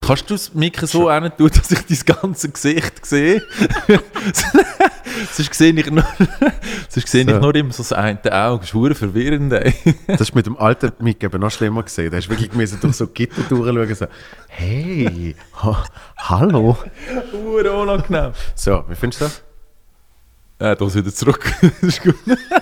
Kannst du das Mikro so hin tun, dass ich dein ganze Gesicht sehe? Sonst sehe ich nur immer so das eine Auge. Das ist verdammt verwirrend, ey. Das ist mit dem alten Mick eben noch schlimmer gesehen. Da hast du wirklich durch so Gitter durchschauen so, hey, hallo. Unangenehm. So, wie findest du das? Da ist wieder zurück. Das ist gut.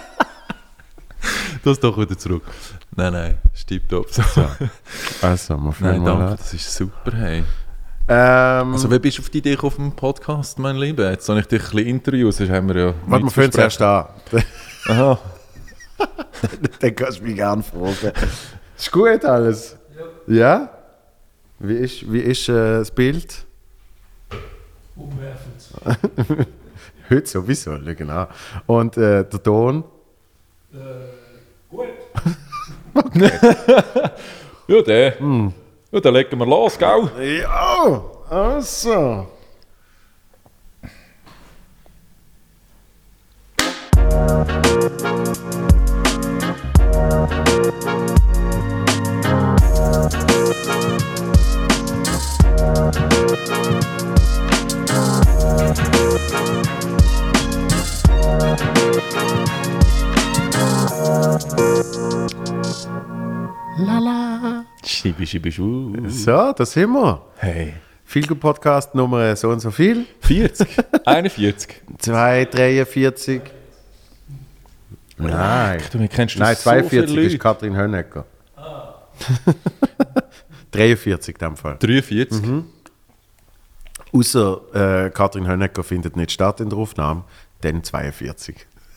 Das doch wieder zurück. Nein, tipptopp. So. Also, wir Nein, danke, mal das ist super, hey. Also, wie bist du auf die Idee gekommen, auf dem Podcast, mein Lieber? Jetzt soll ich dich ein bisschen interviewen, sonst haben wir ja... Warte, wir fangen zuerst an. Aha. Dann kannst du mich gerne fragen. Ist gut alles? Ja? Wie ist das Bild? Umwerfend. Heute sowieso, genau. Und der Ton? Gut. Ja, ja, dann legen wir los, gell? Ja, also. Lala. Schibi. So, da sind wir. Hey. Feelgood Podcast Nummer so und so viel. 40? 41? 243. Nein. Du kennst Nein, so 42 viele ist Leute. Katrin Hönecker. 43 in dem Fall. 43? Außer Katrin Hönecker findet nicht statt in der Aufnahme, dann 42.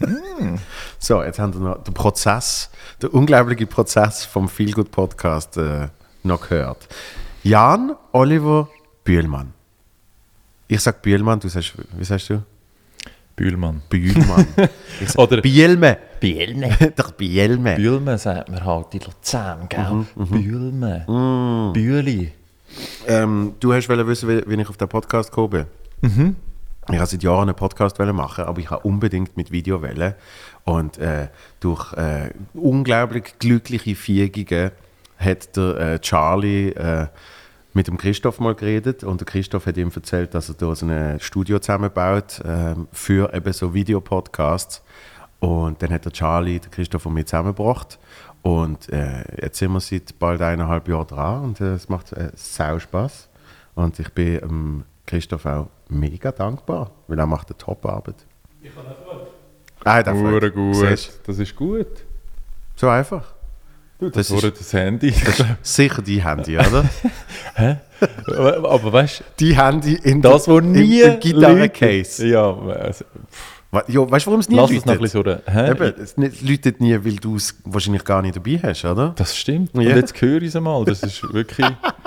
So, jetzt haben wir noch den Prozess, der unglaubliche Prozess vom Feelgood Podcast noch gehört. Jan Oliver Bühlmann. Ich sag Bühlmann, du sagst, wie sagst du? Bühlmann. Bühlmann. Ich sag Oder Bielme. Bielme. Doch Bielme. Bühlme sagt man halt in Luzern, gell? Bühlme. Bühli. Du hast wissen, wie ich auf den Podcast gekommen bin. Ich wollte seit Jahren einen Podcast machen, aber ich wollte unbedingt mit Video wollen. Und durch unglaublich glückliche Fügungen hat der Charlie mit dem Christoph mal geredet. Und der Christoph hat ihm erzählt, dass er da so ein Studio zusammenbaut für eben so Videopodcasts. Und dann hat der Charlie den Christoph und mich zusammengebracht. Und jetzt sind wir seit bald 1,5 Jahren dran und es macht sau Spaß. Und ich bin Christoph auch mega dankbar, weil er macht eine Top-Arbeit. Ich habe Freude. Ah, Gut. Siehst Das ist gut. du? So einfach. Das ist das Handy. Das ist sicher die Handy, oder? Hä? Aber weißt du, Die Handy in das, wo nie im Gitarrencase. Ja, also, Ja, weißt du, warum es nie lass es noch ein läutet? bisschen so. Hä? Eben, es läutet nie, weil du es wahrscheinlich gar nicht dabei hast, oder? Das stimmt. Und Ja. jetzt höre ich es einmal. Das ist wirklich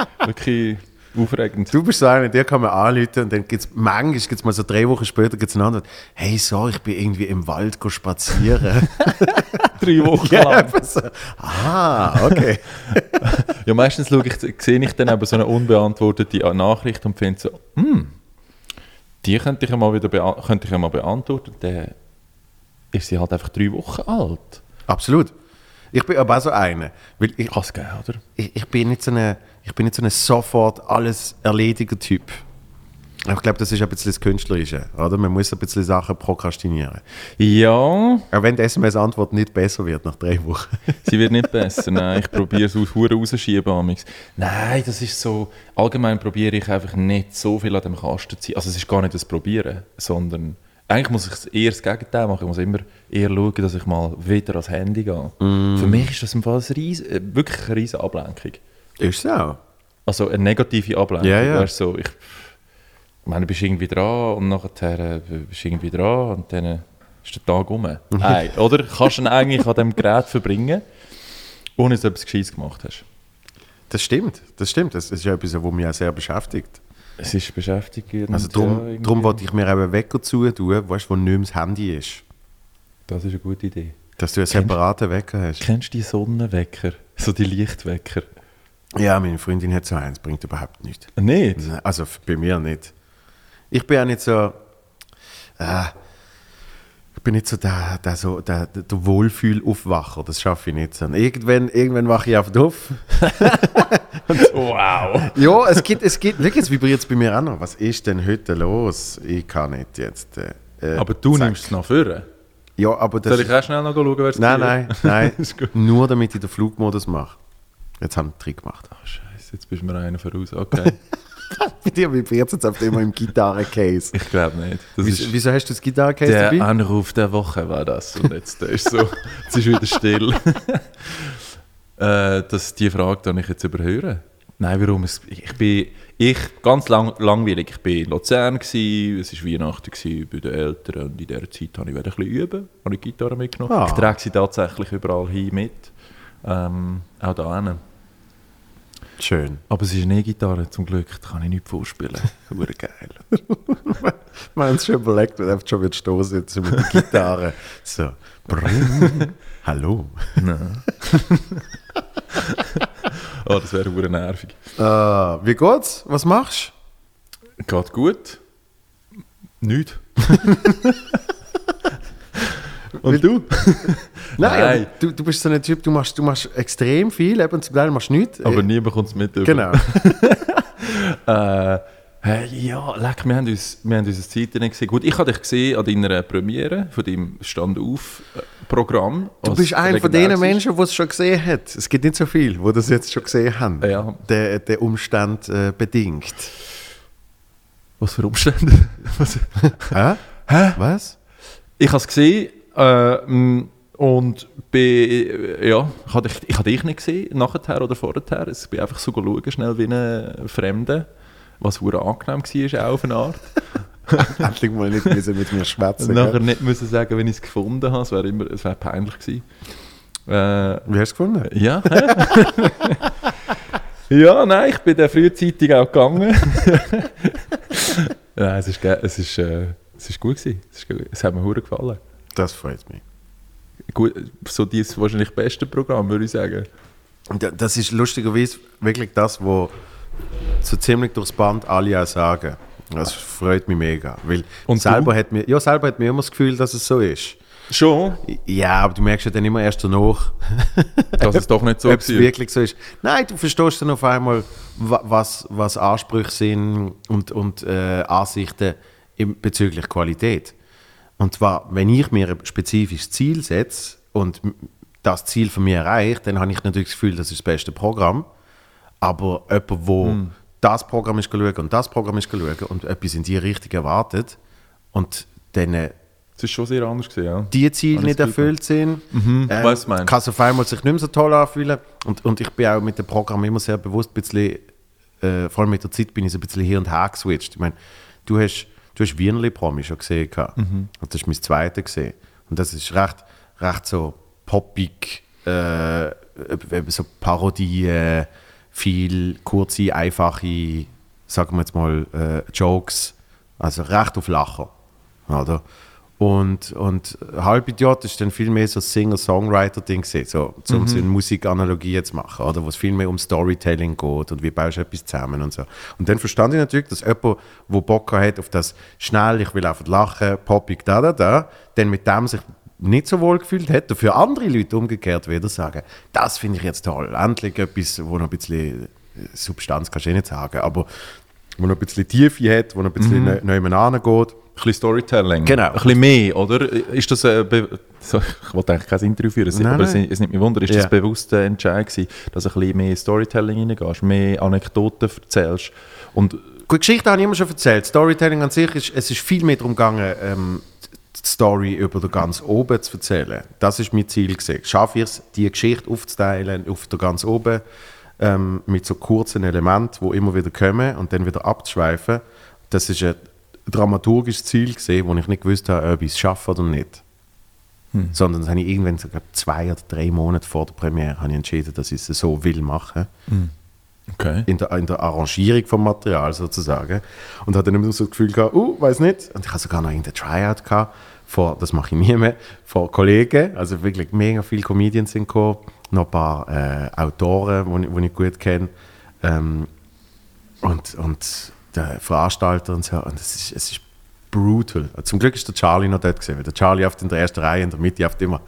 aufregend. Du bist so einer, der kann man anrufen und dann gibt es manchmal mal so 3 Wochen später gibt's eine Antwort. Hey, so, ich bin irgendwie im Wald spazieren. 3 Wochen Ja, lang. eben so. Ah, okay. Ja, meistens sehe ich dann eben so eine unbeantwortete Nachricht und finde so, die könnte ich ja mal beantworten. Dann ist sie halt einfach 3 Wochen alt. Absolut. Ich bin aber auch so einer. Weil ich Kann es geben, oder? ich bin nicht so ein sofort alles erlediger Typ. Ich glaube, das ist ein bisschen das Künstlerische, oder? Man muss ein bisschen Sachen prokrastinieren. Ja, Auch wenn die SMS-Antwort nicht besser wird nach 3 Wochen. sie wird nicht besser. Nein, ich probiere es aus Huren rausschieben. Amix. Nein, das ist so. Allgemein probiere ich einfach nicht so viel an dem Kasten zu sein. Also, es ist gar nicht das Probieren, sondern eigentlich muss ich eher das Gegenteil machen. Ich muss immer eher schauen, dass ich mal wieder ans Handy gehe. Für mich ist das im Fall wirklich eine riesige Ablenkung. Ist es auch. Also eine negative Ablenkung. Ja, ja. Weißt, so, ich meine, du bist irgendwie dran und nachher bist du irgendwie dran und dann ist der Tag rum. Hey, oder? Kannst du ihn eigentlich an diesem Gerät verbringen, ohne dass du etwas Gescheites gemacht hast. Das stimmt. Das ist ja etwas, was mich auch sehr beschäftigt. Es ist beschäftigend. Also ja, darum wollte ich mir auch einen Wecker zutun, weißt, wo nicht mehr das Handy ist. Das ist eine gute Idee. Dass du einen separaten Wecker hast. Kennst du die Sonnenwecker? So die Lichtwecker? Ja, meine Freundin hat so eins, bringt überhaupt nichts. Nicht? Also bei mir nicht. Ich bin auch nicht so. bin nicht so der Wohlfühlaufwacher, das schaffe ich nicht. Irgendwann wache ich auf auf. Wow! Ja, es gibt, wirklich, es vibriert es bei mir auch noch. Was ist denn heute los? Ich kann nicht jetzt. Aber du zack. nimmst es noch vor. Ja, aber das. Soll ich auch schnell noch schauen, wer es Nein. Ist gut. Nur damit ich den Flugmodus mache. Jetzt habe ich einen Trick gemacht. Ach, Scheiße, jetzt bist du mir einer voraus. Okay. Bei dir vibriert es jetzt auf immer im Gitarrencase. Ich glaube nicht. Das ist Wieso hast du das Gitarrencase der dabei? Anruf der Woche war das. Und jetzt ist so, jetzt ist wieder still. Die Frage kann ich jetzt überhören. Nein, warum? Ganz langweilig. Ich war in Luzern, es war Weihnachten bei den Eltern und in dieser Zeit habe ich wieder ein bisschen üben. Habe ich Gitarre mitgenommen. Ah. Ich trage sie tatsächlich überall hin mit. Auch da hinten. Schön. Aber es ist eine E-Gitarre, zum Glück. Da kann ich nicht vorspielen. Hure geil. Wir haben uns schon überlegt, wir schon wieder stehen sitzen mit der Gitarre. So, brrrr. Hallo. Nein. Oh, das wäre hure nervig. Wie geht's? Was machst Geht gut. Nicht. Und du? du? Nein. Aber du bist so ein Typ, du machst extrem viel, eben zum Teil machst du nichts. Aber nie bekommt es mit. Genau. Ja, leck, wir haben uns eine Zeit nicht gesehen. Gut, ich habe dich gesehen an deiner Premiere von deinem Stand-auf-Programm. Du bist einer von den Menschen, die es schon gesehen hat. Es gibt nicht so viele, die das jetzt schon gesehen haben. Ja. Der Umstand bedingt. Was für Umstände? Hä? Was? Ich habe es gesehen und ich habe dich nicht gesehen, nachher oder vorher. Ich bin einfach so schauen, schnell wie ein Fremder, was sehr angenehm war, auch auf eine Art. Endlich mal nicht müssen mit mir schwätzen. Und nachher nicht müssen sagen, wenn ich es gefunden habe, es wäre peinlich gewesen. Wie hast du es gefunden? Ja, ja, nein, ich bin dann frühzeitig auch gegangen. Nein, es ist gut gewesen. Es hat mir hure gefallen. Das freut mich. Gut, so das wahrscheinlich beste Programm, würde ich sagen. Und das ist lustigerweise wirklich das, was so ziemlich durchs Band alle auch sagen. Das freut mich mega. Weil Und selber hat mir immer das Gefühl, dass es so ist. Schon? Ja, aber du merkst ja dann immer erst danach, Dass es doch nicht so ob es war. wirklich so ist. Nein, du verstehst dann auf einmal, was Ansprüche sind und Ansichten bezüglich Qualität. Und zwar, wenn ich mir ein spezifisches Ziel setze und das Ziel von mir erreicht, dann habe ich natürlich das Gefühl, das ist das beste Programm. Aber jemand, der das Programm ist schauen und das Programm ist schauen und etwas in die Richtung erwartet und dann Es ist schon sehr anders gewesen, ja. die Ziele nicht erfüllt sind, weiss, was du meinst. kann es auf einmal sich nicht mehr so toll anfühlen. Und ich bin auch mit dem Programm immer sehr bewusst ein bisschen, vor allem mit der Zeit bin ich so ein bisschen hier und her geswitcht. Ich meine, du hast Wienerli-Promi schon gesehen. Und das ist mein zweiter gesehen. Und das ist recht so poppig, so Parodien, viel kurze, einfache, sagen wir jetzt mal, Jokes. Also recht auf Lachen. Oder? Und Halbidiot ist dann viel mehr so ein Singer-Songwriter-Ding gewesen, so eine Musikanalogie jetzt zu machen, oder? Wo es viel mehr um Storytelling geht und wie baust du etwas zusammen und so. Und dann verstand ich natürlich, dass jemand, der Bock hat auf das schnell, ich will einfach lachen, poppig, dann mit dem sich nicht so wohl gefühlt hat, und für andere Leute umgekehrt wieder sagen, das finde ich jetzt toll, endlich etwas, wo noch ein bisschen Substanz kannst du nicht sagen, aber wo noch ein bisschen Tiefe hat, wo noch ein bisschen nebenan geht. Ein bisschen Storytelling. Genau. Ein bisschen mehr, oder? Ist das ich wollte eigentlich kein Interview führen, aber es nimmt mich Wunder, ist das bewusst ein Entscheid gewesen, dass du ein bisschen mehr Storytelling reingehst, mehr Anekdoten erzählst? Und Gut, Geschichte habe ich immer schon erzählt. Storytelling an sich es ist viel mehr darum gegangen, die Story über den ganz oben zu erzählen. Das ist mein Ziel gewesen. Schaffe ich es, die Geschichte aufzuteilen auf der ganz oben, mit so kurzen Elementen, die immer wieder kommen und dann wieder abzuschweifen. Das ist ein dramaturgisches Ziel gesehen, wo ich nicht gewusst habe, ob ich es schaffe oder nicht. Sondern das habe ich irgendwann sogar 2 oder 3 Monate vor der Premiere habe ich entschieden, dass ich es so will machen. okay. In der Arrangierung vom Material sozusagen. Und hatte dann immer so das Gefühl gehabt, weiß nicht. Und ich hatte sogar noch irgendein Tryout gehabt, das mache ich nie mehr, von Kollegen, also wirklich mega viele Comedians sind gekommen, noch ein paar Autoren, die ich gut kenne. Und der Veranstalter und so. Und es ist brutal. Zum Glück ist der Charlie noch dort gewesen, weil der Charlie oft in der ersten Reihe, in der Mitte oft immer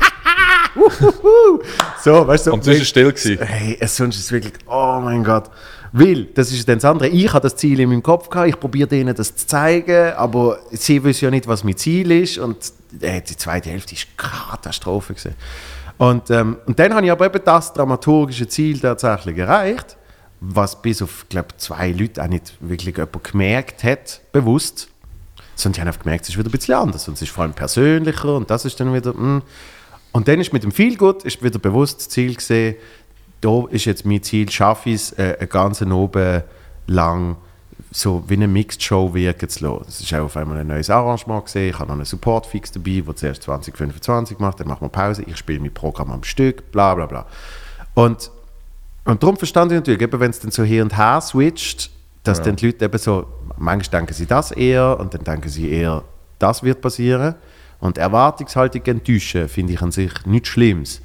so, weißt du. Und sonst war es still gewesen. Hey, sonst ist es wirklich, oh mein Gott. Weil, das ist dann das andere, ich habe das Ziel in meinem Kopf gehabt, ich probiere denen das zu zeigen, aber sie wissen ja nicht, was mein Ziel ist und die zweite Hälfte war Katastrophe gewesen. Und dann habe ich aber eben das dramaturgische Ziel tatsächlich erreicht, was bis auf, glaube ich, 2 Leute auch nicht wirklich jemand gemerkt hat, bewusst. Sondern die haben einfach gemerkt, es ist wieder ein bisschen anders und es ist vor allem persönlicher und das ist dann wieder, Und dann ist mit dem Feelgood ist wieder bewusst das Ziel gesehen, da ist jetzt mein Ziel, schaffe ich es, eine ganze oben lang so wie eine Mixed-Show wirken zu lassen. Es ist auch auf einmal ein neues Arrangement gesehen, ich habe noch einen Support-Fix dabei, der zuerst 2025 macht, dann machen wir Pause, ich spiele mein Programm am Stück, bla bla bla. Und darum verstand ich natürlich, eben wenn es dann so hier und her switcht, dass dann die Leute eben so, manchmal denken sie das eher und dann denken sie eher, das wird passieren. Und Erwartungshaltung enttäuschen finde ich an sich nichts Schlimmes.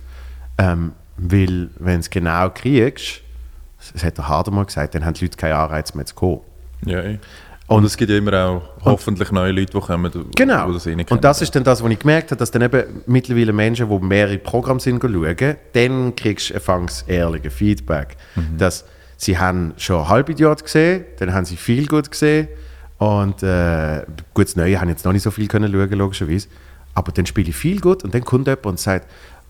Weil, wenn du es genau kriegst, das hat der Harder mal gesagt, dann haben die Leute keinen Anreiz mehr zu kommen. Ja, und es gibt ja immer auch hoffentlich neue Leute, die kommen, genau. Die das eh nicht und kennen. das ist dann das, was ich gemerkt habe, dass dann eben mittlerweile Menschen, die mehrere Programme sind, schauen, dann kriegst du anfangs ehrliches Feedback. Dass sie haben schon ein Halbidiot gesehen, dann haben sie viel gut gesehen und gut, das Neue haben jetzt noch nicht so viel können schauen, logischerweise. Aber dann spiele ich viel gut und dann kommt jemand und sagt,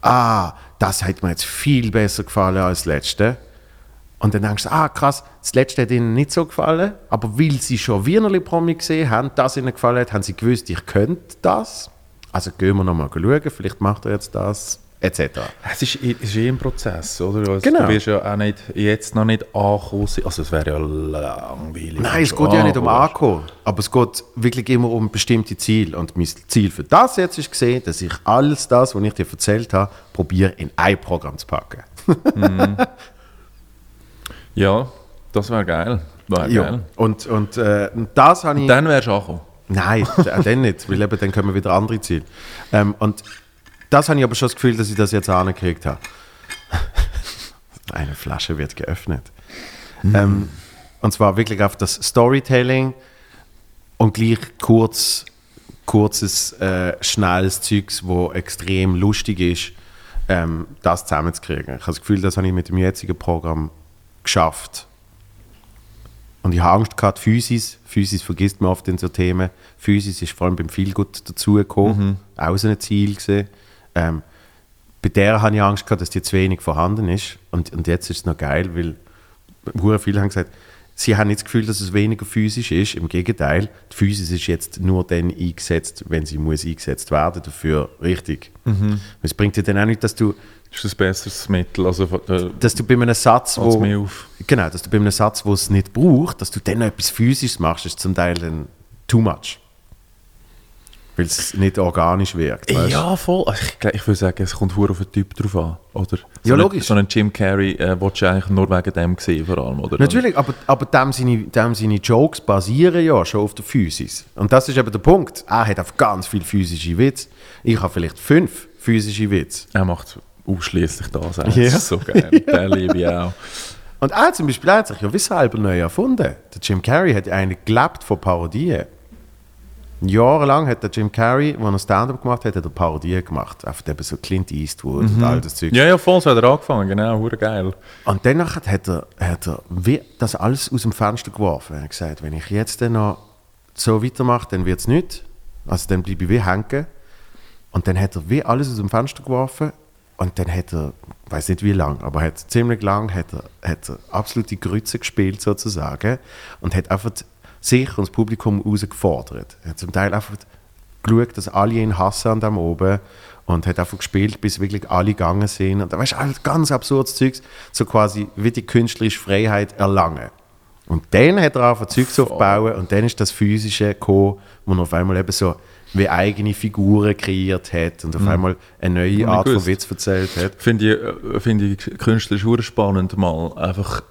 das hat mir jetzt viel besser gefallen als das Letzte. Und dann denkst du, krass, das Letzte hat ihnen nicht so gefallen, aber weil sie schon Wienerli-Promi gesehen haben, das ihnen gefallen hat, haben sie gewusst, ich könnte das. Also gehen wir nochmal schauen, vielleicht macht er jetzt das, etc. Es ist ein Prozess, oder? Also, Genau. Du wirst ja auch nicht, jetzt noch nicht angekommen sein. Also es wäre ja langweilig. Nein, es geht ja nicht um Ankommen, aber es geht wirklich immer um bestimmte Ziele. Und mein Ziel für das jetzt ist gesehen, dass ich alles das, was ich dir erzählt habe, probiere in ein Programm zu packen. Ja, das wäre geil. Ja. Und das habe ich... Dann wärst du angekommen. Nein, dann nicht, weil eben dann kommen wieder andere Ziele. Und das habe ich aber schon das Gefühl, dass ich das jetzt angekriegt habe. Eine Flasche wird geöffnet. Und zwar wirklich auf das Storytelling und gleich kurzes, schnelles Zeugs, das extrem lustig ist, das zusammenzukriegen. Ich habe das Gefühl, das habe ich mit dem jetzigen Programm geschafft. Und ich habe Angst gehabt, Physis vergisst man oft in so Themen. Physis ist vor allem beim Feelgood dazugekommen, auch so ein Ziel gewesen. Bei der habe ich Angst gehabt, dass die zu wenig vorhanden ist. Und jetzt ist es noch geil, weil sehr viele haben gesagt, sie haben nicht das Gefühl, dass es weniger physisch ist. Im Gegenteil, die Physis ist jetzt nur dann eingesetzt, wenn sie muss eingesetzt werden dafür richtig. Es bringt dir dann auch nicht, dass du Ist das ein besseres Mittel? Also, dass du bei einem Satz, dass du bei einem Satz, wo es nicht braucht, dass du dann noch etwas Physisches machst, ist zum Teil dann too much. Weil es nicht organisch wirkt. Weißt? Ja, voll. Also ich würde sagen, es kommt verdammt auf den Typ drauf an. Oder? Ja, logisch. So einen Jim Carrey willst du eigentlich nur wegen dem sehen, vor allem. Oder? Natürlich, aber dem seine Jokes basieren ja schon auf der Physis. Und das ist eben der Punkt. Er hat auf ganz viele physische Witze. Ich habe vielleicht 5 physische Witze. Er macht ausschließlich das. Ja. Das ist so geil. Den liebe ich auch. Und er zum Beispiel hat sich ja wie selber neu erfunden. Der Jim Carrey hat eigentlich gelebt von Parodien. Jahrelang hat der Jim Carrey, als er Stand-up gemacht hat, er Parodien gemacht. Einfach eben so Clint Eastwood und all das Zeug. Ja, voll, so hat er angefangen, genau, hure geil. Und danach hat er wie das alles aus dem Fenster geworfen. Er hat gesagt, wenn ich jetzt dann noch so weitermache, dann wird es nicht. Also dann bleibe ich wie hängen. Und dann hat er wie alles aus dem Fenster geworfen. Und dann hat er, ich weiß nicht wie lange, aber hat ziemlich lang hat er absolute Grütze gespielt sozusagen. Und hat einfach sich und das Publikum herausgefordert. Er hat zum Teil einfach geschaut, dass alle ihn hassen an dem oben und hat einfach gespielt, bis wirklich alle gegangen sind. Und da weißt du, ganz absurdes Zeugs, so quasi wie die künstlerische Freiheit erlangen. Und dann hat er angefangen, Zeugs aufzubauen und dann ist das Physische gekommen, wo er auf einmal eben so wie eigene Figuren kreiert hat und auf einmal eine neue Art von Witz erzählt hat. Finde ich künstlerisch sehr spannend, mal einfach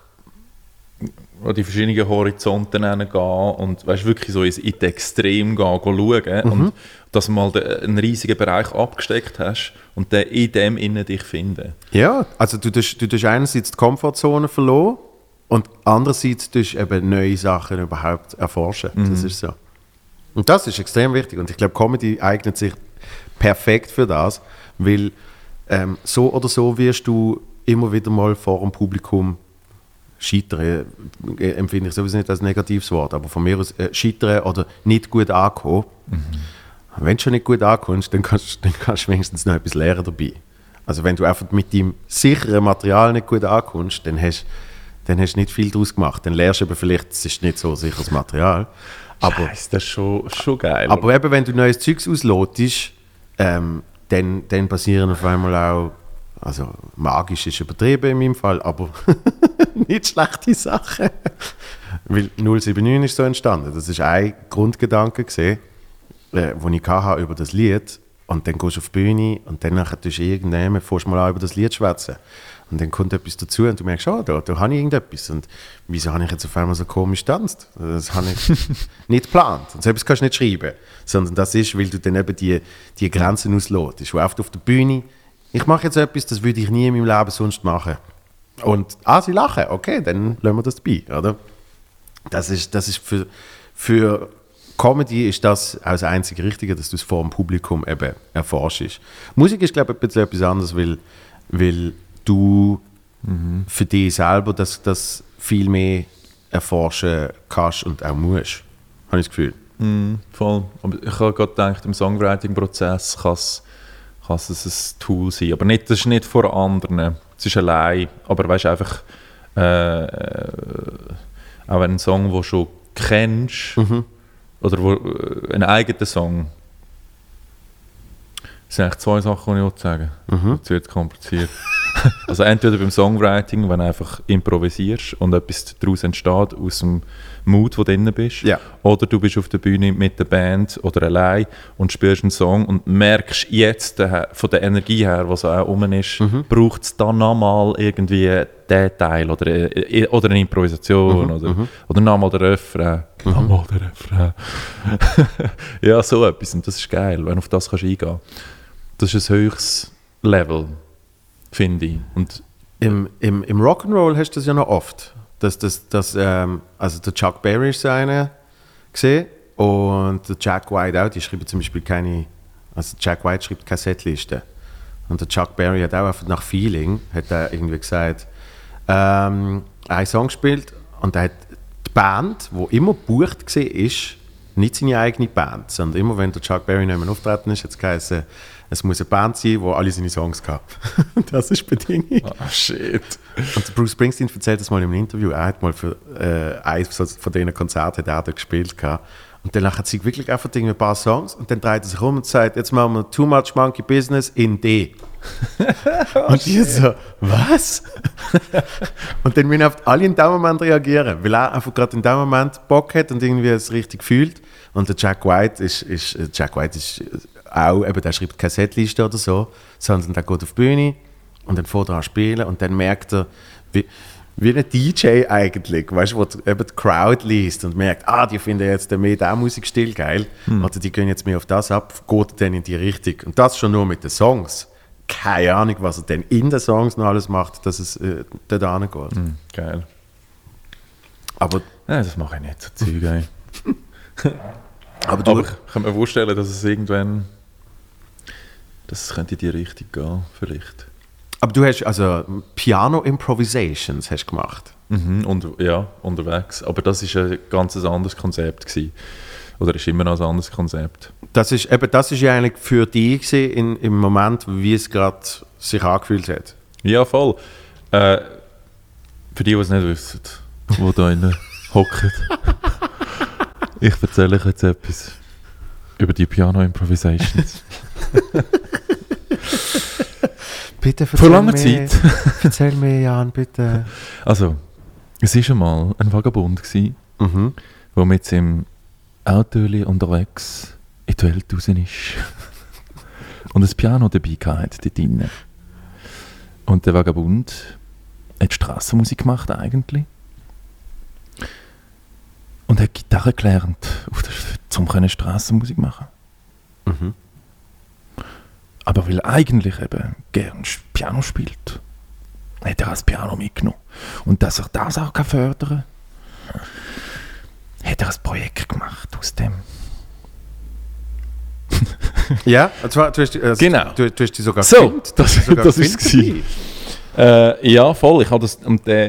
an die verschiedenen Horizonten gehen und weißt, wirklich so in die Extrem schauen und dass du mal einen riesigen Bereich abgesteckt hast und dann in dem innen dich finden. Ja, also du tust einerseits die Komfortzone verloren und andererseits tust du eben neue Sachen überhaupt erforschen. Das ist so. Und das ist extrem wichtig. Und ich glaube, Comedy eignet sich perfekt für das, weil so oder so wirst du immer wieder mal vor dem Publikum scheitern. Empfinde ich sowieso nicht als negatives Wort, aber von mir aus scheitern oder nicht gut ankommen. Wenn du schon nicht gut ankommst, dann kannst du wenigstens noch etwas lernen dabei. Also wenn du einfach mit deinem sicheren Material nicht gut ankommst, dann hast du nicht viel daraus gemacht. Dann lernst du aber vielleicht, es ist nicht so sicheres Material. Aber, Scheiße, das ist schon geil. aber eben, wenn du neues Zeugs auslotest, dann passieren auf einmal auch, also magisch ist übertrieben in meinem Fall, aber nicht schlechte Sachen. Weil 079 ist so entstanden. Das ist ein Grundgedanke gesehen, den ich hatte über das Lied. Und dann gehst du auf die Bühne und dann tust du irgendjemand, fährst mal an über das Lied schwätzen. Und dann kommt etwas dazu und du merkst, da habe ich irgendetwas. Und wieso habe ich jetzt auf einmal so komisch getanzt? Das habe ich nicht geplant. Und so etwas kannst du nicht schreiben. Sondern das ist, weil du dann eben die Grenzen auslotest. Du auf der Bühne, ich mache jetzt etwas, das würde ich nie in meinem Leben sonst machen. Und, sie lachen, okay, dann lassen wir das dabei, oder? Das ist für Comedy ist das auch das einzige Richtige, dass du es vor dem Publikum eben erforschst. Musik ist, glaube ich, ein bisschen etwas anderes, weil du für dich selber das viel mehr erforschen kannst und auch musst. Habe ich das Gefühl. Voll. Aber ich habe gerade gedacht, im Songwriting-Prozess kann es ein Tool sein. Aber das ist nicht vor anderen. Es ist allein. Aber weißt du, einfach auch einen Song, den du schon kennst, oder einen eigenen Song. Das sind eigentlich zwei Sachen, die ich sagen will. Jetzt wird es kompliziert. Also entweder beim Songwriting, wenn du einfach improvisierst und etwas daraus entsteht, aus dem Mood, wo du drin bist. Ja. Oder du bist auf der Bühne mit der Band oder allein und spielst einen Song und merkst jetzt von der Energie her, was auch rum ist, braucht es dann nochmal irgendwie den Teil oder eine Improvisation oder nochmal den Refrain. Nochmal den Refrain. Ja, so etwas. Und das ist geil, wenn du auf das eingehen kannst. Das ist ein höchstes Level, finde ich. Und Im Rock'n'Roll hast du das ja noch oft. Also der Chuck Berry ist einer gesehen und der Jack White auch. Die schreiben zum Beispiel Jack White schreibt keine Setliste. Und der Chuck Berry hat auch einfach nach Feeling, hat er irgendwie gesagt, einen Song gespielt und er hat die Band, die immer gebucht war, ist nicht seine eigene Band, sondern immer, wenn der Chuck Berry nicht mehr auftreten ist, hat es geheißen, es muss eine Band sein, die alle seine Songs hat. Das ist die Bedingung. oh shit. Und Bruce Springsteen erzählt das mal in einem Interview. Er hat mal für eines von diesen Konzerten da gespielt. Und dann hat sie wirklich einfach ein paar Songs und dann dreht er sich um und sagt, jetzt machen wir Too Much Monkey Business in D. Und die so, was? Und dann müssen alle in dem Moment reagieren, weil er einfach gerade in dem Moment Bock hat und irgendwie es richtig fühlt. Und der Jack White ist auch, eben, der schreibt keine Setliste oder so, sondern der geht auf die Bühne und dann fährt er an spielen und dann merkt er, wie ein DJ eigentlich, weißt du, wo eben die Crowd liest und merkt, die finden jetzt mehr diesen Musikstil geil, oder die gehen jetzt mehr auf das ab, geht dann in die Richtung. Und das schon nur mit den Songs. Keine Ahnung, was er dann in den Songs noch alles macht, dass es dort hingeht. Geil. Aber das mache ich nicht, so Zeug. Ey. Aber ich kann mir vorstellen, dass es irgendwann könnte in die Richtung gehen, vielleicht. Aber du hast also Piano-Improvisations hast gemacht. Und ja, unterwegs. Aber das war ein ganz anderes Konzept gewesen. Oder ist immer noch ein anderes Konzept. Das ist ja eigentlich für dich gewesen, im Moment, wie es gerade sich angefühlt hat. Ja, voll. Für die es nicht wissen, die da innen hocken. Ich erzähle euch jetzt etwas über die Piano-Improvisations. Bitte Vor langer Zeit. Erzähl mir, Jan, bitte. Also, es war einmal ein Vagabund, der mit seinem Auto unterwegs in die Welt raus ist. Und ein Piano dabei hatte dort drinnen. Und der Vagabund hat Strassenmusik gemacht eigentlich. Und hat Gitarre gelernt, um Strassenmusik zu machen. Aber weil er eigentlich eben gerne Piano spielt, hat er das Piano mitgenommen. Und dass er das auch fördern kann, hat er ein Projekt gemacht aus dem. Ja, und zwar, du hast die sogar So, gefilmt. das sogar ist es gewesen. Ja, voll. Ich habe das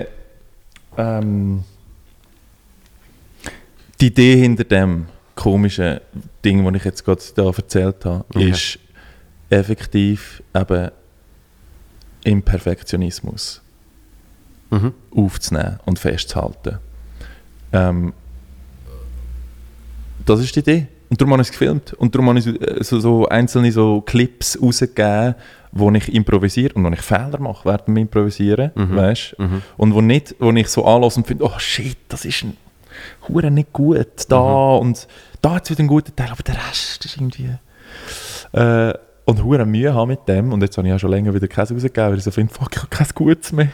die Idee hinter dem komischen Ding, das ich jetzt gerade da erzählt habe, ist effektiv eben Imperfektionismus aufzunehmen und festzuhalten. Das ist die Idee. Und darum habe ich es gefilmt. Und darum habe ich so einzelne so Clips rausgegeben, wo ich improvisiere und wo ich Fehler mache während dem Improvisieren. Weißt? Und wo ich so anlasse und finde, oh shit, das ist hure nicht gut da und da hat es wieder einen guten Teil, aber der Rest ist irgendwie... und hure Mühe haben mit dem. Und jetzt habe ich auch schon länger wieder keins rausgegeben, weil ich so finde, fuck, ich habe kein Gutes mehr.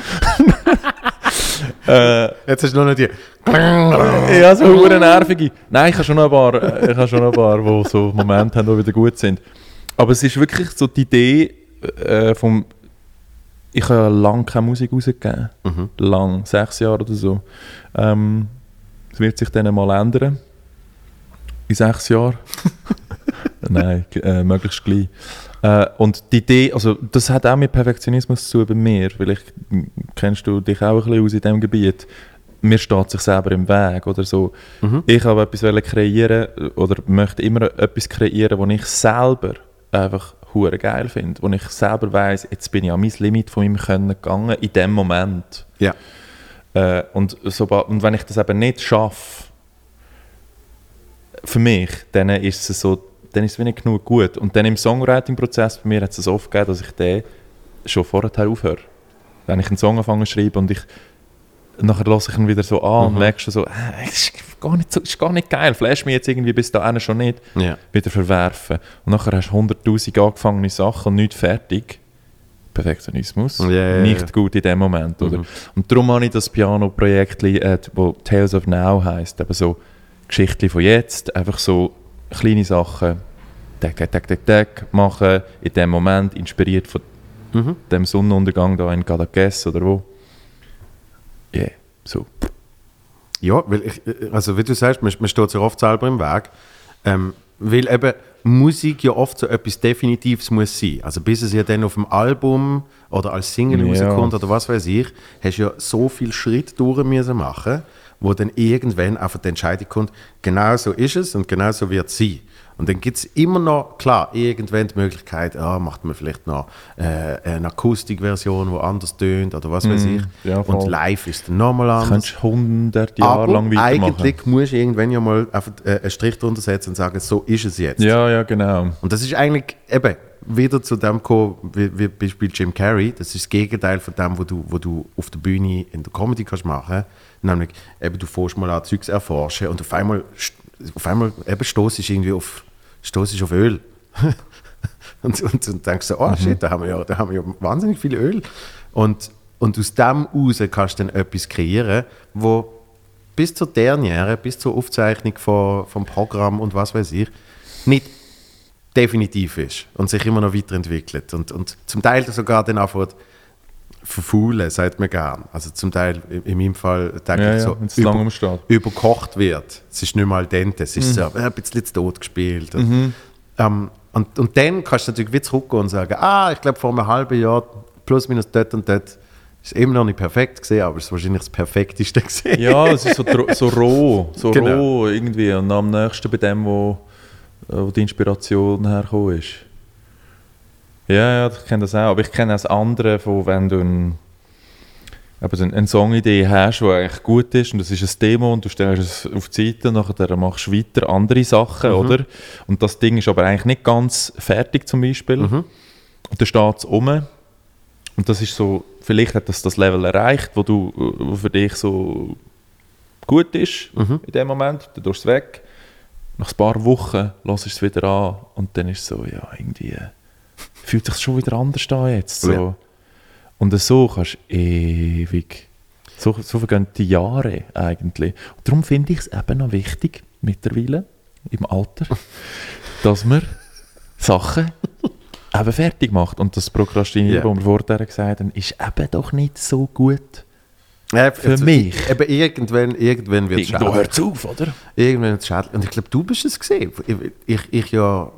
Jetzt hast du noch nicht die... Ja, so hure nervige. Nein, ich habe schon ein paar, die so Momente haben, die wieder gut sind. Aber es ist wirklich so die Idee vom... Ich habe ja lange keine Musik rausgegeben. Lang, 6 Jahre oder so. Es wird sich dann mal ändern. In 6 Jahren. Nein, möglichst gleich. Und die Idee, also das hat auch mit Perfektionismus zu tun bei mir. Vielleicht kennst du dich auch ein bisschen aus in diesem Gebiet. Mir steht sich selber im Weg oder so. Ich habe etwas kreieren oder möchte immer etwas kreieren, das ich selber einfach hure geil finde. Wo ich selber weiss, jetzt bin ich an mein Limit von meinem Können gegangen, in dem Moment. Ja. Und wenn ich das eben nicht schaffe, für mich, dann ist es so, dann ist es wenig genug gut. Und dann im Songwriting-Prozess bei mir hat es oft gegeben, dass ich den schon vorher aufhöre. Wenn ich einen Song anfange zu schreiben und nachher lasse ich ihn wieder so an und merkst schon so, ist gar nicht geil, flash mich jetzt irgendwie bis dahin schon nicht, wieder verwerfen. Und nachher hast du 100'000 angefangene Sachen und nichts fertig. Perfektionismus, nicht gut in dem Moment. Oder? Und darum habe ich das Piano-Projekt, das Tales of Now heisst, eben so Geschichten von jetzt, einfach so kleine Sachen machen, in dem Moment, inspiriert von dem Sonnenuntergang da in Cadaqués oder wo. So. Ja, weil also wie du sagst, man steht sich oft selber im Weg, weil eben Musik ja oft so etwas Definitives muss sein. Also bis es ja dann auf dem Album oder als Single rauskommt oder was weiß ich, hast du ja so viele Schritte durch müssen machen, wo dann irgendwann einfach die Entscheidung kommt, genau so ist es und genau so wird es sein. Und dann gibt es immer noch, klar, irgendwann die Möglichkeit, macht man vielleicht noch eine Akustikversion, die anders tönt oder was weiß ich. Ja, und live ist dann nochmal anders. Du könntest 100 Jahre lang weitermachen. Eigentlich musst du irgendwann ja mal einfach einen Strich drunter setzen und sagen, so ist es jetzt. Ja, genau. Und das ist eigentlich eben wieder zu dem gekommen, wie Beispiel Jim Carrey. Das ist das Gegenteil von dem, wo du auf der Bühne in der Comedy kannst machen. Nämlich, eben, du fährst mal an Zeugs erforschen und auf einmal eben stoßest du auf Öl. und denkst so, oh shit, da haben wir ja wahnsinnig viel Öl. Und aus dem raus kannst du dann etwas kreieren, wo bis zur Derniere, bis zur Aufzeichnung vom Programm und was weiß ich, nicht definitiv ist und sich immer noch weiterentwickelt. Und zum Teil sogar dann anfängt verfaulen, sagt man gern. Also zum Teil, in meinem Fall, denke ich so, überkocht wird. Es ist nicht mal al dente, es ist so ein bisschen zu tot gespielt. Und dann kannst du natürlich wieder zurückgehen und sagen, ich glaube vor einem halben Jahr, plus minus dort und dort, ist immer noch nicht perfekt gesehen, aber es ist wahrscheinlich das Perfekteste gesehen. Ja, es ist so roh, Genau. roh irgendwie. Und am nächsten bei dem, wo die Inspiration hergekommen ist. Ja, ich kenne das auch. Aber ich kenne auch das andere, von wenn du eine Songidee hast, die eigentlich gut ist und das ist ein Demo und du stellst es auf die Seite und nachher machst du weiter andere Sachen, oder? Und das Ding ist aber eigentlich nicht ganz fertig zum Beispiel. Und dann steht es rum und das ist so, vielleicht hat das Level erreicht, wo für dich so gut ist in dem Moment, dann tust du es weg. Nach ein paar Wochen hörst du es wieder an und dann ist es so, ja, irgendwie fühlt sich schon wieder anders an jetzt. So. Ja. Und so kannst du ewig, so vergehen die Jahre eigentlich. Und darum finde ich es eben noch wichtig, mittlerweile, im Alter, dass man Sachen eben fertig macht. Und das Prokrastinieren, was wir vorher gesagt haben, ist eben doch nicht so gut für mich. Eben irgendwann wird es schädlich. Hört es auf, oder? Irgendwann wird es schädlich. Und ich glaube, du bist es gesehen. Ich ja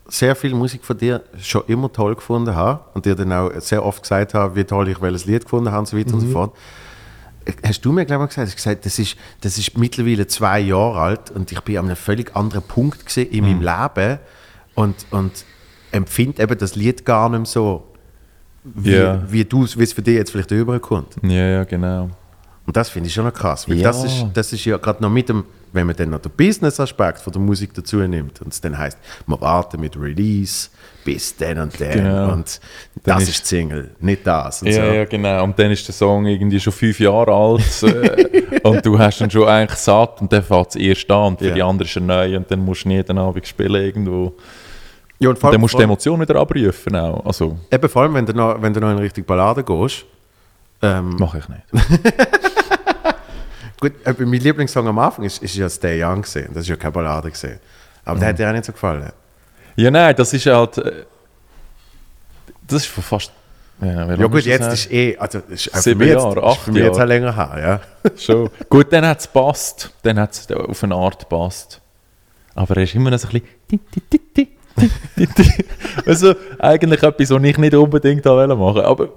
sehr viel Musik von dir schon immer toll gefunden habe und dir dann auch sehr oft gesagt habe, wie toll ich welches Lied gefunden habe und so weiter und so fort. Hast du mir, glaube ich, gesagt, das ist mittlerweile 2 Jahre alt und ich bin an einem völlig anderen Punkt gewesen in meinem Leben und empfinde eben das Lied gar nicht mehr so, wie es für dich jetzt vielleicht rüberkommt. Ja, genau. Und das finde ich schon noch krass, weil Ja. das ist ja gerade noch mit dem, wenn man dann noch den Business-Aspekt von der Musik dazu nimmt und es dann heisst, wir warten mit Release bis dann und dann Genau. und Dann das ist- ist die Single, nicht das und Ja, so. ja, genau. Und dann ist der Song irgendwie schon 5 Jahre alt und du hast ihn schon eigentlich satt und dann fängt es erst an und für Ja. die anderen ist er neu und dann musst du jeden Abend spielen irgendwo. Ja, und vor Und dann allem, musst du die Emotion wieder abrufen auch. Also, eben vor allem, wenn du noch in Richtung Ballade gehst. mache ich nicht. Gut, mein Lieblingssong am Anfang ist ja Stay Young gewesen. Das ist ja keine Ballade gewesen. Aber der hat dir auch nicht so gefallen. Ja, nein, das ist halt... das ist von fast... wie Ja lange gut, das jetzt her? ist also ist auch 7 für mich jetzt, Jahre, ist 8 für mich jetzt Jahre. auch länger her, ja. Schon. Gut, dann hat es gepasst. Dann hat es auf eine Art gepasst. Aber er ist immer noch so ein bisschen... Also eigentlich etwas, was ich nicht unbedingt machen wollte. Aber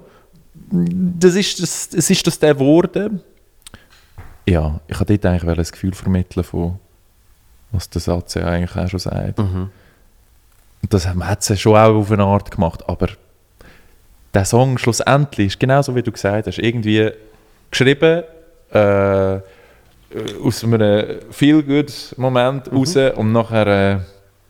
es ist das der geworden. Ja, ich wollte dort eigentlich ein Gefühl vermitteln von, was der Satz ja eigentlich auch schon sagt. Und das hat es ja schon auch auf eine Art gemacht. Aber der Song schlussendlich ist genauso wie du gesagt hast, irgendwie geschrieben aus einem Feel-Good-Moment raus und nachher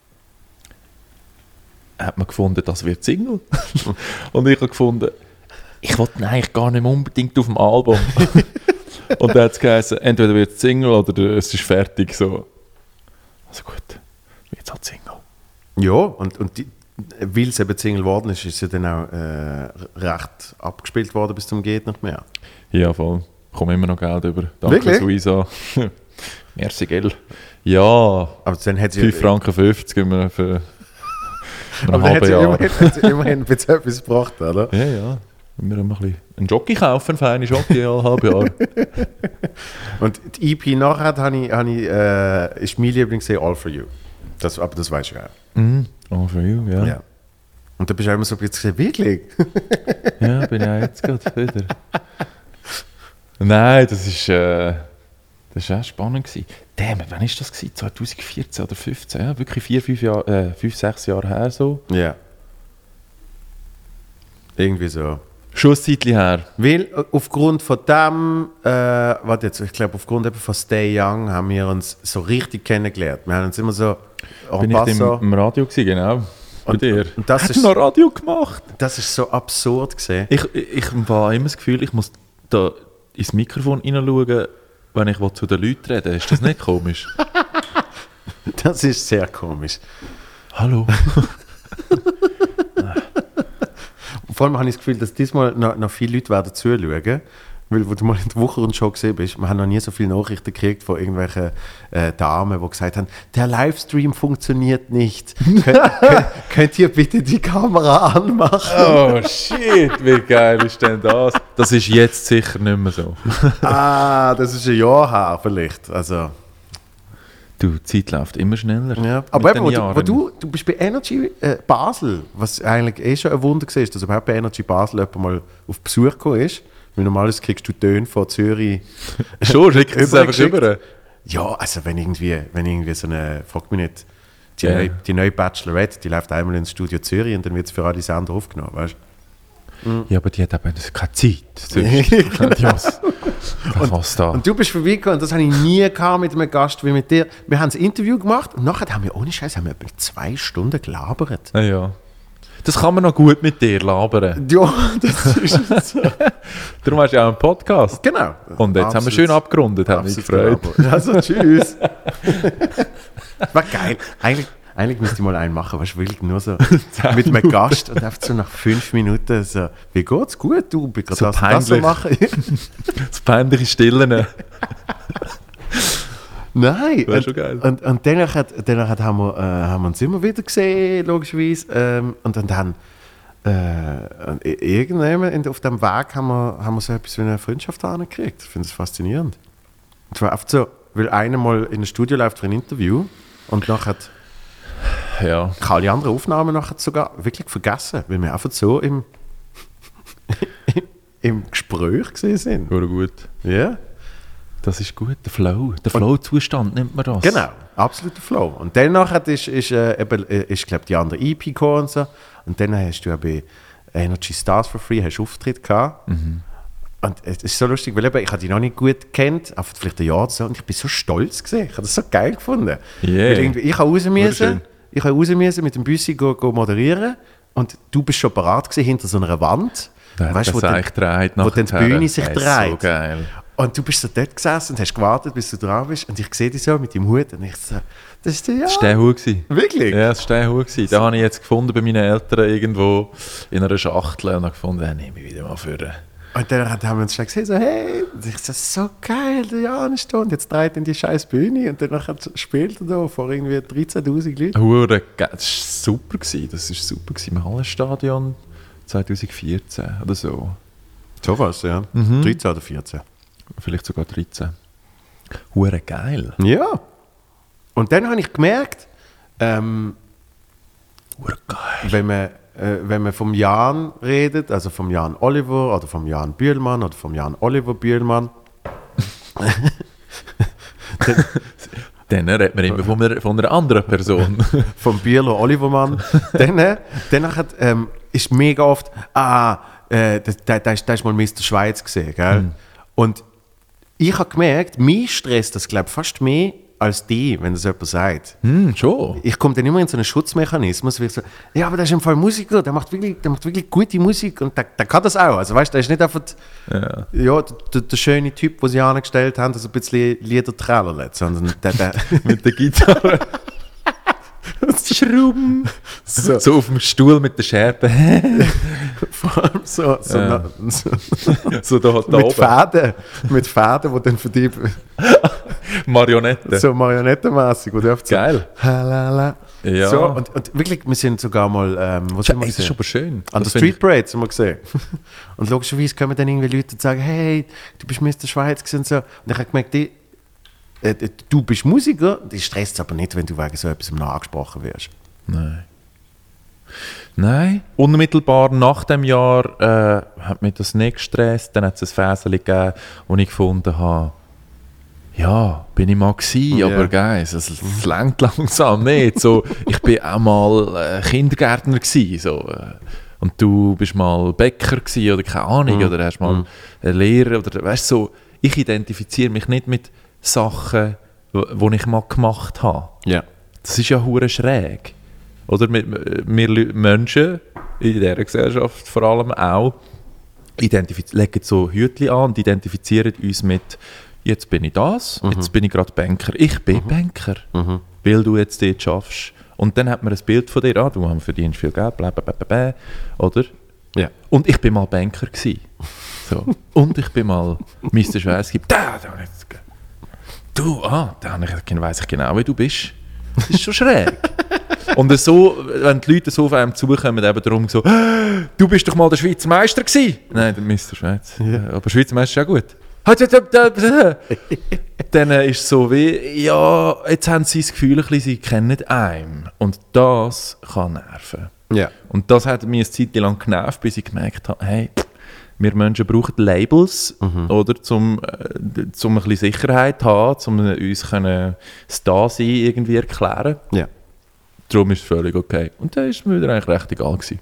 hat man gefunden, das wird Single. Und ich habe gefunden, ich wollte ihn eigentlich gar nicht mehr unbedingt auf dem Album. Und dann hat es geheißen, entweder wird es Single oder es ist fertig. So. Also gut, wird es halt Single. Ja, und weil es eben Single geworden ist, ist es ja dann auch recht abgespielt worden bis zum geht nicht mehr. Ja, voll. Ich komme immer noch Geld über. Danke, Wirklich? Luisa. Merci, gell? Ja, Aber dann hat sie 5,50 Franken immer für aber ein dann hat halbes sie Jahr. immerhin ein bisschen etwas gebracht, oder? Ja, ja. Immer ein bisschen einen Jockey kaufen, feine Jockey, alle halbe Jahr. Und die EP nachher ist mein Liebling gewesen, All For You. Aber das weißt du ja auch. Oh, for you, ja. Ja. Und da bist du auch immer so ein bisschen wirklich? Ja, bin ich auch jetzt gerade wieder. Nein, das ist auch spannend gewesen. Damn, wann war das gewesen? 2014 oder 2015? Ja, wirklich 5, 6 Jahre her so. Ja. Irgendwie so. Schon ein Zeitchen her. Weil aufgrund von dem, warte jetzt, ich glaube aufgrund eben von Stay Young haben wir uns so richtig kennengelernt. Wir haben uns immer so Bin ich im Radio gewesen, genau. Bei dir. und das Hast ist- du noch Radio gemacht? Das ist so absurd gesehen. Ich habe immer das Gefühl, ich muss da ins Mikrofon hineinschauen, wenn ich zu den Leuten rede. Ist das nicht komisch? Das ist sehr komisch. Hallo? Vor allem habe ich das Gefühl, dass diesmal noch viele Leute werden zuschauen. Weil, wo du mal in der Woche und schon gesehen bist, wir haben noch nie so viele Nachrichten gekriegt von irgendwelchen Damen, die gesagt haben, der Livestream funktioniert nicht. Könnt ihr bitte die Kamera anmachen? Oh shit, wie geil ist denn das? Das ist jetzt sicher nicht mehr so. Ah, das ist ein Jahr her vielleicht. Also, Du, die Zeit läuft immer schneller. ja. Aber mit eben, den Jahren. du bist bei Energy Basel, was eigentlich schon ein Wunder war, dass überhaupt bei Energy Basel jemand mal auf Besuch gekommen ist. Weil normalerweise kriegst du Töne von Zürich. Schon, schick es einfach Übergeschickt. rüber. Ja, also wenn irgendwie so eine, frag mich nicht, Ja. die neue Bachelorette, die läuft einmal ins Studio Zürich und dann wird es für alle Sender aufgenommen, weißt Ja, aber die hat eben keine Zeit. Sonst. Was da? Und du bist vorbeigekommen und das habe ich nie gehabt mit einem Gast wie mit dir. Wir haben ein Interview gemacht und nachher haben wir ohne Scheiß etwa 2 Stunden gelabert. Ah, ja. Das kann man noch gut mit dir labern. Ja, das ist so. Darum hast du ja auch einen Podcast. Genau. Und jetzt haben wir schön abgerundet, haben mich Absolut gefreut. gelabert. Also tschüss. War geil. Eigentlich müsste ich mal einen machen, weißt du, wirklich nur so mit einem Gast und einfach so nach 5 Minuten so, wie geht's? Gut, du bist gerade So das und das so peinlich. machen. Das peinliche Stillen. Nein. Wäre schon geil. Und danach haben wir uns immer wieder gesehen, logischerweise. Und dann irgendwann auf dem Weg haben wir so etwas wie eine Freundschaft angekriegt. Ich finde es faszinierend. Es war oft so, weil einer mal in ein Studio läuft für ein Interview und nachher Ja. Ich habe alle anderen Aufnahmen nachher sogar wirklich vergessen, weil wir einfach so im Gespräch gesehen sind. Oder gut. Ja, Das ist gut, der Flow. Der Flow-Zustand nennt man das. genau, absoluter Flow. Und dann nachher ist glaube die andere EP gekommen und so. Und dann hast du ja bei Energy Stars for Free hast Auftritt gehabt. Und es ist so lustig, weil eben, ich habe die noch nicht gut gekannt, einfach vielleicht ein Jahr oder so, und ich bin so stolz gewesen. Ich habe das so geil gefunden. Yeah. Weil irgendwie, ich habe raus Wunderschön. müssen mit dem Büssi go moderieren, und du bist schon parat gewesen hinter so einer Wand. Der Weißt du, wo dann die Bühne sich dreht. So geil. Und du bist so dort gesessen und hast gewartet, bis du dran bist, und ich sehe dich so mit deinem Hut und ich so, das ist der Jan. Das war der Hut. gewesen. Wirklich? Ja, das war der Hut. gewesen. Den habe ich jetzt gefunden bei meinen Eltern irgendwo in einer Schachtel und habe gefunden, den nehme ich wieder mal vor. Und dann haben wir uns schon gesehen, so, hey, und ich so geil, der Jan ist da, und jetzt dreht in die scheiß Bühne, und dann spielt er da vor irgendwie 13'000 Leuten. Hure geil. Das war super. Das war super im Hallenstadion 2014 oder so. So was, ja. 13 oder 14. Vielleicht sogar 13. Hure geil. Ja. Und dann habe ich gemerkt, Hure geil. wenn man vom Jan redet, also vom Jan Oliver oder vom Jan Bühlmann oder vom Jan Oliver Bühlmann, Dann redet man immer von einer anderen Person. vom Bühler Olivermann, dann ist mega oft, da ist mal Mr. Schweiz gesehen, gell? Und ich habe gemerkt, mich stresst das, glaube ich, fast mehr als die, wenn das jemand sagt. Schon. Ich komme dann immer in so einen Schutzmechanismus, wie ich so, ja, aber der ist im Fall Musiker, der macht wirklich gute Musik, und der kann das auch. Also weißt du, der ist nicht einfach der schöne Typ, den sie angestellt haben, der so ein bisschen Lieder trällert, sondern der Mit der Gitarre. Schrauben. So auf dem Stuhl mit der Scherbe. vor allem so So da mit oben. Fäden, die dann für die Marionette. so marionettenmässig, wo du oft so, Geil. halala. Ja. So, und wirklich, wir sind sogar mal, wo sind wir Das ist gesehen? aber schön. An der Das finde Street Parade haben wir gesehen. Und logischerweise kommen dann irgendwie Leute und sagen, hey, du bist Mr. Schweiz gewesen und so. Und ich habe gemerkt, du bist Musiker, das stresst aber nicht, wenn du wegen so etwas angesprochen wirst. Nein. Unmittelbar nach dem Jahr hat mich das nicht gestresst. Dann hat es ein Fäseli gegeben, wo ich gefunden habe, ja, bin ich mal gewesen, Ja. aber Guys, es reicht langsam nicht. So, ich bin auch mal Kindergärtner gewesen, so. Und du bist mal Bäcker gewesen, oder keine Ahnung, oder hast mal einen Lehrer, oder weißt so. Ich identifiziere mich nicht mit Sachen, die ich mal gemacht habe. Ja. Das ist ja hure schräg. Oder wir Menschen in dieser Gesellschaft vor allem auch legen so Hütchen an und identifizieren uns mit «Jetzt bin ich das, jetzt bin ich gerade Banker. Ich bin Banker, weil du jetzt dort schaffst.» Und dann hat man ein Bild von dir, du verdienst viel Geld, blablabla, oder? Ja. Und ich bin mal Banker gsi. So. Und ich bin mal Mr. Schweiz. Dann weiss ich genau, wie du bist. Das ist schon schräg. Und so, wenn die Leute so auf einem zukommen, eben darum so, du bist doch mal der Schweizer Meister gsi. Nein, der Mr. Schweiz. Ja. Aber Schweizer Meister ist auch gut. Dann ist es so wie, ja, jetzt haben sie das Gefühl, sie kennen einen. Und das kann nerven. Ja. Und das hat mich eine Zeit lang genervt, bis ich gemerkt habe, hey, wir Menschen brauchen Labels, oder, um ein bisschen Sicherheit zu haben, um uns das Dasein irgendwie erklären. Ja. Darum ist es völlig okay. Und dann ist es mir wieder eigentlich recht egal gewesen.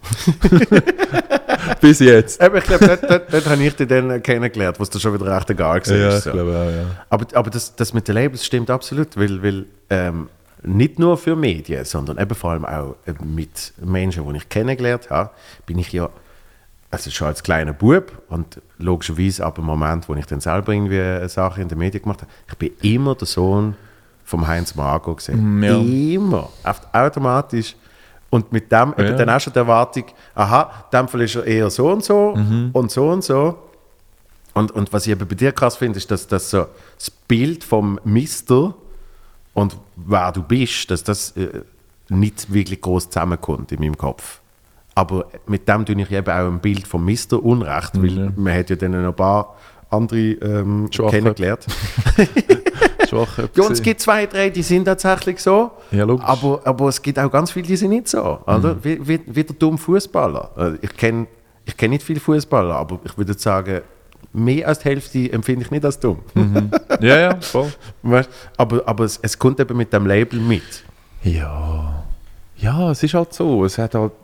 Bis jetzt. Aber ich glaube, dort habe ich dich dann kennengelernt, wo es dir schon wieder recht egal war. Ja, ich so. glaube auch, ja. Aber das mit den Labels stimmt absolut, weil nicht nur für Medien, sondern eben vor allem auch mit Menschen, die ich kennengelernt habe, bin ich ja, also schon als kleiner Bub und logischerweise ab dem Moment, wo ich dann selber irgendwie eine Sache in den Medien gemacht habe, ich bin immer der Sohn vom Heinz Margo gesehen. Ja. Immer. Automatisch. Und mit dem eben dann auch schon die Erwartung, aha, in dem Fall ist er eher so und so und so und so. Und was ich eben bei dir krass finde, ist, dass so das Bild vom Mister und wer du bist, dass das nicht wirklich groß zusammenkommt in meinem Kopf. Aber mit dem tue ich eben auch ein Bild vom Mister Unrecht, weil man hat ja dann noch ein paar andere Schwache. kennengelernt. Schwach. Ja, und es gibt 2, 3, die sind tatsächlich so. Ja, logisch. Aber es gibt auch ganz viele, die sind nicht so. Oder? Wie der dumme Fußballer. Ich kenn nicht viele Fußballer, aber ich würde sagen, mehr als die Hälfte empfinde ich nicht als dumm. Ja, voll. Weißt? Aber es kommt eben mit dem Label mit. Ja. Ja, es ist halt so. Es hat halt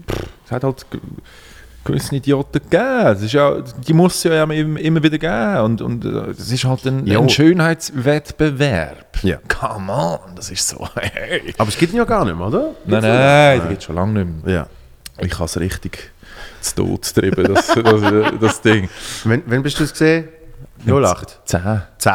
gewisse Idioten gegeben. Es ist ja, die muss es ja immer wieder geben. Und es ist halt ein Schönheitswettbewerb. Ja. Come on, das ist so. Hey. Aber es gibt ihn ja gar nicht mehr, oder? Nein, die gibt es schon lange nicht mehr. Ja. Ich habe es richtig zu Tod getrieben, das Ding. Wann bist du es gesehen? 08? 10. 10.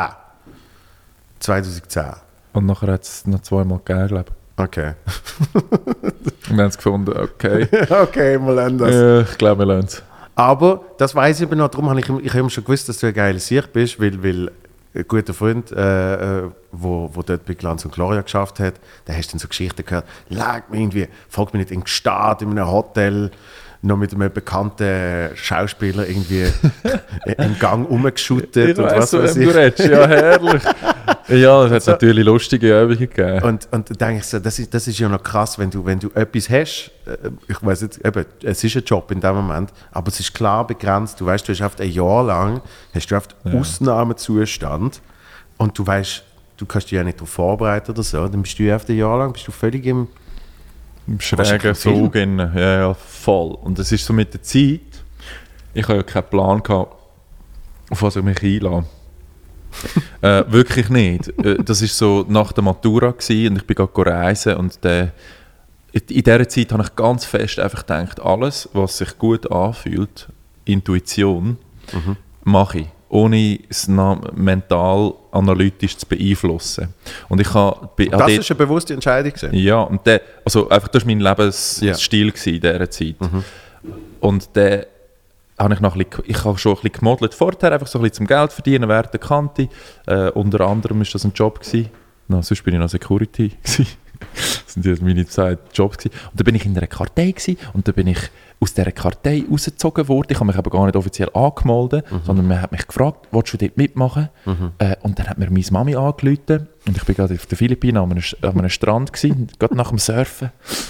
2010. Und nachher hat es noch 2-mal gegeben, glaube ich. Okay. Und dann haben sie gefunden, okay. Okay, wir lernen das. Ja, ich glaube, wir lernen es. Aber das weiss ich eben noch, darum habe ich immer schon gewusst, dass du ein geiler Sieg bist, weil ein guter Freund, wo dort bei Glanz und Gloria geschafft hat, der hast dann so Geschichten gehört, lag mir irgendwie, folgt mir nicht in Gstaad, in einem Hotel, noch mit einem bekannten Schauspieler irgendwie im Gang rumgeschüttet und was weiß ich. Ja, herrlich. Ja, es hat natürlich lustige Übungen gegeben. Und da denke ich so, das ist ja noch krass, wenn du etwas hast, ich weiss jetzt, eben, es ist ein Job in dem Moment, aber es ist klar begrenzt. Du weißt, du hast oft ein Jahr lang Ausnahmezustand und du weißt, du kannst dich ja nicht darauf vorbereiten oder so, dann bist du ja oft ein Jahr lang völlig im schrägen Sog innen. Ja, voll. Und es ist so mit der Zeit, ich habe ja keinen Plan gehabt, auf was ich mich einlasse. Wirklich nicht. Das war so nach der Matura gewesen, und ich bin gerade reisen und in dieser Zeit habe ich ganz fest einfach gedacht, alles, was sich gut anfühlt, Intuition, mache ich, ohne es mental analytisch zu beeinflussen. Und ich habe, das war eine bewusste Entscheidung gewesen? Ja, und also einfach, das war mein Lebensstil gewesen in dieser Zeit. Und habe ich habe schon ein bisschen gemodelt vorher, einfach so ein bisschen zum Geld verdienen während der Kante. Unter anderem war das ein Job gewesen. Sonst bin ich noch Security gewesen. Das sind ja meine 2 Jobs gewesen. Und dann bin ich in einer Kartei gewesen, und dann bin ich aus dieser Kartei rausgezogen worden. Ich habe mich aber gar nicht offiziell angemeldet, sondern man hat mich gefragt, willst du dort mitmachen? Und dann hat mir meine Mami angerufen und ich bin gerade auf den Philippinen an einem Strand gewesen, gerade nach dem Surfen.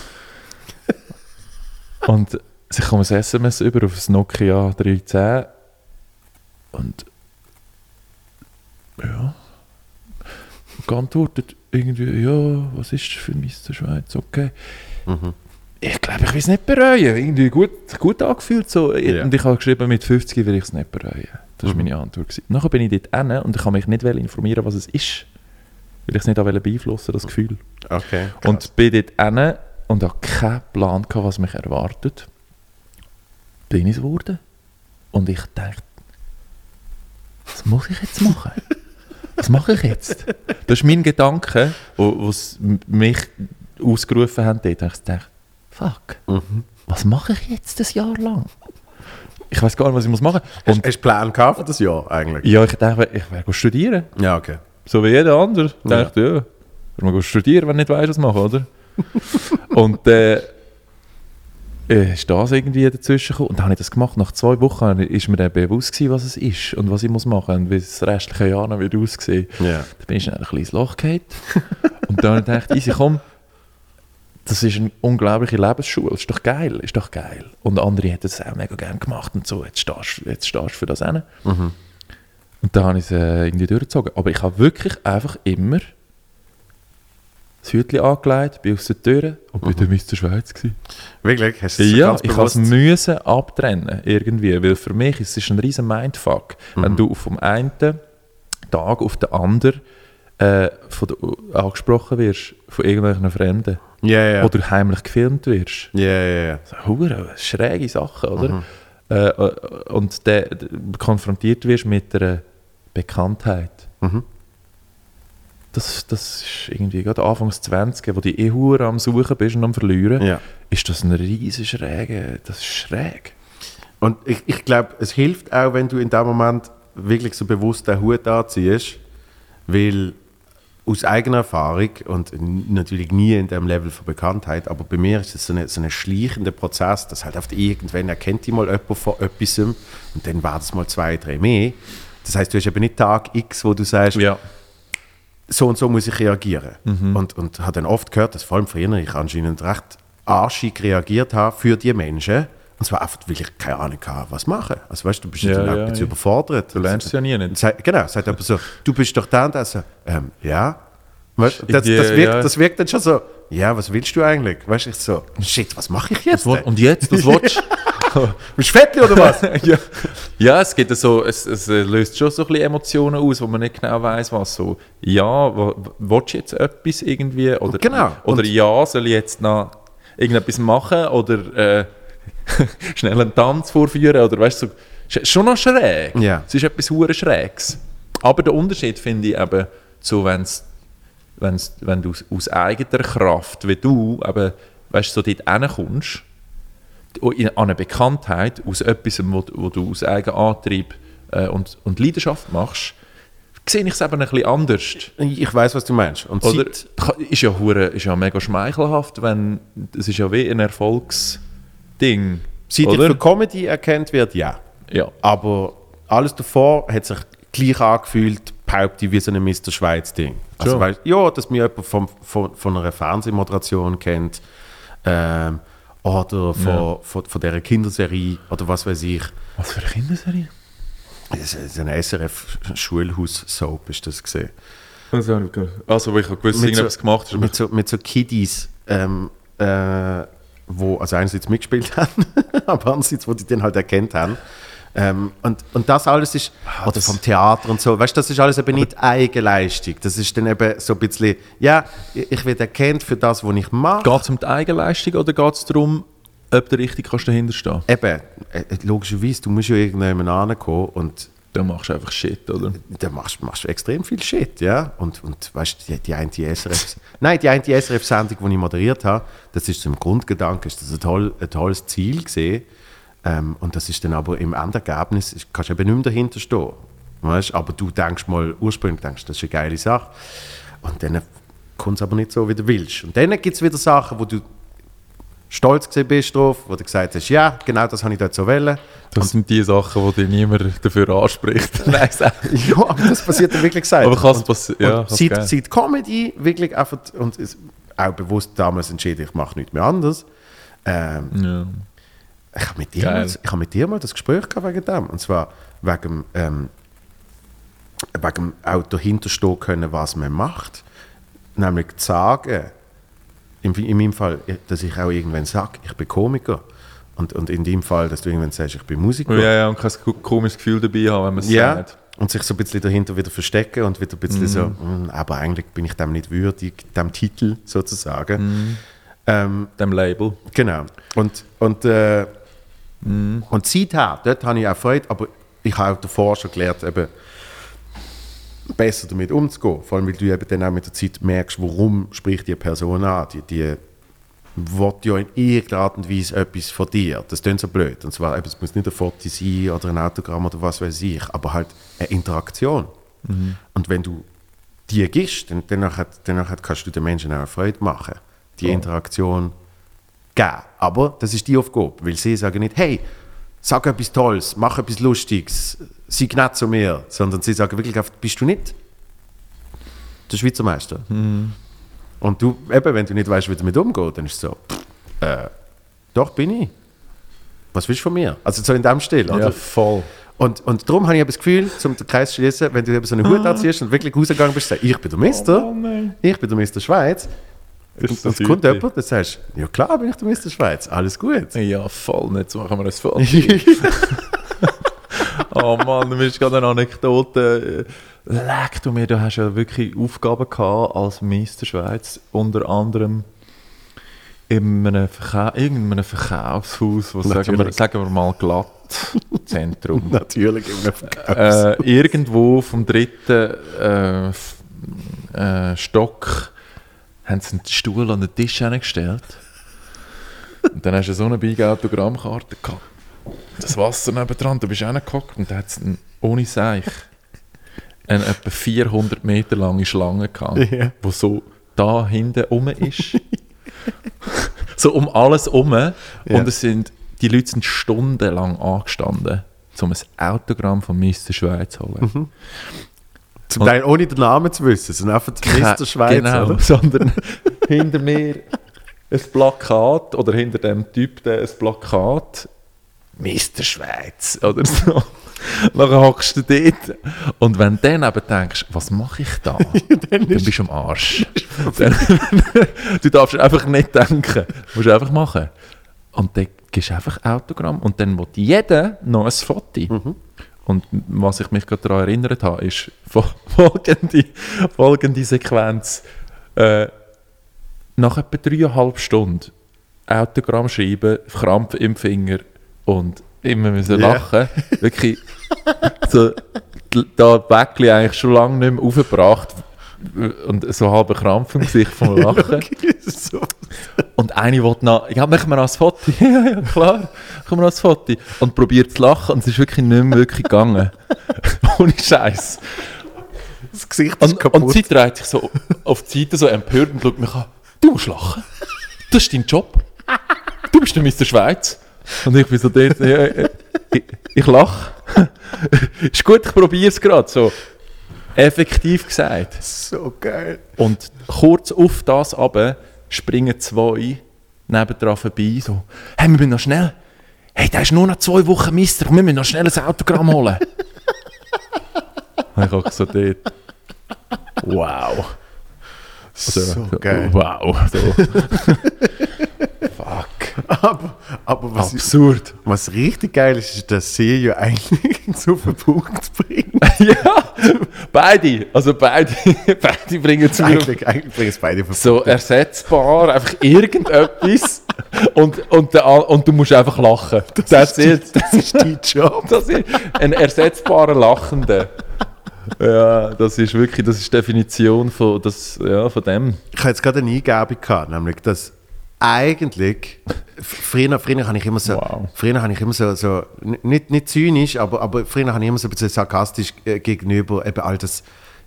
Und ich komme ein SMS über auf das Nokia 310 und ja, geantwortet irgendwie, ja, was ist für Mr. Schweiz, okay. Ich glaube, ich will es nicht bereuen, irgendwie gut angefühlt so. Yeah. Und ich habe geschrieben, mit 50 will ich es nicht bereuen. Das war meine Antwort gewesen. Nachher bin ich dort hin und ich habe mich nicht informieren, was es ist, weil ich es nicht beeinflussen, das Gefühl. Okay, und bin dort hin und habe keinen Plan gehabt, was mich erwartet. Bin ich es geworden. Und ich dachte, was muss ich jetzt machen? Was mache ich jetzt? Das ist mein Gedanke, was mich ausgerufen haben. Dort. Ich dachte, fuck, was mache ich jetzt das Jahr lang? Ich weiß gar nicht, was ich machen muss. Hast du einen Plan gehabt für das Jahr eigentlich? Ja, ich dachte, ich werde studieren. Ja, okay. So wie jeder andere. Ich dachte, ja, ich will studieren, wenn du nicht weißt, was machen, oder? Und ist das irgendwie dazwischen gekommen. Und dann habe ich das gemacht. Nach 2 Wochen ist mir dann bewusst gewesen, was es ist und was ich machen muss und wie das restliche Jahr noch wird aussehen. Yeah. Dann bin ich in ein kleines Loch gefallen. Und dann habe ich gedacht, easy, komm, das ist eine unglaubliche Lebensschule. Ist doch geil, ist doch geil. Und andere hätten es auch mega gerne gemacht und so. Jetzt stehst du für das hin. Und dann habe ich es irgendwie durchgezogen. Aber ich habe wirklich einfach immer das Hütchen angelegt, bin aus der Tür und bin dann in der Schweiz gewesen. Wirklich? Hast du das ja, ganz ich musste es abtrennen, irgendwie, weil für mich ist es ein riesen Mindfuck, wenn du vom einen Tag auf den anderen angesprochen wirst von irgendwelchen Fremden. Yeah. Oder heimlich gefilmt wirst. Ja. Hure schräge Sachen, oder? Und dann konfrontiert wirst mit einer Bekanntheit. Das ist irgendwie gerade Anfangs 20, wo du hure am Suchen bist und am Verlieren, ist das ein riesen Schräge, das ist schräg. Und ich glaube, es hilft auch, wenn du in dem Moment wirklich so bewusst den Hut anziehst, weil aus eigener Erfahrung und natürlich nie in dem Level von Bekanntheit, aber bei mir ist es so ein schleichender Prozess, dass halt oft irgendwann erkennt dich mal jemand von etwas und dann war es mal 2, 3 mehr Das heisst, du hast eben nicht Tag X, wo du sagst, Ja. so und so muss ich reagieren. Und habe dann oft gehört, dass vor allem früher ich anscheinend recht arschig reagiert habe für die Menschen. Und zwar einfach, weil ich keine Ahnung hatte, was machen. Also weißt du, bist Ja, dann auch ja, ein bisschen ja. überfordert. Du lernst es ja nie nicht. Genau, sagt aber so, du bist doch da und da. So, ja. Weißt, das, Ja, ja. das wirkt dann schon so, ja, was willst du eigentlich? Weißt du, ich so, shit, was mache ich jetzt? Und jetzt, das willst Bist du Fettli oder was? ja. Ja, es gibt so, es löst schon so ein bisschen Emotionen aus, wo man nicht genau weiss, was so, ja, willst du jetzt etwas irgendwie? Oder, Genau. Oder Und- ja, soll ich jetzt noch irgendetwas machen? Oder schnell einen Tanz vorführen? Oder weißt du, so, ist schon noch schräg. Ja. Es ist etwas hure Schräges. Aber der Unterschied finde ich eben, so, wenn du aus eigener Kraft, wie du, eben, weißt, so dort hinkommst, an eine Bekanntheit, aus etwas, wo du aus eigenem Antrieb und Leidenschaft machst, sehe ich es eben ein bisschen anders. Ich weiß, was du meinst. Und Oder, seit, ist ja mega schmeichelhaft, wenn, es ist ja wie ein Erfolgsding. seit ich oder? für Comedy erkannt wird, ja. Ja. Aber alles davor hat sich gleich angefühlt, behaupte ich, wie so ein Mr. Schweiz-Ding. Also Schon. weißt, ja, dass mich jemand von einer Fernsehmoderation kennt oder von dieser Kinderserie oder was weiß ich. Was für eine Kinderserie? Das ist eine SRF-Schulhaus-Soap, ist das gesehen. Also, ich habe gewusst, dass Mit irgendetwas gemacht hast. Mit so Kiddies, wo also einerseits mitgespielt haben, aber andererseits, wo die den halt erkannt haben. Und das alles ist, oder das- vom Theater und so, weißt du, das ist alles eben nicht Eigenleistung. Das ist dann eben so ein bisschen, ja, ich werde erkannt für das, was ich mache. Geht es um die Eigenleistung oder geht es darum, ob du richtig dahinter stehen kannst? Eben, logischerweise, du musst ja irgendjemand ankommen und Dann machst du einfach Shit, oder? dann machst du extrem viel Shit, ja. Und weißt du, die eine SRF-Sendung, die ich moderiert habe, das ist zum Grundgedanken, ist das ein tolles Ziel gesehen. Und das ist dann aber im Endergebnis, kannst du eben nicht mehr dahinter stehen. Weißt? Aber du denkst mal, ursprünglich denkst, das ist eine geile Sache. Und dann kommt es aber nicht so, wie du willst. Und dann gibt es wieder Sachen, wo du stolz gewesen bist drauf, wo du gesagt hast, ja, genau das habe ich dort so wollen. Das sind die Sachen, die dich niemand dafür anspricht. Nein, Ja, aber das passiert dann wirklich selten. Aber kann es Und- passieren? Ja, und kann's geben. seit Comedy wirklich einfach, und auch bewusst damals entschieden, ich mache nichts mehr anders. Ja. Ich habe mit, Geil. mit dir mal das Gespräch gehabt wegen dem. Und zwar wegen auch dahinter stehen können, was man macht. Nämlich zu sagen, in meinem Fall, dass ich auch irgendwann sage, ich bin Komiker. Und in deinem Fall, dass du irgendwann sagst, ich bin Musiker. Ja, und kein komisches Gefühl dabei haben, wenn man es Ja, sagt. und sich so ein bisschen dahinter wieder verstecken und wieder ein bisschen so, aber eigentlich bin ich dem nicht würdig, dem Titel sozusagen. Dem Label. Genau. Und seither, dort habe ich auch Freude, aber ich habe auch davor schon gelernt, eben besser damit umzugehen. Vor allem, weil du eben dann auch mit der Zeit merkst, warum spricht die Person an. Die will ja in irgendeiner Art und Weise etwas von dir. Das klingt so blöd. Und zwar, eben, es muss nicht ein Foto sein oder ein Autogramm oder was weiß ich, aber halt eine Interaktion. Und wenn du die gibst, dann nachher kannst du den Menschen auch eine Freude machen. Die Interaktion geben. Aber das ist die Aufgabe, weil sie sagen nicht, hey, sag etwas Tolles, mach etwas Lustiges, sei nett zu mir, sondern sie sagen wirklich, bist du nicht der Schweizer Meister? Und du, eben, wenn du nicht weißt, wie damit umgeht, dann ist es so, doch bin ich. Was willst du von mir? Also so in dem Stil, oder? Ja, voll. Und darum habe ich eben das Gefühl, um den Kreis zu schließen, wenn du eben so einen Hut anziehst und wirklich rausgegangen bist, sagst, ich bin der Mister, Oh nein. ich bin der Mister Schweiz. Ist Und das es kommt heute? jemand, der sagst, ja klar bin ich der Mister Schweiz, alles gut. Ja, voll. Jetzt machen wir ein Foto. Oh Mann, du bist gerade eine Anekdote. Leck du mir, du hast ja wirklich Aufgaben gehabt als Meister Schweiz, unter anderem in einem irgendeinem Verkaufshaus, was sagen wir mal Glattzentrum. Natürlich immer Verkaufs. Irgendwo vom dritten Stock haben sie einen Stuhl an den Tisch hingestellt. Und dann hast du so eine Big-Autogrammkarte gehabt. Das Wasser nebendran, du bist reingehockt und da hat es ohne Seich eine etwa 400 Meter lange Schlange gehabt, Ja. die so da hinten rum ist. So um alles herum. Ja. Und die Leute sind stundenlang angestanden. um ein Autogramm von Mr. Schweiz zu holen. Zum Teil ohne den Namen zu wissen, sondern einfach Mr. Schweiz. Genau, Oder? sondern hinter mir ein Plakat oder hinter dem Typ ein Plakat Mr. Schweiz oder so. Dann hockst du dort und wenn du dann eben denkst, was mache ich da? dann bist du am Arsch. Du darfst einfach nicht denken, du musst einfach machen. Und dann gibst du einfach Autogramm und dann will jeder noch ein Foto. Und was ich mich gerade daran erinnert habe, ist folgende Sequenz. Nach etwa 3,5 Stunden Autogramm schreiben, Krampf im Finger und immer müssen lachen. Wirklich so, da Bäckchen eigentlich schon lange nicht mehr aufgebracht und so halber Krampf im Gesicht vom Lachen. So. Und eine will noch, ja, machen wir noch ein Foto. Ja, klar, machen wir noch ein Foto. Und probiert zu lachen und es ist wirklich nicht mehr wirklich gegangen. Ohne Scheiß. Das Gesicht ist kaputt. Und sie dreht sich so auf die Seite so empört und schaut mich an. Du musst lachen. Das ist dein Job. Du bist der Mr. Schweiz. Und ich bin so dort, ich lache. Ist gut, ich probiere es gerade. So effektiv gesagt. So geil. Und kurz auf das runter springen 2 nebendran vorbei. So, hey, wir müssen noch schnell. Hey, der ist nur noch 2 Wochen Mister. Wir müssen noch schnell ein Autogramm holen. Und ich gucke so dort. Wow. So geil. Wow. So. Fuck. Aber was, Absurd. was richtig geil ist, ist, dass sie ja eigentlich so auf den Punkt bringen. Ja, beide. Also beide bringen es mir Eigentlich bringen es beide auf den so ersetzbar, einfach irgendetwas und du musst einfach lachen. Das ist dein Job. Das ist ein ersetzbarer Lachender. Ja, das ist wirklich, das ist die Definition von dem. Ich hatte jetzt gerade eine Eingebung gehabt, nämlich, dass eigentlich, früher habe ich immer so, Wow. so nicht zynisch, aber früher habe ich immer so ein bisschen sarkastisch gegenüber eben all das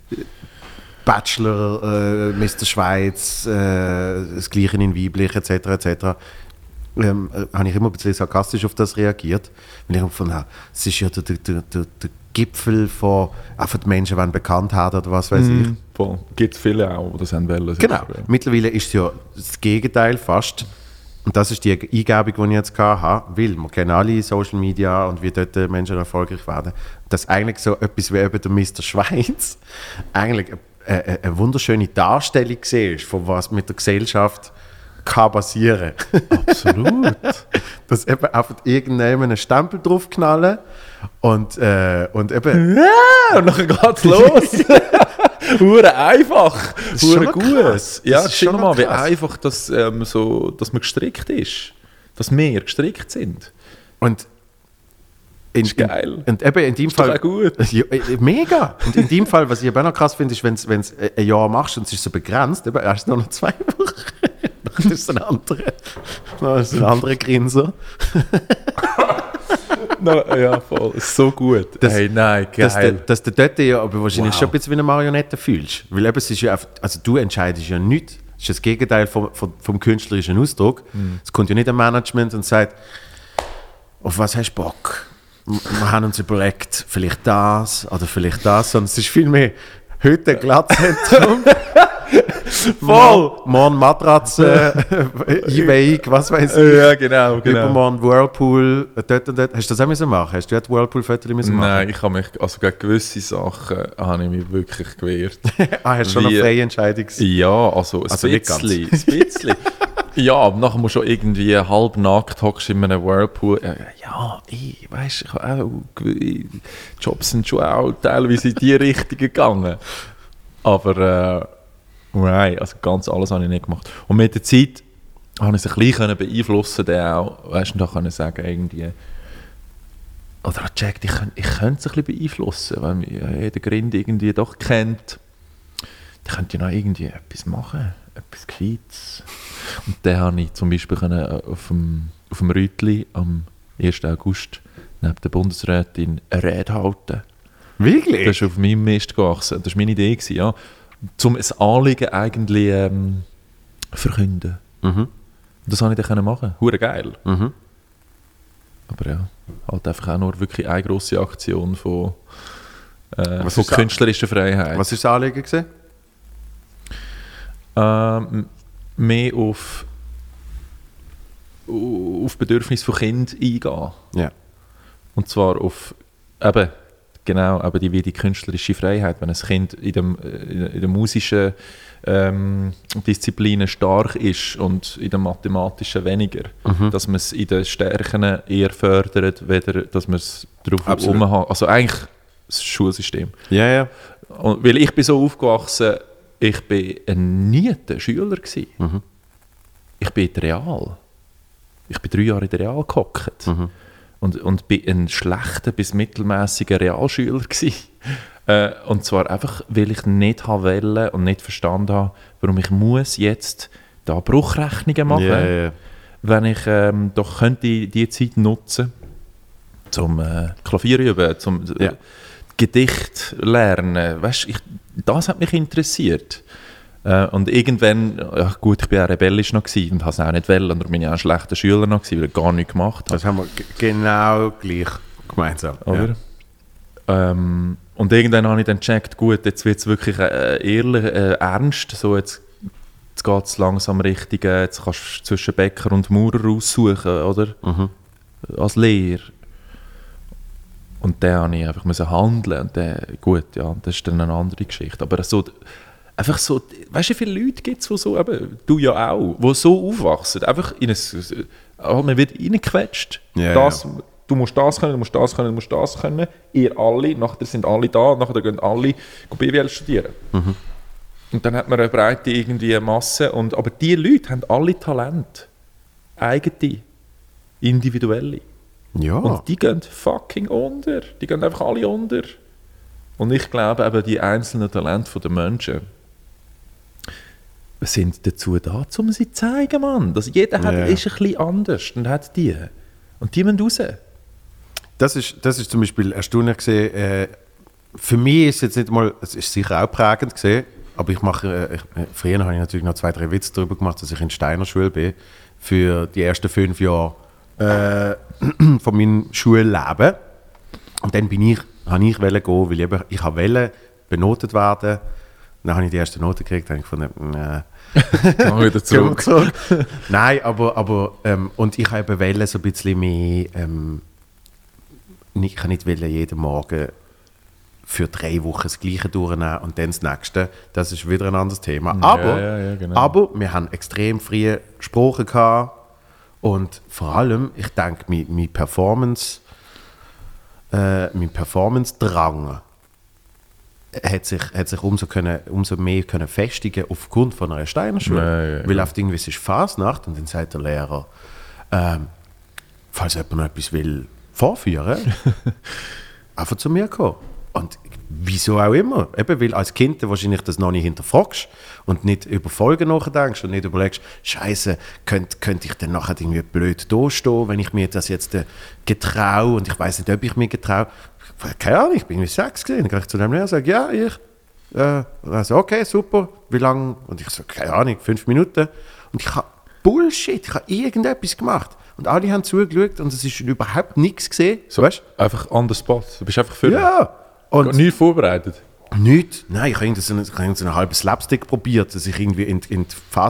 Bachelor, Mr. Schweiz, das Gleiche in Weiblich etc. Habe ich immer ein bisschen sarkastisch auf das reagiert, weil ich gefunden habe, es ist ja der Gipfel von einfach die Menschen, die bekannt haben oder was weiß ich. Voll. Gibt es viele auch, die das haben wollen. Genau. Mittlerweile ist es ja das Gegenteil fast. Und das ist die Eingebung, die ich jetzt hatte, weil wir kennen alle Social Media und wie dort Menschen erfolgreich werden. Dass eigentlich so etwas wie eben der Mr. Schweiz eigentlich eine wunderschöne Darstellung war, von was mit der Gesellschaft kann passieren. Absolut. Dass eben einfach irgendjemand einen Stempel draufknallen und eben... Ja, und dann geht's los. Hure einfach. Das ist Hure schon gut. krass. Ja, Das ist schau schon mal, wie krass. einfach das, dass man gestrickt ist. Dass wir gestrickt sind. Und Ist geil. Und eben in deinem Ist doch Fall... auch gut. Ja, mega! Und in deinem Fall, was ich aber auch noch krass finde, ist, wenn du es ein Jahr machst und es ist so begrenzt, eben erst nur noch 2 Wochen. Das ist ein anderer Grinser. No, ja, voll. So gut. Das- Hey, nein, geil. Dass du dort ja aber wahrscheinlich Wow. schon ein bisschen wie eine Marionette fühlst. Weil eben, es ist ja einfach, also du entscheidest ja nichts. Das ist das Gegenteil vom künstlerischen Ausdruck. Es kommt ja nicht ein Management und sagt, auf was hast du Bock? Wir haben uns überlegt, vielleicht das oder vielleicht das. Sondern es ist vielmehr heute ein Glattzentrum. Voll! Morgen Matratze, Einweihung, was weiß ich. Ja, genau. Übermorgen Whirlpool, dort und dort. Hast du das auch müssen machen? Hast du dort Whirlpool-Fotos müssen machen? Nein, ich habe mich, also gegen gewisse Sachen habe ich mich wirklich gewehrt. Hast du schon eine Wie- freie Entscheidung gewesen? Ja, also ein Also nicht ganz. bisschen. Ja, aber nachher musst du schon irgendwie halb nackt hockst in einem Whirlpool. Ja, ich weiss, ich habe auch, Jobs sind schon auch teilweise in die Richtung gegangen. Aber nein, also ganz alles habe ich nicht gemacht. Und mit der Zeit habe ich es ein bisschen beeinflussen können, auch, weißt du, da kann ich sagen, irgendwie, oder auch gecheckt, ich könnte es ein bisschen beeinflussen, weil mich jeder Grind irgendwie doch kennt. Dann könnte ich noch irgendwie etwas machen, etwas Gescheites. Und dann habe ich zum Beispiel auf dem Rütli am 1. August neben der Bundesrätin eine Rede halten. Wirklich? Das ist auf meinem Mist gewachsen. Das war meine Idee, ja. Um ein Anliegen eigentlich verkünden. Mhm. Das konnte ich dann machen. Hure geil. Mhm. Aber ja, halt einfach auch nur wirklich eine grosse Aktion von Was von ist das? künstlerischer Freiheit. Was war das Anliegen gewesen? Mehr auf Bedürfnisse von Kindern eingehen. Ja. Und zwar auf eben die künstlerische Freiheit. Wenn ein Kind in der musischen Disziplinen stark ist und in den mathematischen weniger, dass man es in den Stärken eher fördert, weder dass man es darauf Absolut. umhat. Also eigentlich das Schulsystem. Ja, ja. Und weil ich bin so aufgewachsen, ich bin ein nieter Schüler gsi. Ich bin in der Real. Ich bin 3 Jahre in der Real gehockt. Und bin ein schlechter bis mittelmäßiger Realschüler gsi. Und zwar einfach, weil ich nicht wollte und nicht verstanden habe, warum ich muss jetzt da Bruchrechnungen machen, Ja, ja. wenn ich doch könnte die Zeit nutzen, zum Klavier üben, zum Ja. Gedicht lernen. Weißt, das hat mich interessiert. Und irgendwann, ja gut, ich war auch rebellisch noch gewesen und habe es auch nicht wollen, und bin ich auch ein schlechter Schüler noch gewesen, weil ich gar nichts gemacht habe. Das haben wir genau gleich gemeinsam. Oder? Und irgendwann habe ich dann gecheckt, gut, jetzt wird es wirklich ehrlich, ernst, so jetzt geht es langsam richtig, jetzt kannst du zwischen Bäcker und Maurer aussuchen, oder? Als Lehrer. Und dann musste ich einfach handeln und dann, gut, ja, das ist dann eine andere Geschichte. Aber so, einfach so, weißt du, wie viele Leute gibt es, die so, eben, du ja auch, die so aufwachsen, einfach in ein, man wird reingequetscht. Ja, Das, du musst das können, du musst das können, du musst das können. Ihr alle, nachher sind alle da, und nachher gehen alle BWL studieren. Und dann hat man eine breite irgendwie Masse, aber diese Leute haben alle Talente. Eigene, individuelle. Ja. Und die gehen fucking unter. Die gehen einfach alle unter. Und ich glaube eben, die einzelnen Talente der Menschen sind dazu da, um sie zu zeigen, Mann. Dass jeder ist ein bisschen anders und hat die. Und die müssen raus. Das ist zum Beispiel erstaunlich gesehen. Für mich ist es jetzt nicht mal, es ist sicher auch prägend gesehen, aber früher habe ich natürlich noch 2, 3 Witze darüber gemacht, dass ich in Steiner Schule bin, für die ersten 5 Jahre von meinem Schulleben. Und dann habe ich gehen, weil ich wollte benotet werden. Dann habe ich die erste Note gekriegt, habe ich gefunden, Geh wieder zurück. Nein, aber und ich habe eben so ein bisschen mehr, ich kann nicht jeden Morgen für 3 Wochen das Gleiche durchnehmen und dann das Nächste. Das ist wieder ein anderes Thema. Aber, genau. aber wir haben extrem früh gesprochen gehabt und vor allem, ich denke, mein Performance-Drang hat sich umso mehr können festigen aufgrund von einer Steiner Schule. Ja, Weil oft irgendwie es ist Fasnacht und dann sagt der Lehrer, falls jemand noch etwas will vorführen, einfach zu mir kommen. Und wieso auch immer. Eben, weil als Kind wahrscheinlich das noch nicht hinterfragst und nicht über Folgen nachdenkst und nicht überlegst, Scheiße, könnte ich denn nachher irgendwie blöd dastehen, wenn ich mir das jetzt getraue und ich weiß nicht, ob ich mir getraue. Keine Ahnung, ich bin irgendwie 6 gewesen. Dann gehe ich zu dem Lehrer und sage, ja, ich. Also, okay, super. Wie lange? Und ich sage, keine Ahnung, 5 Minuten. Und ich habe Bullshit, ich habe irgendetwas gemacht. Und alle haben zugeschaut und es ist überhaupt nichts gesehen. So, weißt? Einfach on the spot. Du bist einfach für Ja. Und nie vorbereitet. nichts. Nein, ich habe so einen halben Slapstick probiert, dass ich irgendwie in die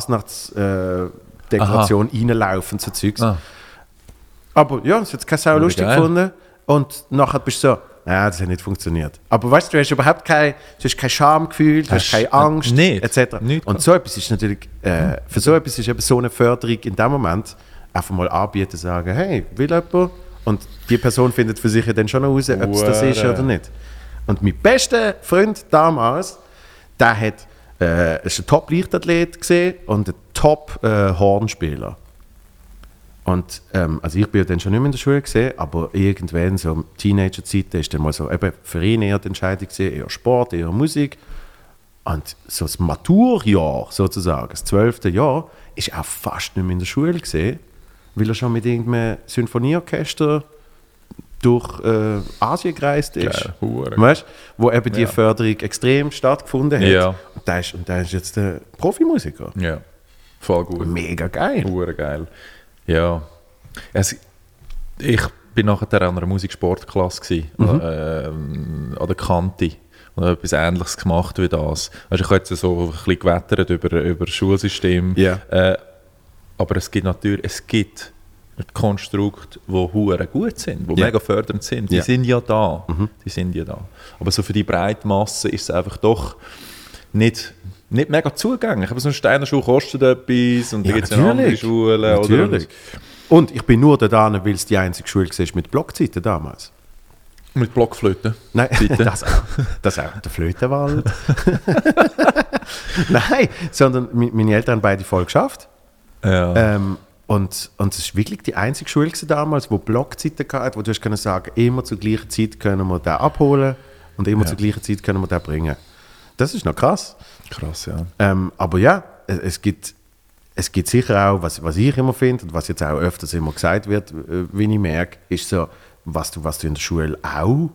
Fasnachtsdekoration reinlaufe und so Zeugs. Aber ja, es hat keine Sau lustig geil. gefunden. Und nachher bist du so, das hat nicht funktioniert. Aber weißt du, du hast überhaupt kein Schamgefühl, du hast keine Angst, nicht. etc. Nicht. Und so etwas ist natürlich, für so etwas ist eben so eine Förderung in dem Moment, einfach mal anbieten, sagen, hey, will jemand? Und die Person findet für sich ja dann schon noch raus, ob es das ist oder nicht. Und mein bester Freund damals, der ist ein Top-Leichtathlet gesehen und ein Top-Hornspieler. Und also ich bin ja dann schon nicht mehr in der Schule gesehen, aber irgendwann so Teenager-Zeiten ist dann mal so eben für ihn eher die Entscheidung gewesen, eher Sport, eher Musik. Und so das Maturjahr sozusagen, das 12. Jahr, ist auch fast nicht mehr in der Schule gesehen, weil er schon mit irgendeinem Symphonieorchester durch Asien gereist ist. Geil, hure. Weißt, wo eben die Förderung extrem stattgefunden hat. Ja. Und der ist jetzt der Profimusiker. Ja, voll gut. Mega geil. Hure geil. Ja. Ich bin nachher an einer Musiksportklasse gewesen, an der Kante. Und habe etwas Ähnliches gemacht wie das. Also ich habe jetzt so ein bisschen gewettert über das Schulsystem. Yeah. Aber es gibt Konstrukte, die hure gut sind, die mega fördernd sind. Die sind ja da. Die sind ja da. Aber so für die breite Masse ist es einfach doch nicht mega zugänglich. Aber so eine Steiner Schule kostet etwas und da gibt es eine andere Schule. Natürlich. Und ich bin nur da, weil es die einzige Schule war mit Blockzeiten damals. Mit Blockflöten? Nein, das auch. Der Flötenwald. Nein, sondern meine Eltern haben beide voll geschafft. Ja. Und es war wirklich die einzige Schule damals, die Blockzeiten hatte, wo du hast sagen, immer zur gleichen Zeit können wir den abholen und immer zur gleichen Zeit können wir den bringen. Das ist noch krass. Krass, ja. Aber ja, es gibt sicher auch, was ich immer finde und was jetzt auch öfters immer gesagt wird, wie ich merke, ist so, was du in der Schule auch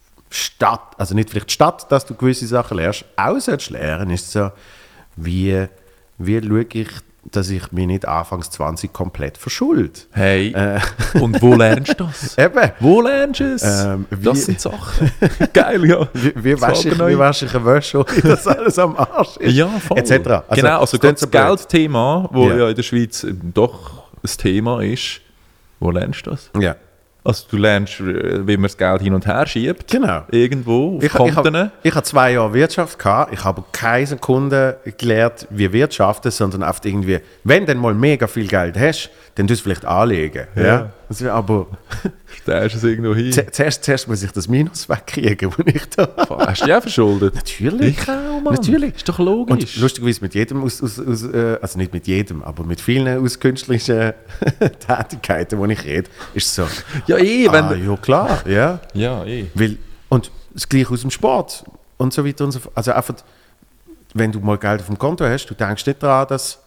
also nicht vielleicht statt, dass du gewisse Sachen lernst, auch sollst lernen, ist so, wie schaue ich, dass ich mich nicht anfangs 20 komplett verschulde. Hey, und wo lernst du das? Eben. Wo lernst du es? Das sind Sachen. Geil, ja. Wie wasche ich eine Wäsche, ohne dass alles am Arsch ist? Ja, voll. Etc. Also, genau, also das Geldthema, das Ja. ja in der Schweiz doch ein Thema ist, wo lernst du das? Ja. Also du lernst, wie man das Geld hin und her schiebt. Genau. Irgendwo, auf Ich Konten. habe 2 Jahre Wirtschaft gehabt. Ich habe keine Sekunde gelernt, wie wirtschaften, sondern oft irgendwie, wenn du mal mega viel Geld hast, dann tust du es vielleicht anlegen. Ja. Also, aber Da ist es irgendwo hin. zuerst muss ich das Minus wegkriegen, das ich da habe. Hast du dich auch verschuldet? Natürlich. Ich auch, Mann. Natürlich. Ist doch logisch. Und lustigerweise mit jedem, also nicht mit jedem, aber mit vielen aus künstlichen Tätigkeiten, die ich rede, ist es so, ja, wenn ja klar, ja. Ja, Weil, und das Gleiche aus dem Sport und so weiter und so fort. Also einfach, wenn du mal Geld auf dem Konto hast, du denkst nicht daran, dass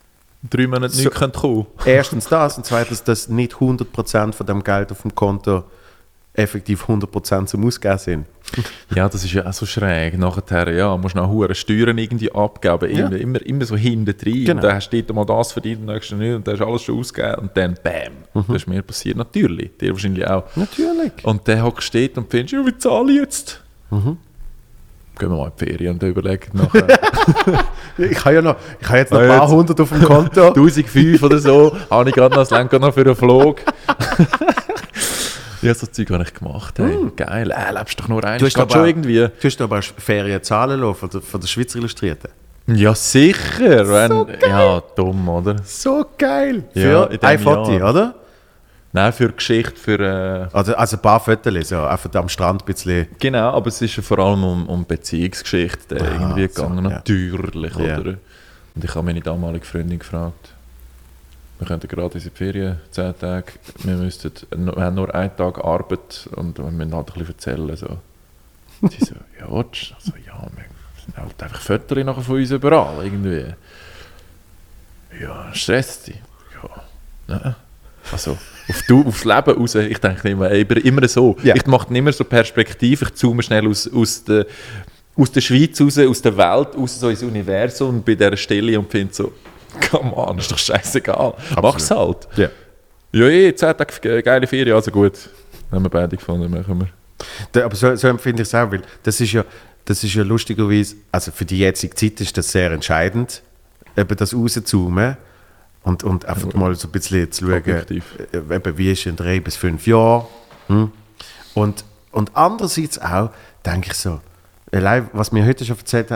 3 Monate So- nichts kommen. erstens das und zweitens, dass nicht 100% von dem Geld auf dem Konto effektiv 100% zum Ausgeben sind. Ja, das ist ja auch so schräg. Nachher, ja, musst du noch hohe Steuern irgendwie abgeben. Ja. Immer so hinten drin. Genau. Und dann hast du dort mal das verdient, und nächsten nicht. Und dann hast du alles schon ausgegeben. Und dann, bam. Das ist mir passiert. Natürlich. Dir wahrscheinlich auch. Natürlich. Und dann hockst du dort und findest, ja, wie zahle ich jetzt? Gehen wir mal in die Ferien und überlegen nachher. Ich habe jetzt noch Ah, ein paar jetzt. hundert auf dem Konto. 1005 oder so. Habe ich gerade noch das Lenker noch für einen Flug. Ja, so Zeug habe ich gemacht. Hey. Geil. Lebst doch nur ein. Du hast Geht aber- schon irgendwie. Du hast aber Ferien zahlen lassen von der Schweizer Illustrierten. Ja, sicher. Ja, dumm, oder? So geil. Ja, Für in dem ein Foto, Jahr. oder? Nein, für Geschichte, für... Also ein paar Fotos, so einfach am Strand ein bisschen. Genau, aber es ist ja vor allem um Beziehungsgeschichte irgendwie so, gegangen, ja. natürlich, Ja. oder? Und ich habe meine damalige Freundin gefragt, wir könnten gratis in die Ferien, 10 Tage, wir haben nur einen Tag Arbeit und wir müssen halt ein bisschen erzählen. So. Und sie so, ja, willst du? Also, ja, wir sind halt einfach Fotos nachher von uns überall, irgendwie. Ja, stresst dich? Ja, nein. Also, aufs Leben raus, ich denke immer so. Ja. Ich mache immer so Perspektive, ich zoome schnell aus der Schweiz raus, aus der Welt raus, so ins Universum und bei dieser Stelle und finde so, come on, ist doch scheißegal. Mach's halt. Ja. Ja, 10 Tage geile Ferien, also gut. Haben wir beide gefunden, machen wir. Aber so empfinde ich es auch, weil das ist ja lustigerweise, also für die jetzige Zeit ist das sehr entscheidend, eben das rauszoomen und einfach mal so ein bisschen zu schauen, Objektiv. eben, wie ist in 3 bis 5 Jahren. Und andererseits auch, denke ich so, allein, was wir heute schon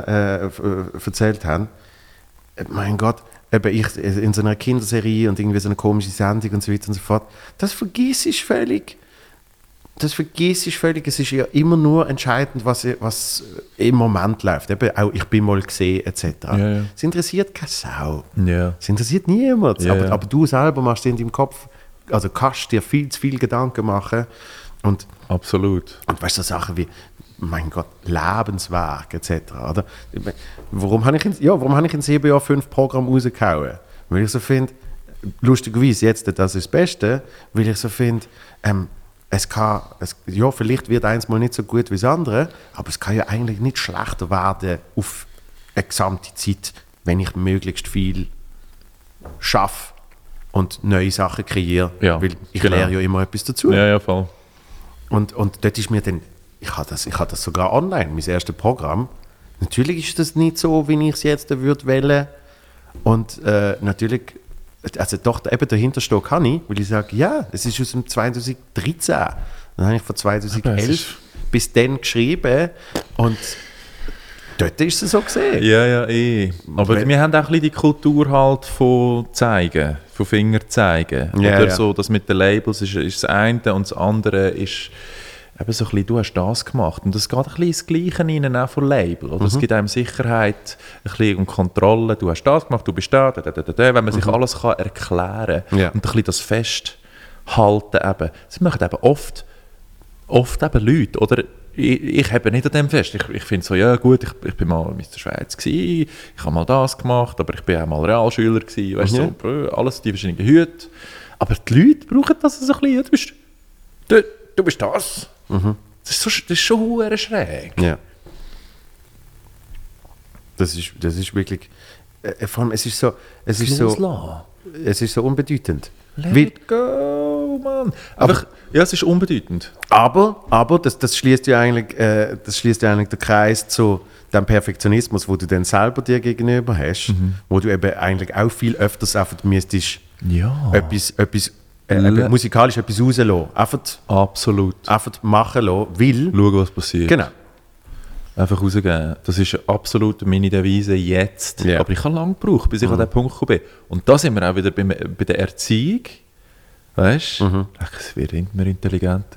erzählt haben, mein Gott, eben ich in so einer Kinderserie und irgendwie so eine komische Sendung und so weiter und so fort, das vergiss ich völlig. Es ist ja immer nur entscheidend, was im Moment läuft. Eben auch ich bin mal gesehen, etc. Ja. Es interessiert keine Sau. Ja. Es interessiert niemand. Ja, ja. Aber du selber machst dir in deinem Kopf, also kannst dir viel zu viel Gedanken machen. Und Absolut. weißt du, so Sachen wie, mein Gott, Lebenswerk, etc. Oder? Warum habe ich in 7 Jahren 5 Programme rausgehauen? Weil ich so finde, lustigerweise jetzt, das ist das Beste, weil ich so finde, vielleicht wird eins mal nicht so gut wie das andere, aber es kann ja eigentlich nicht schlechter werden auf eine gesamte Zeit, wenn ich möglichst viel schaffe und neue Sachen kreiere, Ja, weil ich genau. lerne ja immer etwas dazu. Ja, voll. Und dort ist mir dann, ich habe das sogar online, mein erstes Programm. Natürlich ist das nicht so, wie ich es jetzt würde wollen. Und natürlich, also doch, eben dahinter stehen kann ich, weil ich sage, ja, es ist aus dem 2013. Dann habe ich von 2011 bis dann geschrieben und dort ist es so gesehen. Ja, Aber Wenn- wir haben auch ein bisschen die Kultur halt von zeigen, von Finger zeigen. Ja, Oder ja. so, das mit den Labels ist das eine und das andere ist eben so ein bisschen, du hast das gemacht. Und das geht ein bisschen ins Gleiche rein, auch von Label. Oder? Es gibt einem Sicherheit, ein bisschen um Kontrolle. Du hast das gemacht, du bist da, wenn man sich alles kann erklären kann. Ja. Und ein bisschen das Festhalten eben. Das machen eben oft eben Leute, oder? Ich habe nicht an dem fest. Ich finde so, ja gut, ich bin mal in der Schweiz gewesen, ich habe mal das gemacht, aber ich bin auch mal Realschüler gewesen, weißt du, so, alles die verschiedenen Hüte. Aber die Leute brauchen das so ein bisschen, du bist das. Das ist schon verdammt schräg. Ja. Das ist wirklich, vor allem, es ist so unbedeutend. Let Weil, it go, Mann. Einfach, ja, es ist unbedeutend. aber das schließt ja eigentlich den Kreis zu dem Perfektionismus, wo du dann selber dir gegenüber hast, wo du eben eigentlich auch viel öfters einfach müsstest Ja. etwas musikalisch etwas rauslassen. Absolut. Einfach machen lassen, weil... Schauen, was passiert. Genau. Einfach rausgeben. Das ist absolut meine Devise jetzt. Ja. Aber ich habe lange gebraucht, bis ich an den Punkt gekommen bin. Und da sind wir auch wieder bei der Erziehung. Weißt du? Es wird immer intelligenter.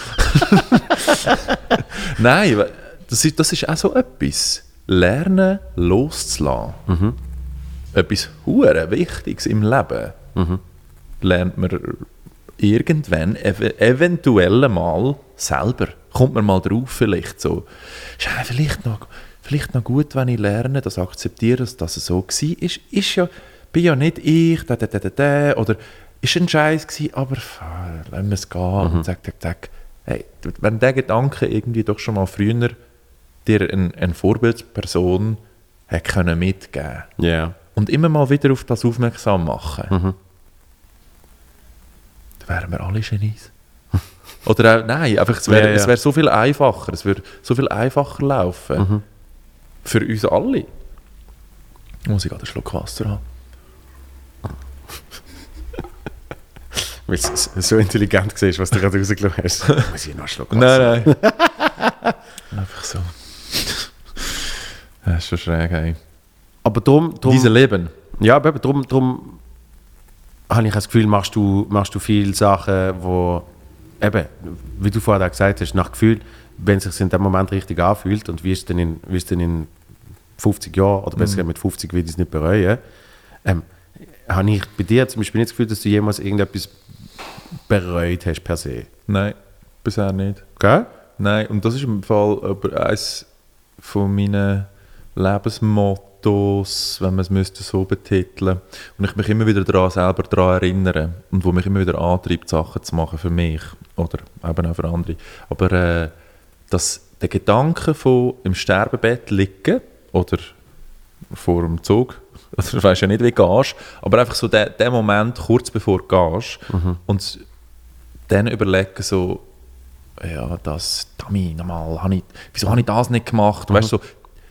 Nein, das ist auch so etwas. Lernen, loszulassen. Etwas hure Wichtiges im Leben. Lernt man irgendwann, eventuell mal selber. Kommt man mal drauf vielleicht so. Ist vielleicht noch gut, wenn ich lerne, das akzeptiere, dass es so war. Bin ja nicht ich, oder ist ein Scheiß gewesen, aber lassen wir es gehen und zack. Hey, wenn der Gedanke irgendwie doch schon mal früher dir eine Vorbildsperson hat können mitgeben Ja. und immer mal wieder auf das aufmerksam machen, dann wären wir alle Genies. Oder auch, nein, einfach, es wäre so viel einfacher, es würde so viel einfacher laufen. Für uns alle. Muss ich gerade einen Schluck Wasser haben. Weil du so intelligent siehst, was du gerade rausgelassen hast. Muss ich noch einen Schluck Nein. Einfach so. Das ist schon schräg, ey. Aber drum Diese Leben. ja, aber eben drum habe ich das Gefühl, machst du viele Sachen, wo eben, wie du vorher auch gesagt hast, nach Gefühl, wenn es sich in dem Moment richtig anfühlt und wie es dann in 50 Jahren oder besser mit 50 will ich es nicht bereuen, habe ich bei dir zum Beispiel nicht das Gefühl, dass du jemals irgendetwas bereut hast per se. Nein, bisher nicht. Gell? Nein, und das ist im Fall aber eines von meinen Lebensmottos, wenn man es müsste so betiteln. Und ich mich immer wieder selber daran erinnere und wo mich immer wieder antreibt, Sachen zu machen für mich oder eben auch für andere. Aber der Gedanke von im Sterbebett liegen oder vor dem Zug, also du weißt ja nicht, wie du gehst, aber einfach so der Moment kurz bevor du gehst und dann überlegen so, ja, wieso habe ich das nicht gemacht? Weißt du, so,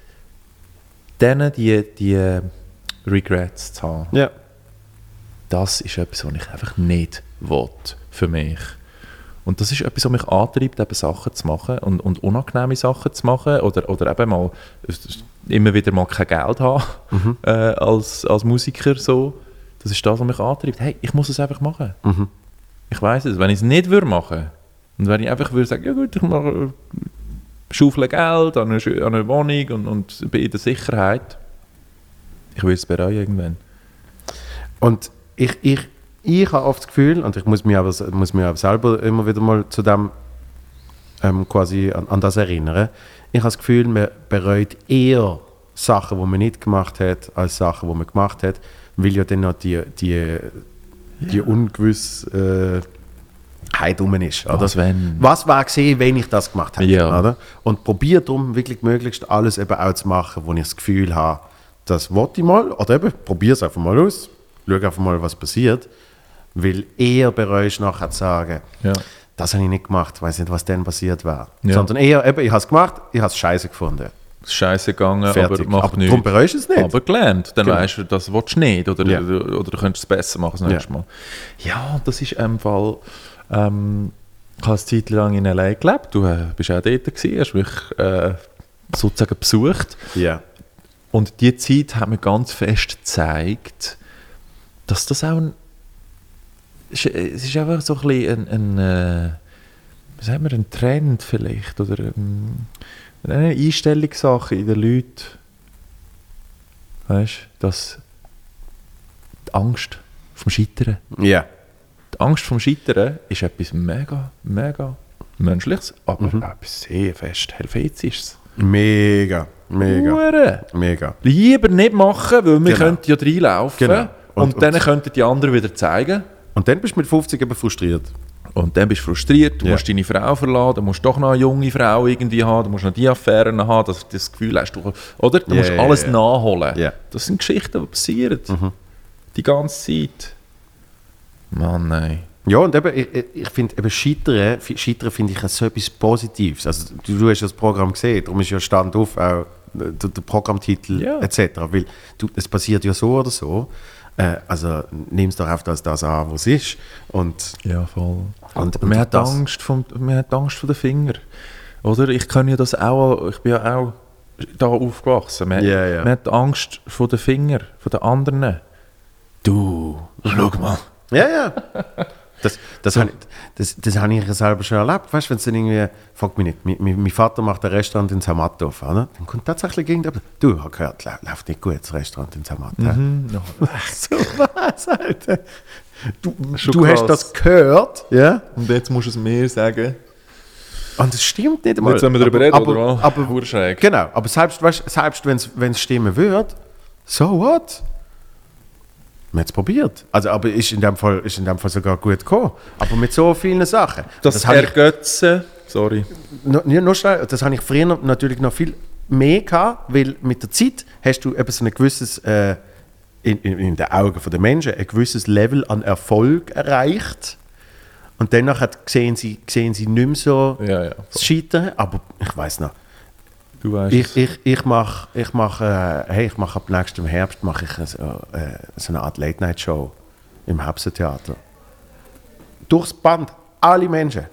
dann die Regrets zu haben, Ja. das ist etwas, was ich einfach nicht will für mich. Und das ist etwas, was mich antreibt, eben Sachen zu machen und unangenehme Sachen zu machen oder eben mal immer wieder mal kein Geld haben als Musiker. So. Das ist das, was mich antreibt. Hey, ich muss es einfach machen. Ich weiss es. Wenn ich es nicht machen würde und wenn ich einfach würde sagen, ja gut, ich mache schaufle Geld an eine Wohnung und bin in der Sicherheit, ich würde es bereuen irgendwann. Und ich habe oft das Gefühl, und ich muss mich aber selber immer wieder mal zu dem quasi an das erinnern, ich habe das Gefühl, man bereut eher Sachen, die man nicht gemacht hat, als Sachen, die man gemacht hat, weil ja dann noch die Ungewissheit rum ist. Oder? Was wäre gesehen, wenn ich das gemacht hätte? Ja. Oder? Und probiere darum wirklich möglichst alles eben auch zu machen, wo ich das Gefühl habe, das wollte ich mal, oder eben, probiere es einfach mal aus, schau einfach mal, was passiert. Weil eher bereust nachher zu sagen, Ja. das habe ich nicht gemacht, ich weiß nicht, was dann passiert wäre. Ja. Sondern eher, eben, ich habe es gemacht, ich habe es scheiße gefunden. Es ist scheiße gegangen, Fertig. aber macht Aber nichts. darum bereust du es nicht. Aber gelernt, dann Genau. weißt du, das willst du nicht oder, Ja. oder du könntest es besser machen das nächste Mal. Ja, das ist im Fall, ich habe eine Zeit lang in L.A. gelebt, du bist auch dort gewesen, hast mich sozusagen besucht Ja. und diese Zeit hat mir ganz fest gezeigt, dass das auch es ist einfach so ein bisschen wie sagen wir, ein Trend vielleicht oder eine Einstellungssache in den Leuten. Weißt du, dass die Angst vom Scheitern. Ja. Die Angst vom Scheitern ist etwas mega, mega Menschliches, aber auch etwas sehr fest Helvetisches. Mega. Mega. Hure. Mega. Lieber nicht machen, weil wir Genau. könnten ja reinlaufen Genau. und dann könnten die anderen wieder zeigen. Und dann bist du mit 50 eben frustriert. Und dann bist du frustriert, du Ja. musst deine Frau verlassen, du musst doch noch eine junge Frau irgendwie haben, du musst noch die Affären haben, dass du das Gefühl hast, oder? Du musst alles nachholen. Ja. Das sind Geschichten, die passieren. Die ganze Zeit. Mann, nein. Ja, und eben, ich finde, eben Scheitern finde ich so etwas Positives. Also, du hast ja das Programm gesehen, darum ist ja Stand auf auch der Programmtitel Ja. etc. Weil es passiert ja so oder so. Also nimm es doch auf das an, was es ist. Und Ja, voll. Und man hat das- Angst von den Fingern. Oder? Ich kann ja das auch, ich bin ja auch da aufgewachsen. Man, Ja, ja. man hat Angst von den Fingern, von den anderen. Du, schau mal. ja, ja. Das habe ich selber schon erlebt. Weißt du, wenn es dann irgendwie, frag mich nicht, mein Vater macht ein Restaurant in Samatov, oder? Dann kommt tatsächlich irgendjemand, du, ich habe gehört, läuft nicht gut, das Restaurant in Samatov. So was, Alter. Schon Du hast krass. das gehört, ja? Und jetzt musst du es mir sagen. Und es stimmt nicht einmal. Jetzt sollen wir darüber reden, aber, oder was? Aber, Urschräg. genau, aber selbst wenn es stimmen würde, so what? Wir haben es probiert. Also, aber ist in dem Fall sogar gut gekommen. Aber mit so vielen Sachen. Das habe ich, Ergötzen, sorry. nur schnell, das habe ich früher natürlich noch viel mehr gehabt, weil mit der Zeit hast du eben so ein gewisses, in den Augen der Menschen, ein gewisses Level an Erfolg erreicht. Und danach sehen sie nicht mehr so Ja, ja. das Scheitern. Aber ich weiß noch, Du weißt ich mache ab nächstem Herbst mache ich so eine Art Late-Night-Show im Herbsttheater. Durchs Band, alle Menschen.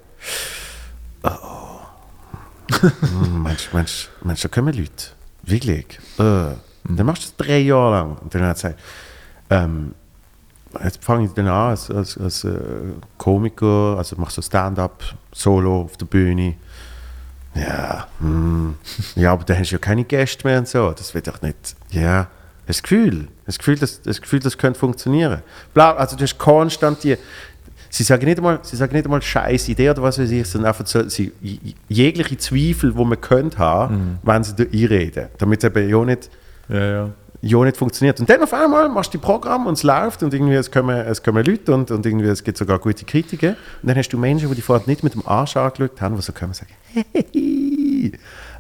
Mensch, da kommen Leute. Wirklich. Dann machst du das 3 Jahre lang. Und dann hat er gesagt, jetzt fange ich dann an als Komiker, also mache so Stand-up, Solo auf der Bühne. Ja, ja, aber dann hast du ja keine Gäste mehr und so. Das wird doch nicht. Ja, das Gefühl, das könnte funktionieren. Bla, also du hast konstant die. Sie sagen nicht einmal scheiß Idee oder was weiß ich, sondern einfach so, jegliche Zweifel, die man könnte haben, wenn sie da einreden. Damit es eben ja nicht funktioniert. Und dann auf einmal machst du die Programme und es läuft und irgendwie es kommen Leute und irgendwie es gibt sogar gute Kritiken. Und dann hast du Menschen, die dich vorher nicht mit dem Arsch angeschaut haben, die so kommen und sagen, hey,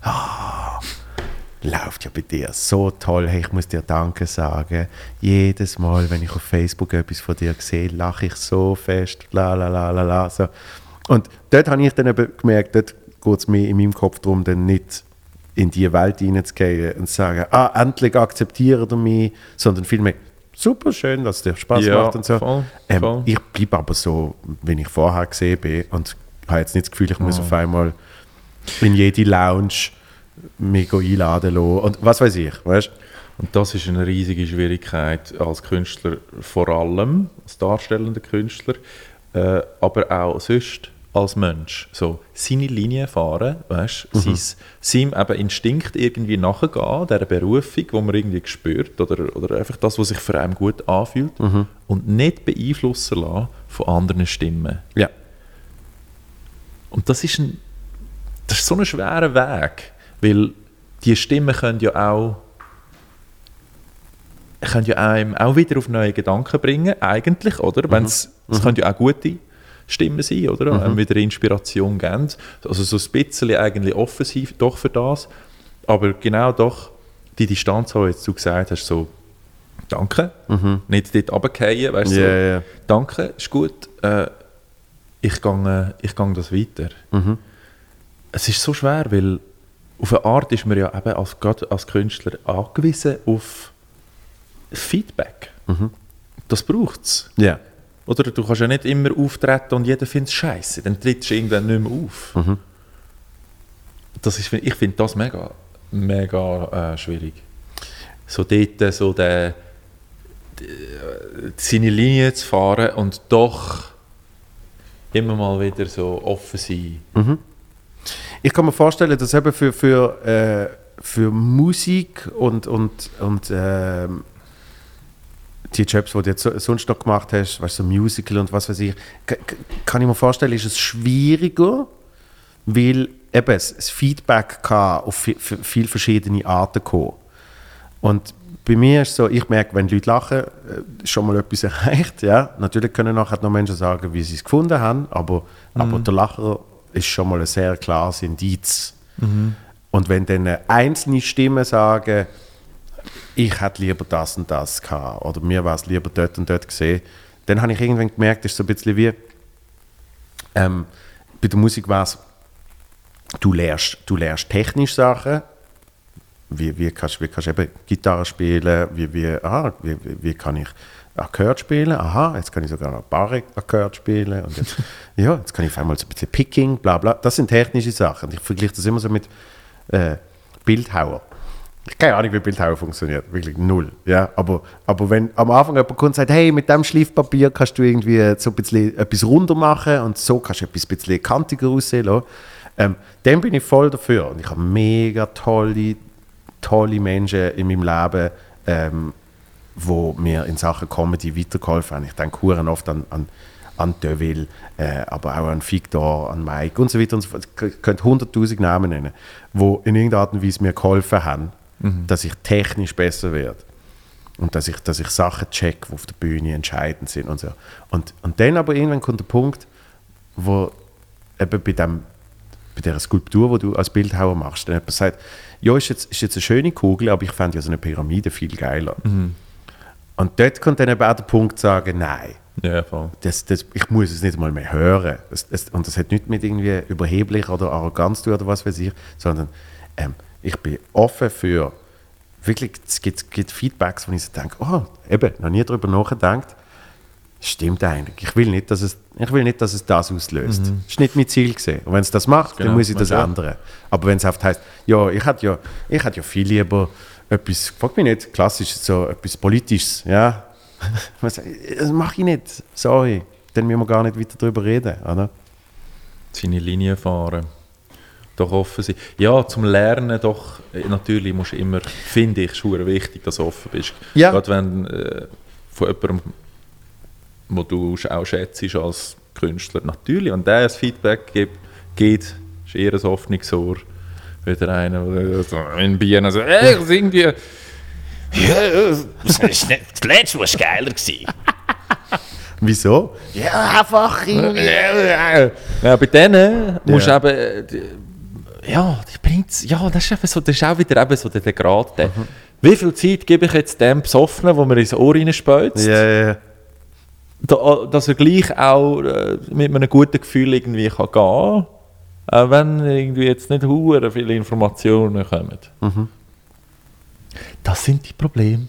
läuft ja bei dir so toll, hey, ich muss dir Danke sagen. Jedes Mal, wenn ich auf Facebook etwas von dir sehe, lache ich so fest, la la la la la. So. Und dort habe ich dann eben gemerkt, dort geht es mir in meinem Kopf darum, dann nicht in diese Welt hineinzugehen und zu sagen, endlich akzeptieren ihr mich, sondern vielmehr, super schön, dass es dir Spaß macht und so. Voll. Ich bleibe aber so, wie ich vorher gesehen bin und habe jetzt nicht das Gefühl, ich muss auf einmal in jede Lounge mich einladen lassen und was weiß ich, weißt? Und das ist eine riesige Schwierigkeit als Künstler, vor allem als darstellender Künstler, aber auch sonst als Mensch. So, seine Linie fahren, weißt, seinem eben Instinkt irgendwie nachgehen, dieser Berufung, die man irgendwie spürt, oder einfach das, was sich für einen gut anfühlt, und nicht beeinflussen lassen von anderen Stimmen. Ja. Und das ist so ein schwerer Weg, weil die Stimmen können ja einem auch wieder auf neue Gedanken bringen, eigentlich, oder? Es können ja auch gute Stimmen sein, oder? Einem wieder Inspiration geben. Also so ein bisschen eigentlich offensiv doch für das, aber genau doch die Distanz, die jetzt du gesagt hast, so danke, nicht dort runterfallen, weißt du, so, Ja. danke, ist gut, ich gehe das weiter. Es ist so schwer, weil auf eine Art ist man ja eben gerade als Künstler angewiesen auf Feedback. Das braucht es. Ja. Oder du kannst ja nicht immer auftreten und jeder findet es scheiße, dann trittst du irgendwann nicht mehr auf. Ich finde das mega schwierig. So dort so seine Linie zu fahren und doch immer mal wieder so offen sein. Ich kann mir vorstellen, dass eben für Musik und die Jobs, die du jetzt sonst noch gemacht hast, weißt, so Musical und was weiß ich, kann ich mir vorstellen, ist es schwieriger, weil eben das Feedback kann auf viele verschiedene Arten kommen. Und bei mir ist es so, ich merke, wenn die Leute lachen, ist schon mal etwas erreicht. Ja? Natürlich können nachher noch Menschen sagen, wie sie es gefunden haben, aber der Lacher ist schon mal ein sehr klares Indiz. Und wenn dann einzelne Stimmen sagen, ich hätte lieber das und das gehabt oder mir war es lieber dort und dort gesehen, dann habe ich irgendwann gemerkt, das ist so ein bisschen wie bei der Musik war es, du lernst technisch Sachen, wie kannst du eben Gitarre spielen, wie kann ich Akkord spielen, jetzt kann ich sogar noch Bar-Akkord spielen und jetzt kann ich auf einmal so ein bisschen Picking, bla bla, das sind technische Sachen. Ich vergleiche das immer so mit Bildhauer. Ich habe keine Ahnung, wie Bildhauer funktioniert, wirklich null. Ja? Aber wenn am Anfang jemand kommt und sagt, hey, mit dem Schleifpapier kannst du irgendwie so ein bisschen etwas runter machen und so kannst du etwas ein bisschen kantiger aussehen lassen, dann bin ich voll dafür. Und ich habe mega tolle Menschen in meinem Leben, die mir in Sachen Comedy weitergeholfen haben. Ich denke oft an Deville, aber auch an Victor, an Mike und so weiter und so fort. Ich könnte 100'000 Namen nennen, die in irgendeiner Art und Weise mir geholfen haben, dass ich technisch besser werde. Und dass ich Sachen check, die auf der Bühne entscheidend sind und so. Und dann aber irgendwann kommt der Punkt, wo eben bei dieser Skulptur, die du als Bildhauer machst, dann jemand sagt, ja, ist jetzt eine schöne Kugel, aber ich fände ja so eine Pyramide viel geiler. Und dort kommt dann eben auch der Punkt zu sagen, nein, Ja, voll. ich muss es nicht mal mehr hören. Und das hat nichts mit irgendwie überheblich oder Arroganz zu tun oder was weiß ich, sondern ich bin offen für, wirklich, es gibt Feedbacks, wo ich so denke, eben, noch nie darüber nachgedacht, stimmt eigentlich. Ich will nicht, dass es das auslöst. Das war nicht mein Ziel gewesen. Und wenn es das macht, dann muss ich das ändern. Aber wenn es oft heisst, ja, ich hätte ja viel lieber etwas, frag mich nicht, klassisch, so etwas Politisches, ja. Das mache ich nicht, sorry. Dann müssen wir gar nicht weiter darüber reden, oder? Seine Linie fahren. Doch offen sein. Ja, zum Lernen doch, natürlich musst du immer, finde ich, schon wichtig, dass du offen bist. Ja. Gerade wenn von jemandem, wo du auch schätzt als Künstler, natürlich, und der ein Feedback gibt, ist eher ein offenes Ohr. Wieder einer, der so in Bienen so, ich irgendwie... Ja, das letzte war geiler gewesen. Wieso? Ja, einfach irgendwie. Ja, bei denen musst du eben... die bringt's... Ja, das ist eben so, das ist auch wieder eben so der Grad. Wie viel Zeit gebe ich jetzt dem Besoffenen, wo mir ins Ohr reinspözt? Ja. Dass er gleich auch mit einem guten Gefühl irgendwie kann gehen kann, auch wenn irgendwie jetzt nicht hure viele Informationen kommen. Das sind die Probleme.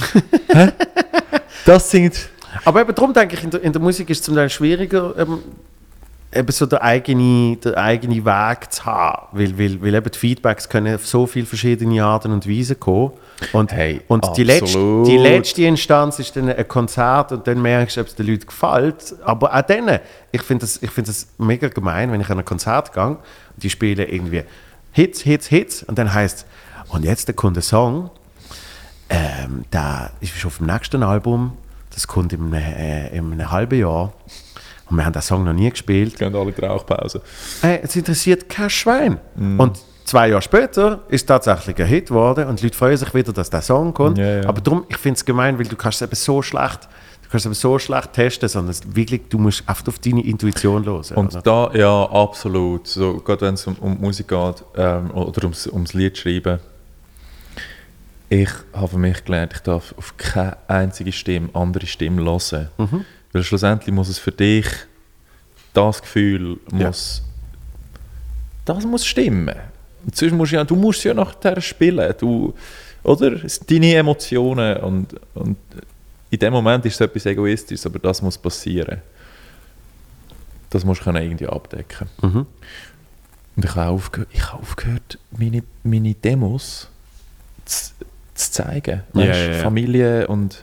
Das sind... Aber eben darum denke ich, in der Musik ist es zum Teil schwieriger, eben so den eigenen Weg zu haben. Weil eben die Feedbacks können auf so viele verschiedene Arten und Weisen kommen. Und die letzte Instanz ist dann ein Konzert und dann merkst du, ob es den Leuten gefällt. Aber auch denen, ich finde das mega gemein, wenn ich an ein Konzert gehe und die spielen irgendwie Hits und dann heisst es, und jetzt kommt ein Song, der ist schon auf dem nächsten Album, das kommt in einem halben Jahr. Und wir haben den Song noch nie gespielt. Gehen alle die Rauchpause. Es interessiert kein Schwein. Und 2 Jahre später ist es tatsächlich ein Hit geworden und die Leute freuen sich wieder, dass der Song kommt. Ja. Aber darum, ich finde es gemein, weil du kannst es eben so schlecht testen, sondern wirklich, du musst einfach auf deine Intuition hören. Und oder? da, ja, absolut. So, gerade wenn es um Musik geht oder ums Lied schreiben. Ich habe für mich gelernt, ich darf auf keine einzige Stimme andere Stimmen hören. Weil schlussendlich muss es für dich, das Gefühl muss, das muss stimmen. Und sonst musst du musst ja nachher spielen. Oder? Es sind deine Emotionen und in dem Moment ist es etwas Egoistisches, aber das muss passieren. Das musst du irgendwie abdecken. Und ich habe aufgehört, meine Demos zu zeigen. Weißt, Familie und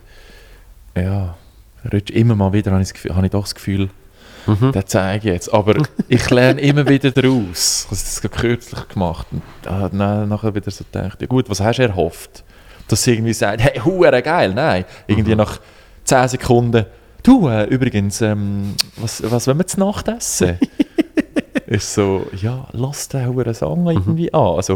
immer mal wieder habe ich doch das Gefühl, den zeige ich jetzt. Aber ich lerne immer wieder daraus. Ich habe das kürzlich gemacht und nachher wieder so gedacht, ja gut, was hast du erhofft? Dass sie irgendwie sagt, hey, hure geil, nein. Irgendwie nach 10 Sekunden, du, übrigens, was wollen wir zur Nacht essen? Ist so, ja, lass den huren Song irgendwie an. Also,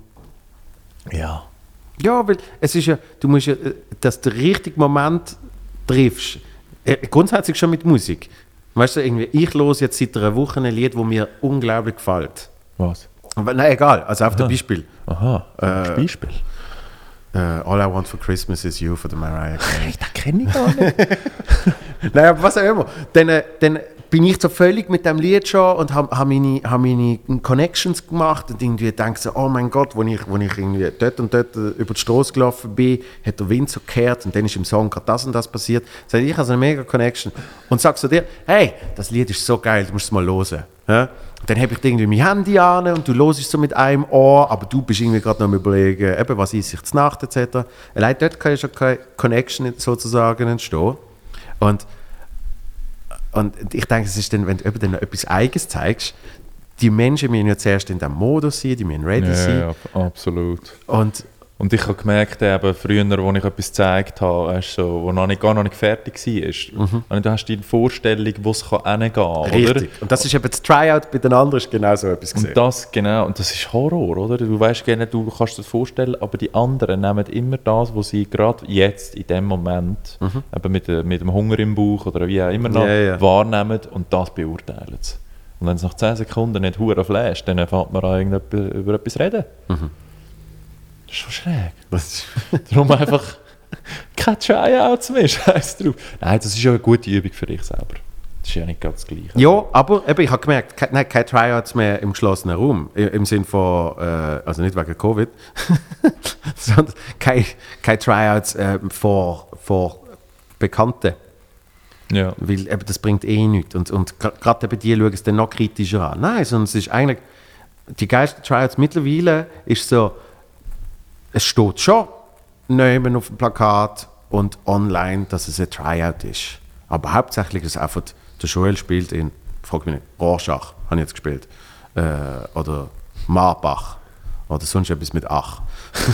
ja. Ja, weil es ist ja, du musst ja, dass du den richtigen Moment triffst. Grundsätzlich schon mit Musik. Weißt du, irgendwie, ich höre jetzt seit einer Woche ein Lied, das mir unglaublich gefällt. Was? Aber, nein, egal, also auf dem Beispiel. Aha, Beispiel. All I Want for Christmas is You von der Mariah Carey. Hey, das kenne ich gar nicht. Nein, aber was auch immer. Dann bin ich so völlig mit dem Lied schon und habe meine Connections gemacht und irgendwie denke so, oh mein Gott, wo ich irgendwie dort und dort über die Straße gelaufen bin, hat der Wind so gekehrt und dann ist im Song gerade das und das passiert. Sag ich habe so eine mega Connection und sag so dir, hey, das Lied ist so geil, du musst es mal hören. Ja? Dann habe ich irgendwie mein Handy an und du hörst es so mit einem Ohr, aber du bist irgendwie gerade noch am überlegen, eben, was ist sich zur Nacht etc. Allein dort kann ja schon keine Connection sozusagen entstehen. Und ich denke, es ist dann, wenn du dann etwas Eigenes zeigst, die Menschen müssen ja zuerst in diesem Modus sein, die müssen ready sein. Ja, absolut. Und ich habe gemerkt, eben, früher, als ich etwas gezeigt habe, wo gar noch nicht fertig war, du hast die Vorstellung, wo es hingehen kann. Richtig. Und das ist eben das Tryout bei den anderen, ist genau so etwas gesehen. Und das ist Horror, oder? Du weißt gerne, du kannst dir das vorstellen, aber die anderen nehmen immer das, was sie gerade jetzt, in dem Moment, eben mit dem Hunger im Bauch oder wie auch immer noch, wahrnehmen und das beurteilen. Und wenn es nach 10 Sekunden nicht hure flasht, dann fängt man an, über etwas zu reden. Das ist schon schräg. Darum einfach keine Tryouts mehr, scheiß drauf. Nein, das ist ja eine gute Übung für dich selber. Das ist ja nicht ganz das Gleiche. Ja, aber eben, ich habe gemerkt, keine Tryouts mehr im geschlossenen Raum. Im Sinne von, also nicht wegen Covid, sondern keine Tryouts vor Bekannten. Ja. Weil eben, das bringt eh nichts. Und gerade eben die schauen es dann noch kritischer an. Nein, sondern es ist eigentlich, die geilsten Tryouts mittlerweile ist so, es steht schon neben auf dem Plakat und online, dass es ein Tryout ist. Aber hauptsächlich ist es einfach, der Joel spielt in, frag mich nicht, Rorschach, habe ich jetzt gespielt. Oder Marbach. Oder sonst etwas mit Ach.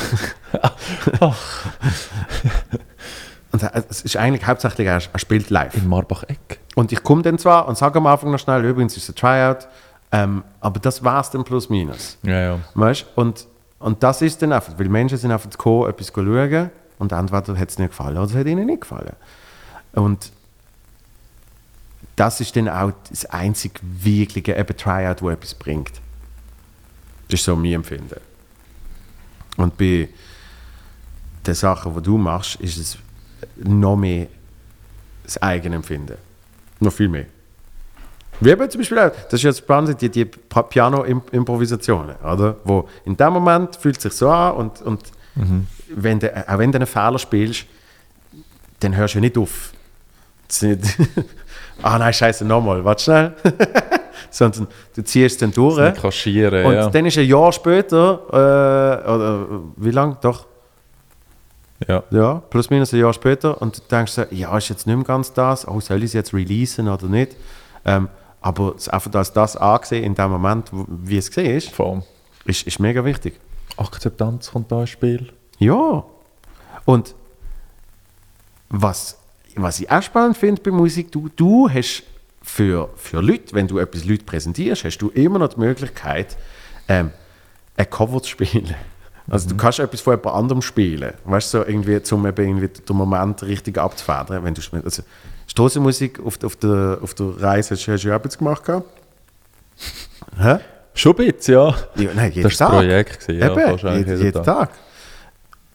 Und es ist eigentlich hauptsächlich, er spielt live. In Marbach-Eck. Und ich komme dann zwar und sage am Anfang noch schnell, übrigens ist es ein Tryout, aber das war es dann plus minus. Ja. Weißt? Und das ist dann einfach, weil Menschen sind einfach gekommen, etwas schauen und entweder hat es nicht gefallen oder es hat ihnen nicht gefallen. Und das ist dann auch das einzige wirkliche Tryout, das etwas bringt. Das ist so mein Empfinden. Und bei den Sachen, die du machst, ist es noch mehr das eigene Empfinden. Noch viel mehr. Wie eben zum Beispiel auch, das ist jetzt spannend, die Piano-Improvisationen, oder? Wo in dem Moment fühlt es sich so an und auch wenn du einen Fehler spielst, dann hörst du nicht auf. Nicht nein, scheiße, nochmal, warte schnell. Sondern du ziehst es dann durch. Das kaschieren, und dann ist ein Jahr später, oder wie lang? Doch. Ja, plus minus ein Jahr später und du denkst so, ja, ist jetzt nicht mehr ganz das, soll ich es jetzt releasen oder nicht? Aber einfach als das angesehen in dem Moment, wie es gesehen ist mega wichtig. Akzeptanz kommt da ins Spiel. Ja. Und was ich auch spannend finde bei Musik, du hast für Leute, wenn du etwas Leute präsentierst, hast du immer noch die Möglichkeit, ein Cover zu spielen. Also du kannst etwas von jemand anderem spielen, weißt du, so irgendwie, um irgendwie den Moment richtig abzufedern. Wenn du also Strassenmusik auf der Reise hast du ja etwas gemacht gehabt? Hä? Schon ein bisschen, ja. Nein, jeden das war Tag. das Projekt, ja, jeden Tag.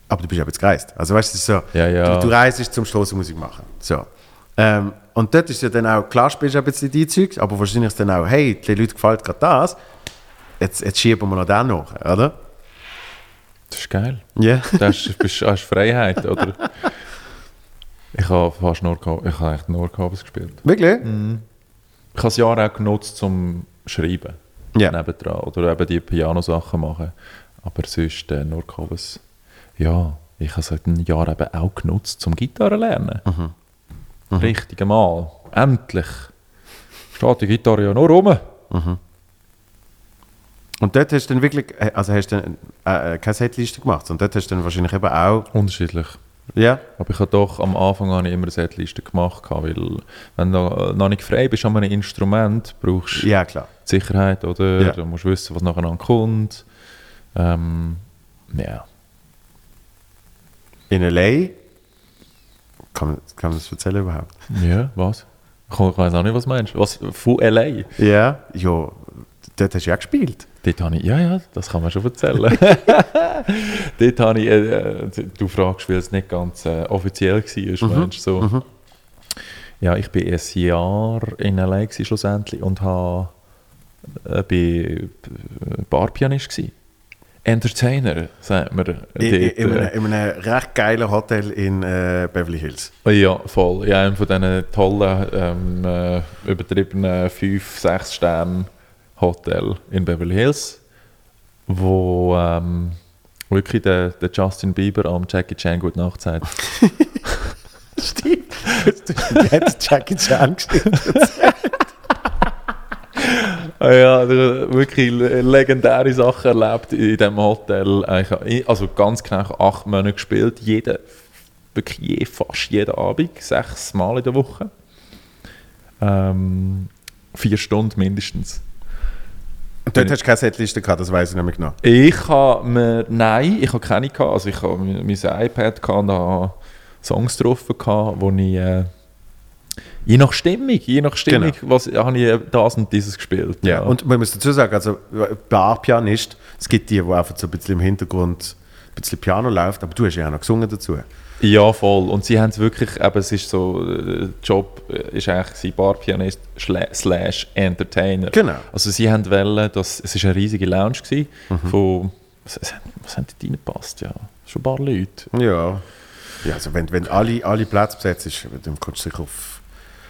Aber du bist eben jetzt gereist. Also weißt du, es ist so, Ja. du reist zum Strassenmusik machen. So. Und dort ist ja dann auch, klar spielst du ein bisschen die Zeugs, aber wahrscheinlich ist dann auch, hey, den Leuten gefällt gerade das, jetzt schieben wir noch den nach, oder? Das ist geil. Ja. Hast Freiheit, oder? Ich habe echt nur Covers gespielt. Wirklich? Ich habe das Jahr auch genutzt zum Schreiben. Ja. Nebendran. Oder eben die Piano-Sachen machen. Aber sonst nur Covers. Ja, ich habe seit einem Jahr eben auch genutzt zum Gitarre lernen. Richtig mal. Endlich. Steht die Gitarre ja noch rum. Und dort hast du dann wirklich, also hast du dann keine Setliste gemacht, und dort hast du dann wahrscheinlich eben auch, Unterschiedlich. ja, Aber ich habe doch am Anfang immer eine Setliste gemacht, weil wenn du noch nicht frei bist an einem Instrument, brauchst du ja klar. Sicherheit, oder? Ja. Du musst wissen, was nacheinander kommt. Ja. In L.A., kann man das erzählen überhaupt? Ja, was? Ich weiß auch nicht, was du meinst. Was? Von L.A.? Ja, dort hast du ja gespielt. Dort habe ich, ja, das kann man schon erzählen. Dort habe ich, du fragst, weil es nicht ganz offiziell war, meinst du so? Ja, ich war ein Jahr in L.A. schlussendlich und bin Barpianist gewesen. Entertainer, sagt man. In einem recht geilen Hotel in Beverly Hills. Ja, voll. Ja, einem von diesen tollen, übertriebenen 5-6 Sterne Hotel in Beverly Hills, wo wirklich der Justin Bieber am Jackie Chan Gute Nacht sagt. Stimmt. Du hast Jackie Chan geschrieben. Ja, wirklich legendäre Sachen erlebt in diesem Hotel. Also ganz genau 8 Monate gespielt, fast jeden Abend, 6 Mal in der Woche. 4 Stunden mindestens. Und dort hast du keine Setliste gehabt, das weiss ich nämlich noch. Ich habe keine gehabt. Also ich habe mein iPad gehabt und habe Songs drauf gehabt, wo ich je nach Stimmung, Genau. habe ich das und dieses gespielt. Ja. Und man muss dazu sagen, also Barpianist, es gibt die einfach so ein bisschen im Hintergrund ein bisschen Piano läuft, aber du hast ja auch noch gesungen dazu. Ja, voll. Und sie haben es wirklich, eben, es ist so, der Job ist eigentlich Barpianist / Entertainer. Genau. Also sie haben wollen, es war eine riesige Lounge gewesen, von, was haben die reingepasst? Ja, schon ein paar Leute. Ja. Ja, also wenn alle Plätze besetzt ist, dann kommst du sicher auf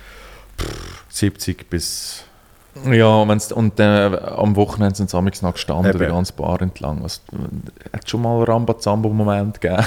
70 bis... Ja, und am Wochenende sind sie noch gestanden, Eben. die ganze Bar entlang. Es hat schon mal einen Rambazambo-Moment gegeben.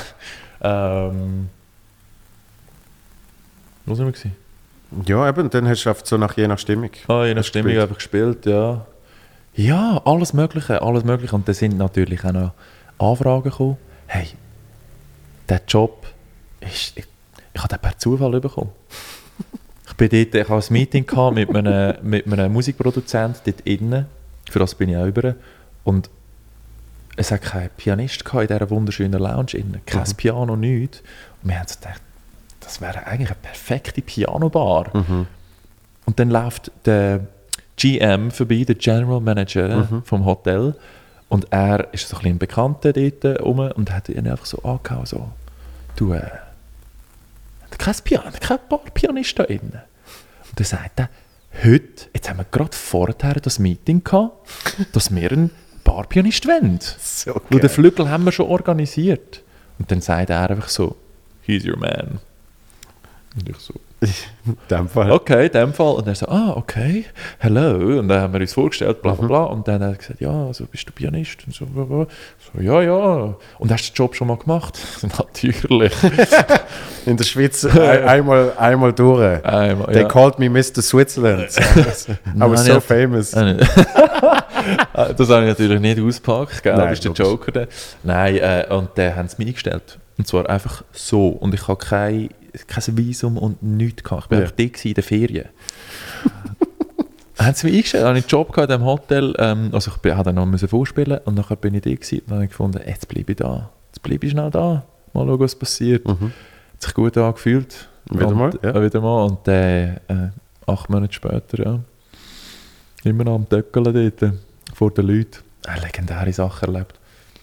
Wo sind wir gewesen? Ja, eben, dann hast du so je nach Stimmung. Je nach Stimmung einfach gespielt, ja. Ja, alles Mögliche. Und da sind natürlich auch noch Anfragen gekommen. Hey, der Job ist... Ich habe den per Zufall bekommen. Ich hatte ein Meeting mit einem Musikproduzenten dort innen. Für das bin ich auch über. Und es hat keinen Pianist in dieser wunderschönen Lounge innen. Kein Piano, nichts. Und wir haben so gedacht, das wäre eigentlich eine perfekte Pianobar. Und dann läuft der GM vorbei, der General Manager vom Hotel. Und er ist so ein bisschen ein Bekannter dort rum und hat ihn einfach so angehauen, so, du, kein Pianist da innen. Und dann sagt er, heute, jetzt haben wir gerade vorher das Meeting gehabt, dass wir einen Barpianist wollen. So Weil geil. den Flügel haben wir schon organisiert. Und dann sagt er einfach so, he's your man. Und ich so, In dem Fall. okay, in dem Fall. Und er so, okay, hello. Und dann haben wir uns vorgestellt, bla bla bla. Und dann hat er gesagt, ja, also bist du Pianist? Und so, ja. Und hast du den Job schon mal gemacht? Natürlich. In der Schweiz einmal durch. Einmal, They ja. called me Mr. Switzerland. I was so famous. Das habe ich natürlich nicht ausgepackt, gell? Nein, Du bist der logisch. Joker. Da. Nein, und dann haben sie mich eingestellt. Und zwar einfach so. Und ich hatte kein Visum und nichts gehabt. Ich war einfach dort in den Ferien. Haben sie mich eingestellt, habe ich einen Job gehabt in diesem Hotel. Also ich musste dann noch vorspielen und dann bin ich da gewesen. Und dann habe ich gefunden, jetzt bleibe ich da. Jetzt bleibe ich schnell da. Mal schauen, was passiert. Hat sich gut angefühlt. Wieder mal, Und, ja. wieder mal. Und 8 Monate später, ja. Immer noch am Töckeln dort. Vor den Leuten. Legendäre Sachen erlebt.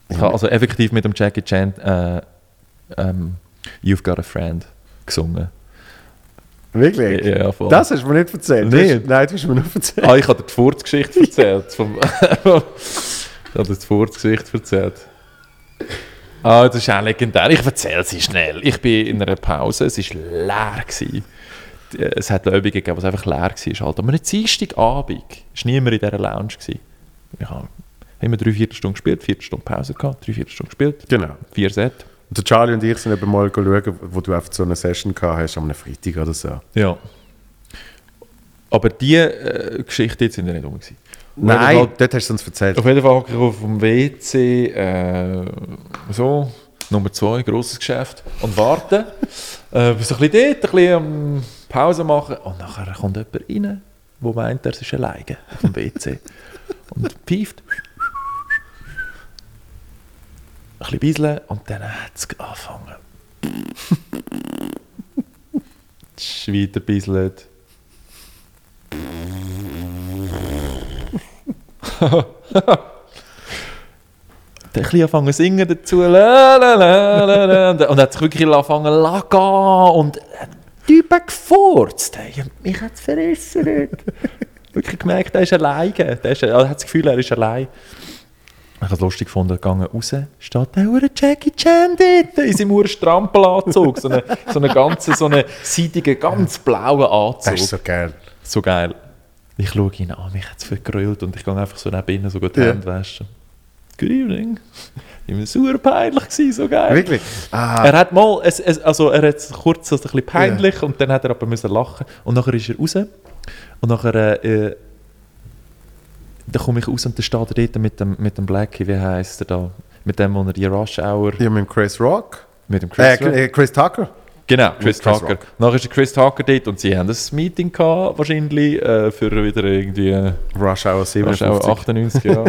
Ich habe also effektiv mit dem Jackie Chan You've Got a Friend gesungen. Wirklich? Ja, voll. Das hast du mir nicht erzählt? Nicht? Nein, du hast mir nur erzählt. Ich habe dir die Furzgeschichte erzählt. Ich habe dir die Furzgeschichte erzählt. Das ist auch legendär. Ich erzähle sie schnell. Ich bin in einer Pause, es war leer gewesen. Es hat Löbungen gegeben, was einfach leer war. Halt. Aber am Dienstagabend war niemand in dieser Lounge gewesen. Ich habe immer 3/4 Stunden gespielt, 4 Stunden Pause gehabt, 3/4 Stunden gespielt, Genau. 4 Set. Und der Charlie und ich sind eben mal schauen, wo du einfach so eine Session gehabt hast, am Freitag oder so. Ja. Aber diese Geschichte jetzt sind ja nicht rum gewesen. Nein, Fall, dort hast du uns erzählt. auf jeden Fall hocke ich auf dem WC, so, Nummer 2, grosses Geschäft, und warte. So ein bisschen dort, ein bisschen Pause machen. Und nachher kommt jemand rein, der meint, er ist alleine auf dem WC. Und pfeift. Ein bisschen bisseln und dann hat es angefangen. Weiter bisselt. Dann ein bisschen angefangen zu singen dazu. La, la, la, la, la. Und hat sich wirklich angefangen zu gehen. Und der Typ hat gefurzt. Hey, mich hat es verrissen. Wirklich gemerkt, er ist alleine. Er hat das Gefühl, er ist allein. Ich habe es lustig gefunden, gegangen raus, steht der Jackie Chan dort in seinem Strampelanzug. So einen ganzen, so einen seidigen, ganz blauen Anzug. Das ist so geil. So geil. Ich schaue ihn an, mich hat es vergrölt und ich gehe einfach so neben ihm so die Hände waschen. Good evening. Ich war super peinlich, so geil. Wirklich? Ah. Er hat mal, er hat es kurz so ein bisschen peinlich und dann hat er aber müssen lachen. Und nachher ist er raus und nachher dann komme ich raus und dann steht er dort mit dem Blackie, wie heisst er da? Mit dem, wo er die Rush Hour... Ja, mit dem Chris Rock? Mit dem Chris Rock. Chris Tucker? Genau, Chris Chris Tucker. Rock. Nachher ist der Chris Tucker dort und sie haben ein Meeting gehabt, wahrscheinlich, für wieder irgendwie... Rush Hour 57. Rush Hour 98, ja.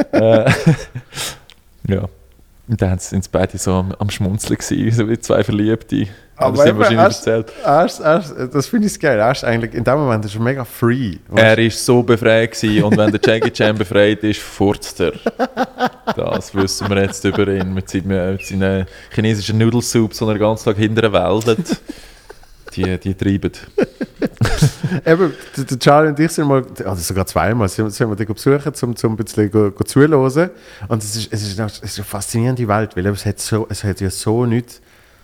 Ja. Und dann sind sie beide so am Schmunzeln gewesen, so wie zwei Verliebte. Aber das haben wahrscheinlich erzählt. Das finde ich geil. Er ist eigentlich, in dem Moment ist er mega free. Er war so befreit gewesen, und wenn der Jackie Chan befreit ist, furzt er. Das wissen wir jetzt über ihn mit seinen chinesischen Nudelsoups, die er den ganzen Tag hinterher wäldet. Die treiben. Eben, der Charlie und ich sind mal, also sogar zweimal, sind wir den besuchen, um ein bisschen zuzuhören. Und es ist eine faszinierende Welt, weil es hat ja so nichts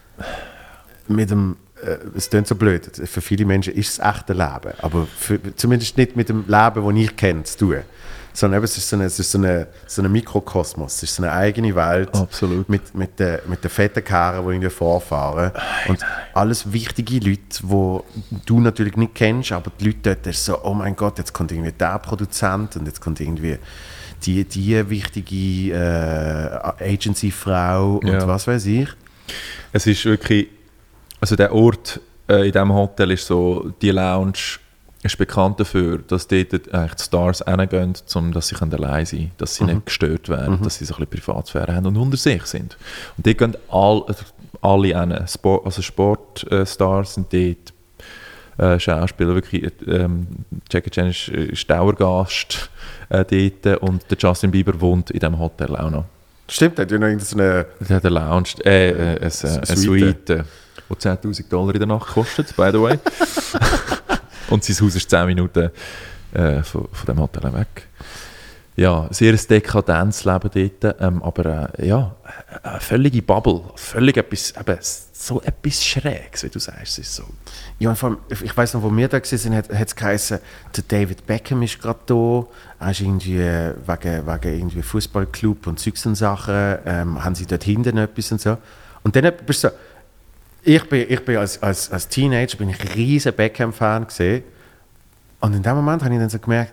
mit dem, es klingt so blöd, für viele Menschen ist es echte Leben, aber zumindest nicht mit dem Leben, das ich kenne, zu tun. Sondern eben, es ist so ein Mikrokosmos, es ist so eine eigene Welt. Absolut. Mit den fetten Karren, die irgendwie vorfahren. Und alles wichtige Leute, die du natürlich nicht kennst, aber die Leute dort ist so, oh mein Gott, jetzt kommt irgendwie der Produzent und jetzt kommt irgendwie die wichtige Agency-Frau und was weiß ich. Es ist wirklich, also der Ort in diesem Hotel ist so, die Lounge ist bekannt dafür, dass dort eigentlich die Stars hingehen, dass sie allein sein können, dass sie nicht gestört werden, dass sie so ein bisschen Privatsphäre haben und unter sich sind. Und dort gehen alle hin. Also Sportstars sind dort, Schauspieler, wirklich, Jackie Chan ist Dauergast dort und der Justin Bieber wohnt in diesem Hotel auch noch. Stimmt, der hat ja noch irgendeine... Der hat eine Lounge, eine Suite, die $10.000 in der Nacht kostet, by the way. Und sein Haus ist 10 Minuten von dem Hotel weg. Ja, sehr ein dekadentes Leben dort, aber ja, eine völlige Bubble, völlig etwas, eben, so etwas Schräges, wie du sagst, ist so. Ja, vor allem, ich weiss noch, wo wir da waren, hat es geheißen, der David Beckham ist gerade da, er ist irgendwie wegen irgendwie Fußballclub und Zeugs und Sachen, haben sie dort hinten etwas und so. Und dann bist du so, ich bin als Teenager bin ich ein riesen Beckham-Fan gesehen und in dem Moment habe ich dann so gemerkt,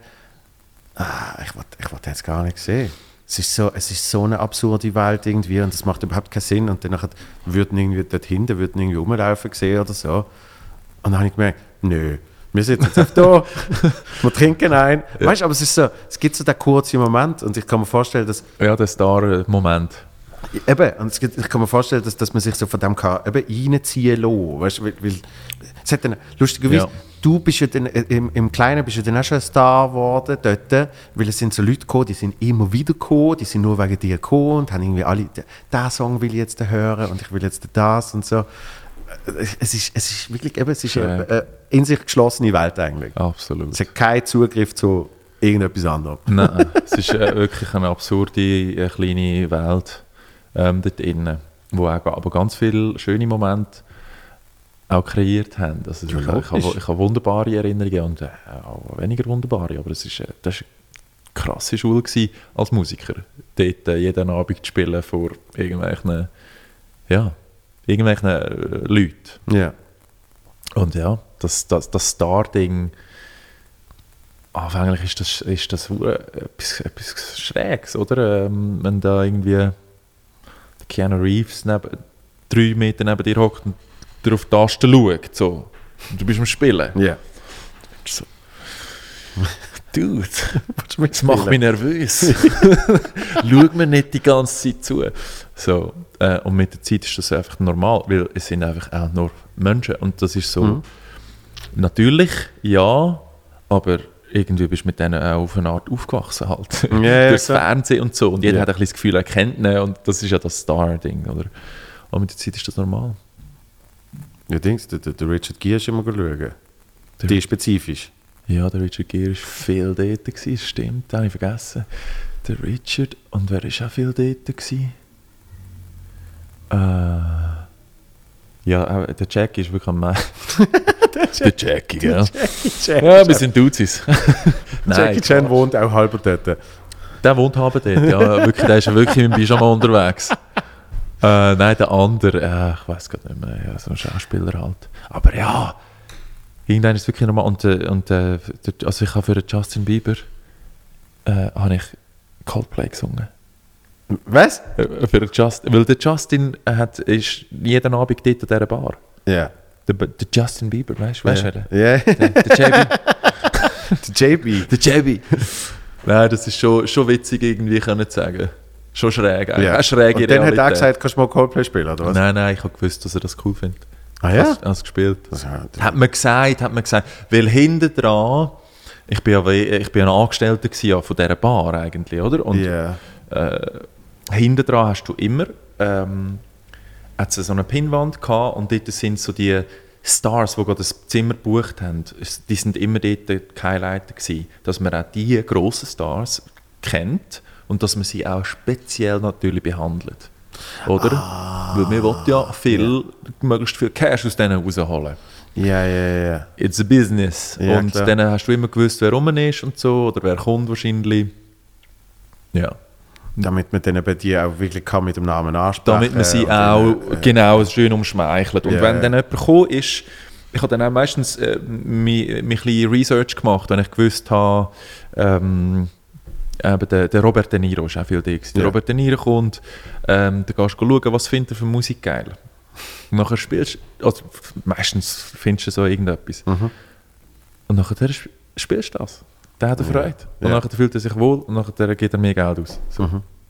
ich wollte jetzt gar nicht sehen. Es ist so eine absurde Welt irgendwie und das macht überhaupt keinen Sinn und dann würden irgendwie dort hinten irgendwie rumlaufen gesehen oder so und dann habe ich gemerkt, nö, wir sitzen jetzt einfach da, wir trinken ein. Weißt du, aber es gibt so den kurzen Moment und ich kann mir vorstellen, dass... Ja, der Star-Moment. Eben, und ich kann mir vorstellen, dass man sich so von dem kann reinziehen lassen. Weißt, weil es hat dann, lustigerweise, du bist ja dann, im Kleinen bist ja dann auch schon ein Star geworden dort, weil es sind so Leute gekommen, die sind immer wieder gekommen, die sind nur wegen dir gekommen und haben irgendwie alle, diesen Song will ich jetzt hören und ich will jetzt das und so. Es ist wirklich eben, es ist eine in sich geschlossene Welt eigentlich. Absolut. Es hat keinen Zugriff zu irgendetwas anderem. Nein, es ist wirklich eine absurde kleine Welt dort innen, wo auch, aber ganz viele schöne Momente auch kreiert haben. Also ich habe wunderbare Erinnerungen und auch weniger wunderbare, aber das war eine krasse Schule gewesen, als Musiker. Dort jeden Abend zu spielen vor irgendwelchen Leuten. Ja. Und ja, das Star-Ding, anfänglich ist das etwas Schräges, oder? Wenn da irgendwie Keanu Reeves 3 Meter neben dir hockt und dir auf die Tasten schaut, so. Und du bist am Spielen. Ja. So. Dude, das macht mich nervös. Schau mir nicht die ganze Zeit zu. So, und mit der Zeit ist das einfach normal, weil es sind einfach auch nur Menschen. Und das ist so, natürlich, ja, aber irgendwie bist du mit denen auch auf eine Art aufgewachsen halt. Ja, Durchs Fernsehen und so. Und jeder hat ein bisschen das Gefühl, er kennt ihn. Und das ist ja das Star-Ding, oder? Und mit der Zeit ist das normal. Ja, Dings, der Richard Gere ist immer schauen. Die spezifisch. Ja, der Richard Gere war viel dort, stimmt, das habe ich vergessen. Der Richard, und wer war auch viel dort? Ja, der Jackie ist wirklich am meisten. Der Jackie, gell? Ja, wir sind Duzis. Jackie Chan wohnt auch halber dort. Der wohnt halber dort, ja. Wirklich, der ist wirklich mit dem Pyjama unterwegs. Nein, der andere, ich weiß gar nicht mehr, ja, so ein Schauspieler halt. Aber ja, irgendwann ist es wirklich normal. Also ich habe für den Justin Bieber habe ich Coldplay gesungen. Was? Für den Justin, weil der Justin ist jeden Abend dort an dieser Bar. Ja. Der Justin Bieber, weißt du? Ja. Der JB. Der JB. Nein, das ist schon witzig irgendwie, können zu sagen. Schon schräg. Ja. Schräge Und dann hat er Realität. gesagt, kannst du mal Coldplay spielen, oder was? Nein, ich habe gewusst, dass er das cool findet. Ah ja? Hast du gespielt? Das Hat man gesagt. Weil hinten dran, ich bin ein Angestellter gewesen, von dieser Bar eigentlich, oder? Und hinten dran hast du immer hat's so eine Pinnwand gehabt und dort sind so die Stars, die gerade das Zimmer gebucht haben, die sind immer dort die Highlighter gewesen, dass man auch die grossen Stars kennt und dass man sie auch speziell natürlich behandelt. Oder? Weil wir wollen ja möglichst viel Cash aus denen rausholen. Ja. It's a business. Ja, und klar. dann hast du immer gewusst, wer rum ist und so, oder wer kommt wahrscheinlich. Ja. Damit man dann eben die auch wirklich kann mit dem Namen ansprechen. Damit man sie und auch dann, genau schön umschmeichelt. Und Ja, wenn ja. dann jemand gekommen ist, ich habe dann auch meistens mich ein bisschen Research gemacht, wenn ich gewusst habe, eben der Robert De Niro ist auch viel da gewesen. Der Ja. Robert De Niro kommt, dann gehst du schauen, was findet er für Musik geil. Und nachher spielst du, also meistens findest du so irgendetwas. Und nachher spielst du das. Der hat Freude. Und Ja. nachher fühlt er sich wohl und nachher gibt er mehr Geld aus. So.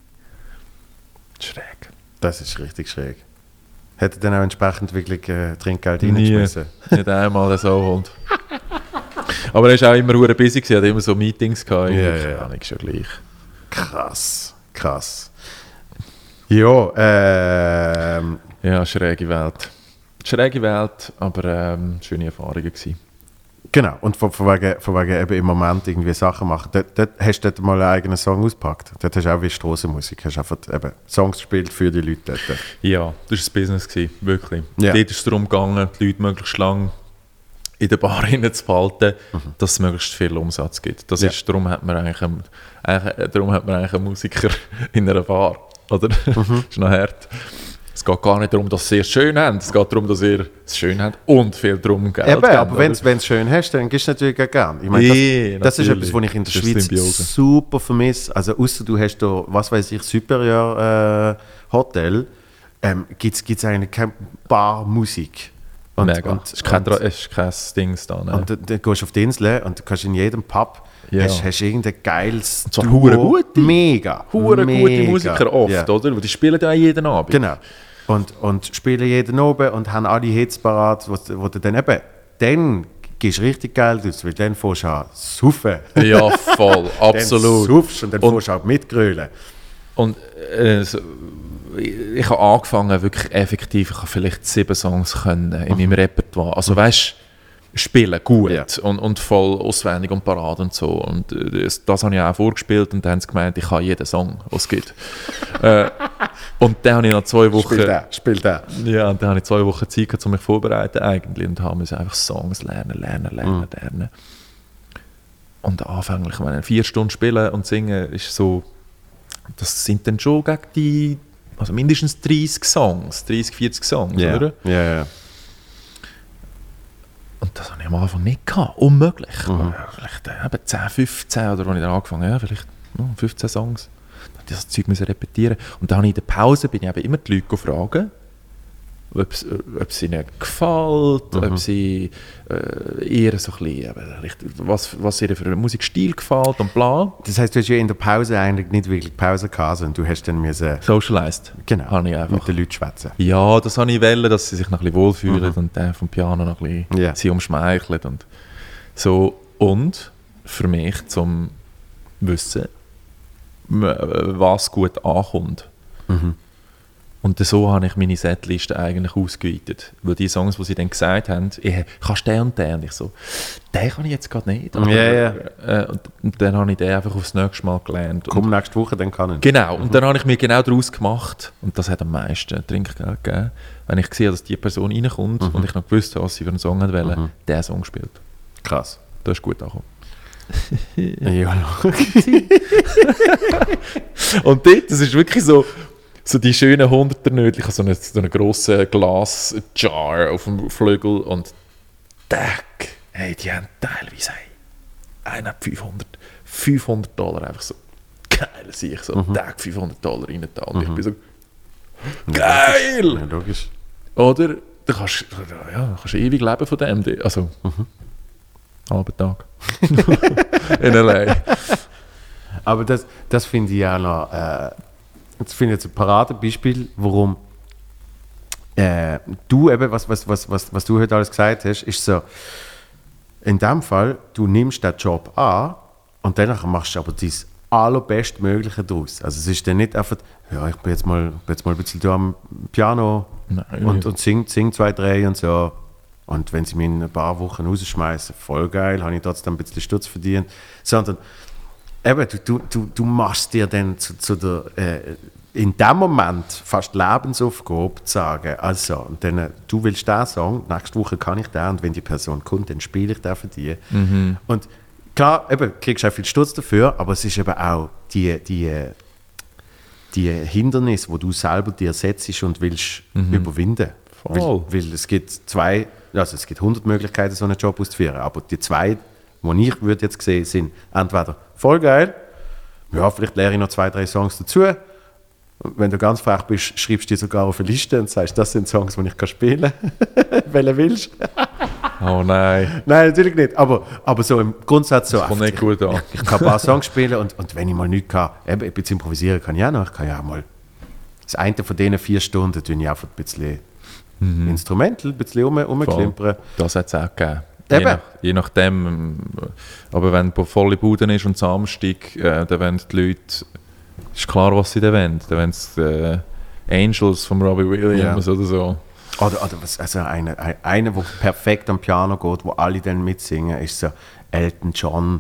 Schräg. Das ist richtig schräg. Hätte dann auch entsprechend wirklich Trinkgeld Nie. reingeschmissen? Nicht einmal so Hund. Aber er war auch immer hure busy, er hat immer so Meetings gehabt. Ja, Keine ja. Ahnung, schon gleich. Krass. Ja, Ja, schräge Welt. Schräge Welt, aber schöne Erfahrungen gewesen. genau. Und von wegen eben im Moment irgendwie Sachen machen. Dort hast du dort mal einen eigenen Song ausgepackt. Dort hast du auch wie Strassenmusik. Hast einfach eben Songs gespielt für die Leute dort. Ja, das war ein Business, gewesen, wirklich. Ja. Dort ist es darum gegangen, die Leute möglichst lang in der Bar hineinzuhalten, dass es möglichst viel Umsatz gibt. Das Ja. ist, darum hat man eigentlich einen Musiker in einer Bar. Oder? Das ist noch hart. Es geht gar nicht darum, dass sie es schön haben. Es geht darum, dass ihr es schön habt und viel darum Geld Eben, gebt, aber wenn oder? du es schön hast, dann gibst du natürlich auch gerne. Ich meine, das ist etwas, was ich in der Das ist Schweiz Symbiose. super vermisse. Also außer du hast da, was weiß ich, Superior Hotel, gibt es eigentlich keine Barmusik. Mega. Es ist kein Ding da. Ne? Und dann gehst du auf die Insel und du kannst in jedem Pub hast irgendein geiles zwar hure gute. Mega. Hure gute Musiker oft, oder? Die spielen ja jeden Abend. Genau. Und spielen jeden Abend und haben alle Hits parat, wo du dann eben, dann gibst du richtig Geld aus, weil dann fährst du an saufen. Ja, voll, absolut. Dann saufst und dann fährst du auch mitgrölen. Und ich habe angefangen, wirklich effektiv, ich habe vielleicht 7 Songs können in meinem Repertoire. Also weißt spielen gut und voll auswendig und parat und so. Und das habe ich auch vorgespielt und dann haben sie gemeint, ich kann jeden Song, was es gibt. Und dann habe ich noch 2 Wochen... Spiel den. Ja, und dann habe ich 2 Wochen Zeit gehabt, um mich vorzubereiten eigentlich und habe einfach Songs lernen. Und anfänglich, wenn ich 4 Stunden spielen und singen, ist so... Das sind dann schon gegen die... Also mindestens 30, 40 Songs, oder? Ja. Und das habe ich am Anfang nicht gehabt. Unmöglich. Vielleicht 10, 15 oder als ich dann angefangen habe, vielleicht 15 Songs. Dann musste ich das Zeug repetieren. Und dann habe ich in der Pause bin ich eben immer die Leute gefragt, ob es ihnen gefällt, ob sie eher so ein bisschen, was ihnen für einen Musikstil gefällt und bla. Das heisst, du hast ja in der Pause eigentlich nicht wirklich Pause gehabt, sondern du hast dann socialized. Genau, habe ich einfach mit den Leuten schwätzen. Ja, das habe ich wollen, dass sie sich noch ein bisschen wohlfühlen und der vom Piano noch ein bisschen sie umschmeichelt und so. Und für mich zum Wissen, was gut ankommt. Und so habe ich meine Setliste eigentlich ausgeweitet. Weil die Songs, die sie dann gesagt haben, kannst du den und den? Und ich so, den kann ich jetzt gerade nicht. Aber, und dann habe ich den einfach aufs nächste Mal gelernt. Komm nächste Woche, dann kann ich. Genau, und dann habe ich mir genau daraus gemacht, und das hat am meisten Trinkgeld gegeben, wenn ich sehe, dass die Person reinkommt und ich noch gewusst habe, was sie für einen Song wollte, der Song gespielt. Krass. Das ist gut angekommen. Ja. Und dort, das ist wirklich so die schönen 100er-Nötchen. Ich habe so einen grossen Glas-Jar auf dem Flügel und die haben teilweise einen hat $500 einfach so geil, sehe ich so, $500 rein da und ich bin so geil! Ja, logisch. Oder? Du kannst ewig leben von dem. Also, halben Tag. In L.A. Aber das finde ich auch noch... das finde ich jetzt ein Paradebeispiel, warum du eben, was du heute alles gesagt hast, ist so, in dem Fall, du nimmst den Job an und danach machst du aber dein allerbestmögliche daraus. Also es ist dann nicht einfach, ja, ich bin jetzt mal ein bisschen da am Piano und sing 2, 3 und so. Und wenn sie mich in ein paar Wochen rausschmeißen, voll geil, habe ich trotzdem ein bisschen Stutz verdient. Sondern eben, du machst dir dann zu der, in dem Moment fast Lebensaufgabe zu sagen, also, und dann, du willst diesen Song, nächste Woche kann ich den, und wenn die Person kommt, dann spiele ich den für dich. Und klar, eben, kriegst du auch viel Stutz dafür, aber es ist eben auch die Hindernisse, die du selber dir setzt und willst überwinden. Weil es gibt 100 Möglichkeiten, so einen Job auszuführen, aber die 2, die ich würde jetzt sehen, sind entweder voll geil, ja, vielleicht lehre ich noch 2, 3 Songs dazu. Wenn du ganz frech bist, schreibst du die sogar auf eine Liste und sagst, das sind Songs, die ich spielen kann, welche willst. Oh nein. Nein, natürlich nicht, aber so im Grundsatz so. Das kommt nicht gut an. Ich kann ein paar Songs spielen und wenn ich mal nichts kann, eben, ein bisschen improvisieren kann ich auch noch. Ich kann ja auch mal das eine von diesen 4 Stunden tue ich einfach ein bisschen Instrumental, ein bisschen rumklimpern. Das hat es auch gegeben. Je nachdem, aber wenn volle Bude ist und Samstag, dann wollen die Leute, ist klar, was sie dann wollen. Dann wollen sie Angels von Robbie Williams oder so. Oder also einer, der perfekt am Piano geht, wo alle dann mitsingen, ist so Elton John.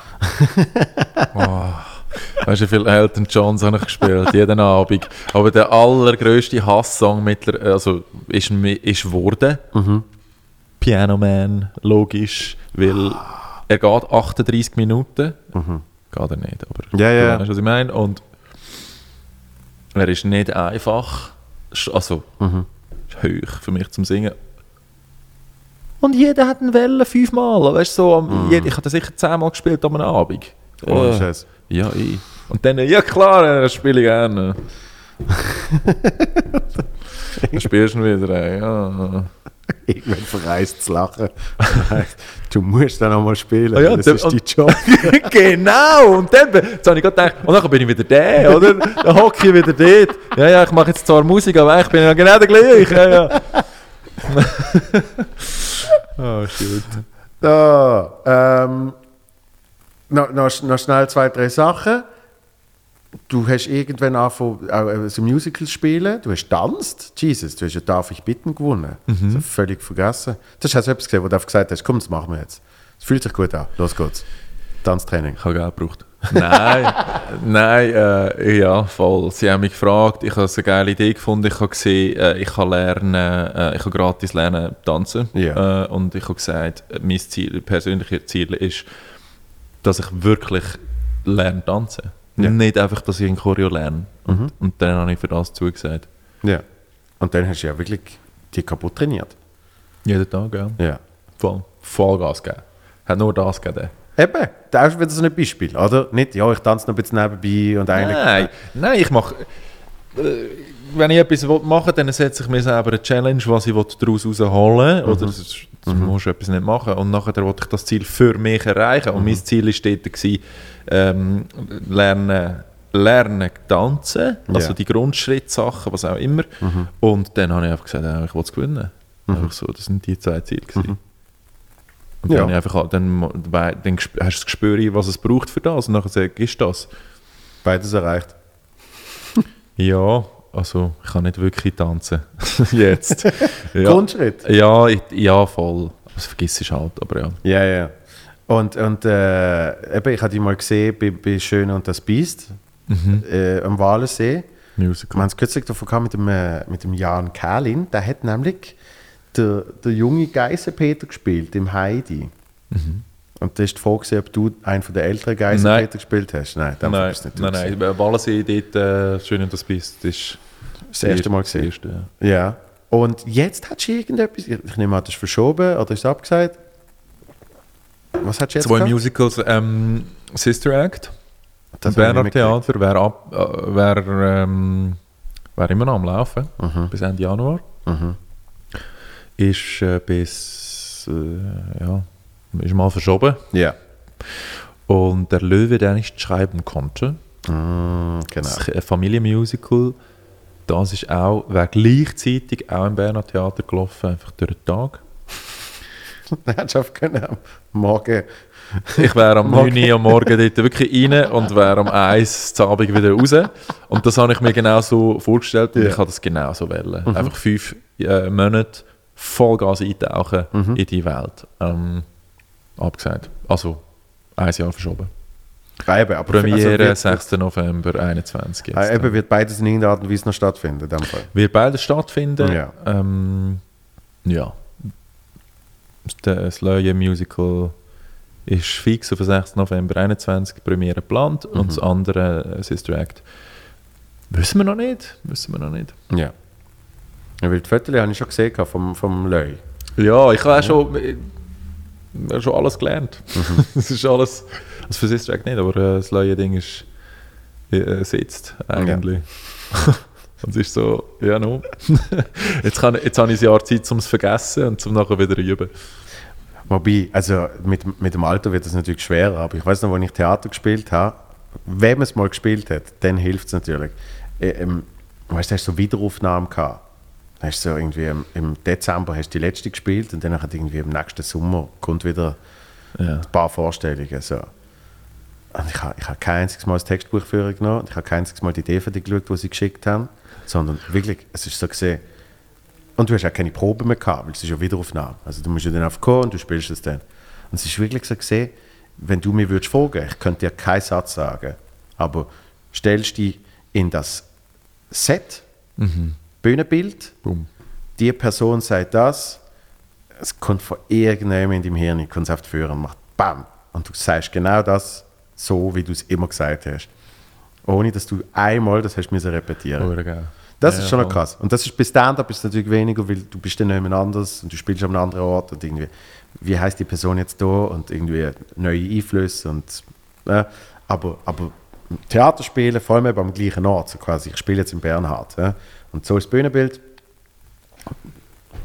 Ja. Weißt du, wie viele Elton Johns habe ich gespielt, jeden Abend. Aber der allergrösste Hasssong ist geworden. Piano Man, logisch, weil er geht 38 Minuten. Geht er nicht, aber du weißt, was ich meine. Und er ist nicht einfach, also ist hoch für mich zum Singen. Und jeder hat ihn wollen, 5-mal. Weißt, so, ich habe das sicher 10-mal gespielt an einem Abend. Oh, Scheiße. Ja, ich. Und dann, ja klar, das spiele ich gerne. Dann spielst du ihn wieder, ja. Irgendwann verreist zu lachen. Du musst dann auch mal spielen, Ja, das ist dein Job. Genau! Und dann jetzt habe ich gerade gedacht, und dann bin ich wieder der, oder? Dann hocke ich wieder dort. Ja, ich mache jetzt zwar Musik, aber ich bin ja genau der gleiche. Ja. Oh, shit. Noch schnell 2, 3 Sachen. Du hast irgendwann angefangen, so Musicals spielen. Du hast tanzt. Jesus, du hast ja «Darf ich bitten» gewonnen. Das habe ich völlig vergessen. Das hast du etwas gesehen, wo du gesagt hast, komm, das machen wir jetzt. Es fühlt sich gut an. Los geht's. Tanztraining. Ich habe Geld gebraucht. Nein, ja, voll. Sie haben mich gefragt, ich habe eine geile Idee gefunden. Ich habe gesehen, ich kann gratis lernen tanzen. Ja. Und ich habe gesagt, mein persönliches Ziel ist, dass ich wirklich lerne tanzen. Ja. Nicht einfach, dass ich ein Choreo lerne. Und dann habe ich für das zugesagt. Ja. Und dann hast du ja wirklich die kaputt trainiert. Jeden Tag, ja. Ja. Voll Gas geben. Hat nur das gegeben. Eben, da ist wieder so ein Beispiel, oder? Nicht, ja, ich tanze noch ein bisschen nebenbei und eigentlich... Nein, ich mache... wenn ich etwas machen will, dann setze ich mir selber eine Challenge, was ich daraus rausholen will. Oder das musst du etwas nicht machen. Und nachher will ich das Ziel für mich erreichen. Und mein Ziel war dort, lernen tanzen, also die Grundschrittsachen, was auch immer. Und dann habe ich einfach gesagt, ich will es gewinnen. Einfach so, das sind die 2 Ziele gewesen. Und dann, dann hast du das Gespür, was es braucht für das. Und dann sagst du, ist das? Beides erreicht. Ja, also ich kann nicht wirklich tanzen. Jetzt. Ja. Grundschritt? Ja, voll. Das vergisst du halt, aber ja. Ja. Und eben, ich habe dich mal gesehen bei «Schön und das Biest» am Walensee. Musical. Wir haben es kürzlich davon gehabt mit dem Jan Kählin. Der hat nämlich der junge Geissenpeter gespielt, im Heidi. Und da ist die Frage, ob du einen von den älteren Geissenpeter gespielt hast. Nein, dann bist nicht du. Nein. Walensee dort, «Schön und das Biest» ist das erste Mal gesehen. Das erste, ja. Und jetzt hast du irgendetwas, ich nehme an, das ist verschoben oder ist es abgesagt? Was hast du jetzt 2 gehabt? Musicals, Sister Act, Das Berner Theater, wäre immer noch am Laufen, bis Ende Januar. Ist ist mal verschoben. Ja. Und der Löwe, der nicht schreiben konnte, Genau. das Familienmusical, das ist wäre gleichzeitig auch im Berner Theater gelaufen, einfach durch den Tag. Dann hättest du einfach können am Morgen... Ich wäre am 9 Uhr am Morgen dort wirklich rein und wäre am 1 Uhr Abend wieder raus. Und das habe ich mir genau so vorgestellt und ich habe das genau so wollen. Einfach 5 Monate Vollgas eintauchen in die Welt. Abgesagt. Also 1 Jahr verschoben. Eben, aber Premiere 6. November 21. Jetzt eben wird beides in irgendeiner Art und Weise noch stattfinden. In dem Fall. Wird beides stattfinden. Ja. Ja. Das Löwe-Musical ist fix auf den 6. November 21 Premiere geplant und das andere Sister Act wissen wir noch nicht. Ja. Ja, weil die Fotos habe ich schon gesehen vom Löwe. Ja, ich habe schon alles gelernt. Das ist alles, also für Sister Act nicht, aber das Löwe-Ding sitzt eigentlich. Ja. Und es ist so, ja no. Jetzt habe ich ein Jahr Zeit, um es zu vergessen und zum nachher wieder üben. Wobei, also mit dem Alter wird es natürlich schwerer, aber ich weiß noch, als ich Theater gespielt habe, wenn man es mal gespielt hat, dann hilft es natürlich. Weißt du, hast du so Wiederaufnahmen gehabt. Hast du so irgendwie im Dezember hast du die letzte gespielt und dann hat irgendwie im nächsten Sommer kommt wieder ein paar Vorstellungen. So. Und ich habe kein einziges Mal das Textbuch für genommen und ich habe kein einziges Mal die DVD geschaut, die sie geschickt haben, sondern wirklich, es ist so gesehen. Und du hast auch keine Probe mehr gehabt, weil es ist ja Wiederaufnahme. Also du musst ja dann einfach kommen und du spielst es dann. Und es ist wirklich so gesehen, wenn du mir würdest fragen, ich könnte dir keinen Satz sagen, aber stellst dich in das Set, Bühnenbild, Boom. die Person sagt das, es kommt von irgendjemandem in deinem Hirn, kommt es auf die Führer und macht BAM! Und du sagst genau das, so wie du es immer gesagt hast. Ohne, dass du einmal das hast müssen repetieren. Das ist schon noch krass. Und das ist bei Stand-Up ist natürlich weniger, weil du bist dann jemand anders und du spielst an einem anderen Ort und irgendwie, wie heisst die Person jetzt da und irgendwie neue Einflüsse und aber Theater spielen, vor allem eben am gleichen Ort, so quasi, ich spiele jetzt in Bernhard und so ist das Bühnenbild,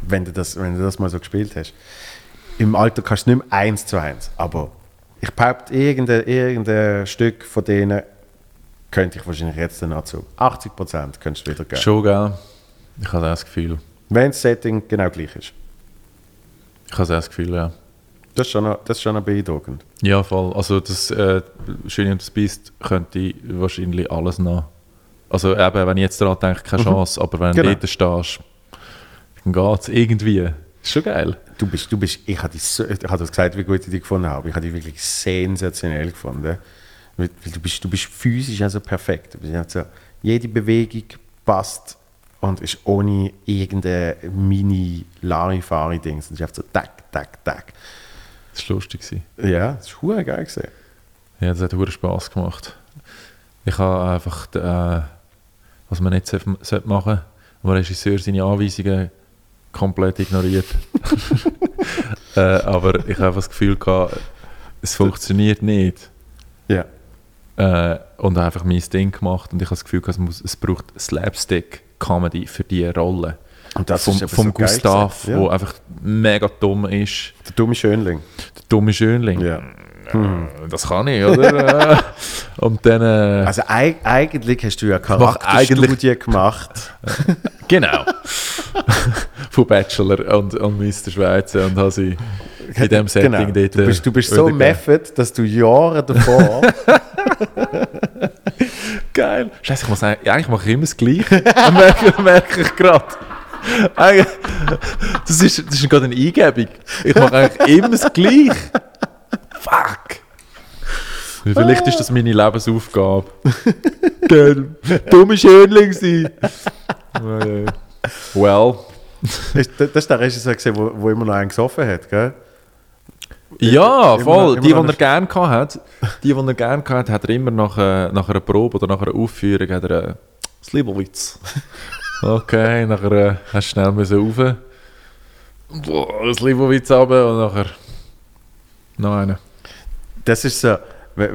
wenn du das mal so gespielt hast. Im Alter kannst du nicht mehr 1:1, aber ich behaupte, irgendein Stück von denen könnte ich wahrscheinlich jetzt noch zu 80% könntest du wieder geben. Schon, gell? Ich habe das Gefühl. Wenn das Setting genau gleich ist. Ich habe das Gefühl, ja. Das ist schon noch beeindruckend. Ja, voll. Also das Schöne und das Biest könnte wahrscheinlich alles noch. Also eben, wenn ich jetzt daran denke, keine Chance, aber wenn du dort stehst, dann geht es irgendwie. Ist schon geil. Du bist, ich habe das gesagt, wie gut ich dich gefunden habe. Ich habe dich wirklich sensationell gefunden. Weil du bist physisch also perfekt. Du bist also, jede Bewegung passt und ist ohne irgendein Mini-Larifari-Ding. Es ist einfach so tack, tack, tack. Das war lustig. Ja, das war verdammt geil gewesen. Ja, das hat verdammt Spass gemacht. Ich habe einfach, was man nicht machen sollte, wo der Regisseur seine Anweisungen komplett ignoriert. Aber ich habe das Gefühl gehabt, es funktioniert nicht. Ja. Und habe einfach mein Ding gemacht und ich habe das Gefühl gehabt, es braucht Slapstick-Comedy für diese Rolle. Und das vom ist so Gustav, der der einfach mega dumm ist. Der dumme Schönling. Der dumme Schönling. Ja. Das kann ich, oder? Und dann... Also eigentlich hast du ja Charakterstudie gemacht. Genau. Von Bachelor und Mr. Schweizer und habe sie in diesem Setting dort... Du bist so method, dass du Jahre davor... Geil. Scheiße, eigentlich mache ich immer das Gleiche. merke ich gerade. Das ist gerade eine Eingebung. Ich mache eigentlich immer das Gleiche. Fuck. Vielleicht ist das meine Lebensaufgabe. Dumme Schönling sein. Well. Das ist der Regisseur, der immer noch einen gesoffen hat, gell? Ja, voll. Immer Die noch er gerne hatte, hat er immer nach einer Probe oder nach einer Aufführung hat er Slivovitz. Okay, nachher hast du schnell rauf. Slivovitz runter und nachher noch einen. Das ist so, wie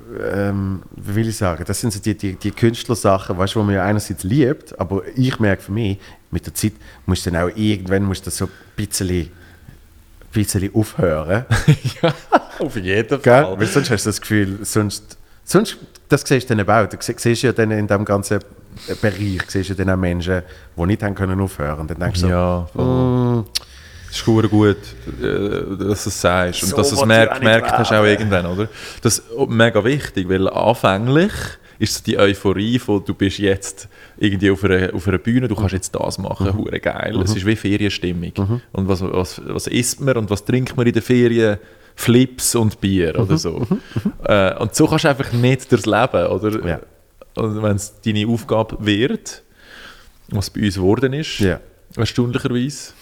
will ich sagen, das sind so die Künstlersachen, weißt du, wo man ja einerseits liebt, aber ich merke für mich, mit der Zeit musst du dann auch irgendwann das so ein bisschen aufhören. Ja, auf jeden Gell? Fall. Weil sonst hast du das Gefühl, sonst das siehst du dann auch. Du siehst ja dann in diesem ganzen Bereich, siehst du dann auch Menschen, die nicht haben können aufhören. Dann denkst du ja, voll. Es ist verdammt gut, dass du es sagst und So dass du es gemerkt hast auch irgendwann, oder? Das ist mega wichtig, weil anfänglich ist so die Euphorie von, du bist jetzt irgendwie auf einer Bühne, du kannst jetzt das machen, verdammt geil. Es ist wie Ferienstimmung. Und was isst man und was trinkt man in den Ferien? Flips und Bier oder so. Und so kannst du einfach nicht durchs Leben, oder? Ja. Und wenn es deine Aufgabe wird, was bei uns geworden ist, erstaunlicherweise,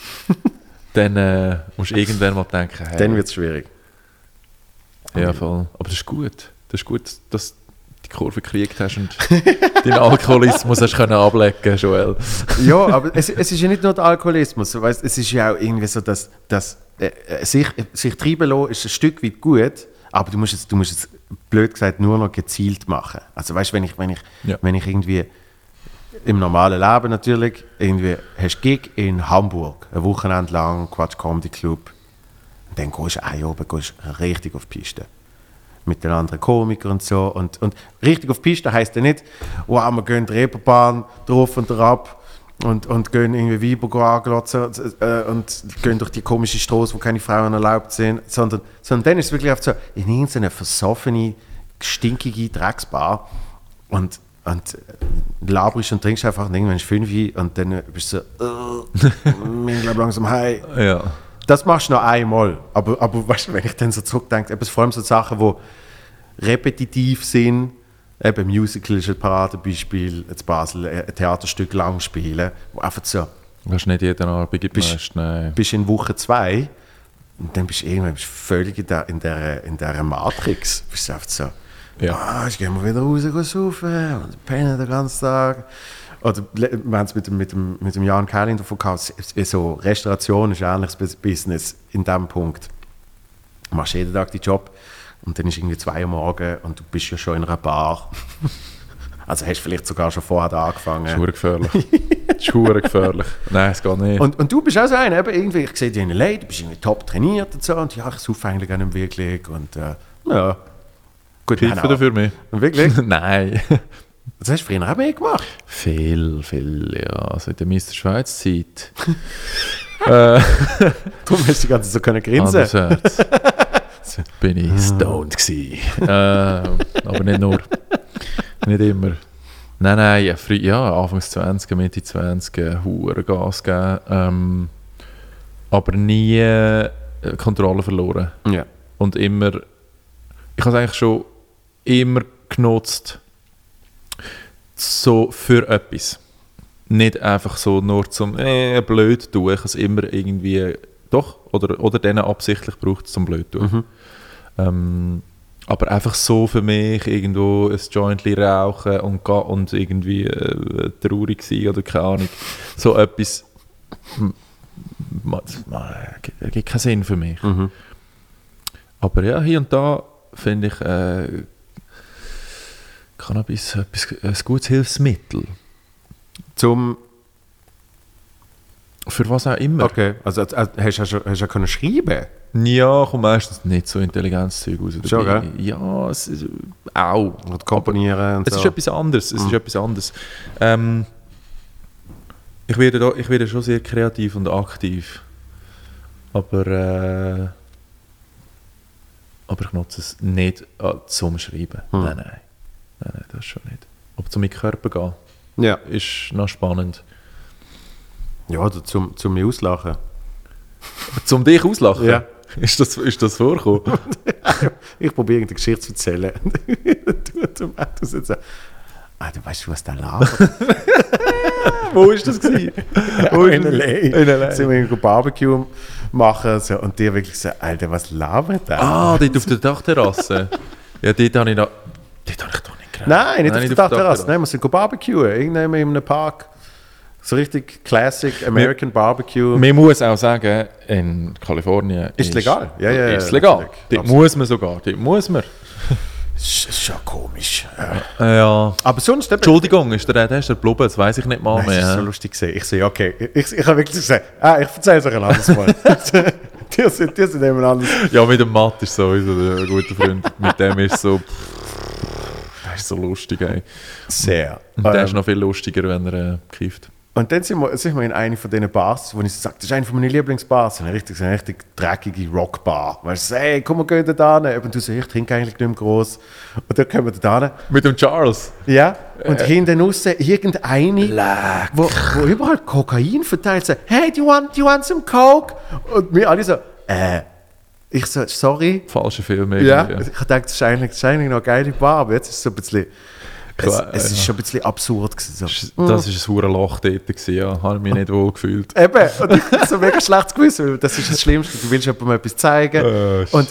dann musst du irgendwann mal denken, hey, dann wird es schwierig. ja, voll. Aber das ist gut. Das ist gut, dass du die Kurve gekriegt hast und deinen Alkoholismus hast können ablecken, Joel. Ja, aber es ist ja nicht nur der Alkoholismus. Weißt, es ist ja auch irgendwie so, dass sich treiben lassen ist ein Stück weit gut, aber du musst es blöd gesagt nur noch gezielt machen. Also weißt, wenn ich irgendwie im normalen Leben natürlich irgendwie hast du Gig in Hamburg, ein Wochenende lang, Quatsch Comedy Club, und dann gehst du richtig auf die Piste. Mit den anderen Komikern und so. Und richtig auf die Piste heisst ja nicht, wow, wir gehen die Reeperbahn drauf und herab und gehen irgendwie Weiber anglotzen und gehen durch die komische Straße, wo keine Frauen erlaubt sind, sondern dann ist es wirklich oft so, in irgendeine versoffene, stinkige Drecksbar und laberst und trinkst einfach und irgendwann ist 5 und dann bist du so, ich glaube langsam heim. Ja. Das machst du noch einmal, aber weißt du, wenn ich dann so zurückdenke, vor allem so Sachen, die repetitiv sind, eben Musical ist ein Paradebeispiel, in Basel ein Theaterstück lang spielen, wo einfach so... Du hast nicht jeden Abend gemeist, nein. Bist in Woche 2 und dann bist du irgendwann völlig in dieser Matrix. Bist du einfach so, jetzt gehen wir wieder raus saufen und pennen den ganzen Tag. Oder wir haben es mit dem Jan Keiling davon gehabt, so Restauration ist ein ähnliches Business in diesem Punkt. Du machst jeden Tag deinen Job und dann ist irgendwie 2 Uhr morgens und du bist ja schon in einer Bar. Also hast du vielleicht sogar schon vorher angefangen. Das ist gefährlich. Das ist verdammt gefährlich. Nein, es geht nicht. Und du bist auch so einer, eben irgendwie, ich sehe dich in LA, du bist irgendwie top trainiert und so. Und ja, ich saufe eigentlich auch nicht wirklich. Und ja, gut. Hilfe dafür mehr? Wirklich? Nein. Das hast du früher auch mehr gemacht. Viel, ja. Also in der Mr. Schweiz-Zeit. Darum hast du die ganze Zeit so können grinsen. Andererseits bin ich stoned gewesen. Aber nicht nur. Nicht immer. Nein, ja, Anfangs 20, Mitte 20, hure Gas geben. Aber nie Kontrolle verloren. Ja. Und immer, ich habe es eigentlich schon immer genutzt, so für etwas. Nicht einfach so nur zum blöd tun. Ich habe es immer irgendwie, doch, oder denen absichtlich gebraucht, zum blöd tun. Aber einfach so für mich irgendwo ein Jointli rauchen und irgendwie traurig sein oder keine Ahnung. So etwas gibt keinen Sinn für mich. Aber ja, hier und da finde ich Cannabis ein gutes Hilfsmittel. Für was auch immer. Okay, also hast du ja können schreiben? Ja, kommt meistens nicht so intelligentes Zeug raus. Schon, dabei. gell? Ja, es ist auch. Und komponieren und Es so. ist etwas anderes. Es ist etwas anderes. Ich werde schon sehr kreativ und aktiv. Aber ich nutze es nicht zum Schreiben. Nein, das schon nicht. Aber zum mit Körper gehen Ja, ist noch spannend. ja oder zum mich auslachen. Zum dich auslachen? Ja. Ist das vorgekommen? Ich probiere irgendeine Geschichte zu erzählen. Du sagst so, du weißt, was da labert? Wo war das gewesen? In L.A. In L.A. Sind wir irgendwo Barbecue machen so, und die wirklich so, Alter, was labert da? Ah, dort auf der Dachterrasse. Ja, dort habe ich doch nicht geredet. Nein, nicht auf der Dachterrasse. Nein, wir sind barbecuen. Irgendwann in einem Park. So richtig Classic American Barbecue. Man muss auch sagen, in Kalifornien Ist legal. Ja, ist legal. natürlich. Dort Absolut. muss man sogar. Dort muss man. Ist schon komisch. Ja. Aber sonst... eben- Entschuldigung, ist der geblieben? Das weiss ich nicht mal Nein, das ist so mehr. lustig gesehen. Ich sehe, okay, ich habe wirklich gesagt, ich erzähle es euch ein anderes Mal. die sind eben anders. Ja, mit dem Matt ist sowieso ein guter Freund. Mit dem ist so... Das ist so lustig, ey. Sehr. Und der ist noch viel lustiger, wenn er kifft. Und dann sind wir in einer von diesen Bars, wo ich so sage, das ist eine von meinen Lieblingsbars. Eine richtig dreckige Rockbar. Weißt du, hey, komm, wir gehen da hin. Und du so, ich trinke eigentlich nicht mehr gross. Und dann kommen wir da hin. Mit dem Charles? Ja, und hinten raus irgendeine, wo überall Kokain verteilt, so, hey, do you want some Coke? Und wir alle so, ich so, sorry. Falsche Filme. Ja, irgendwie. ich dachte, das ist eigentlich noch eine geile Bar, aber jetzt ist es so ein bisschen, Klar, es ist ja. schon ein bisschen absurd gewesen. So. Das war ein verdammtes Loch dort, gewesen, ja. Habe ich mich nicht wohl gefühlt. Eben, und ich habe so mega schlechtes Gewissen, weil das ist das Schlimmste, du willst jemandem etwas zeigen. Und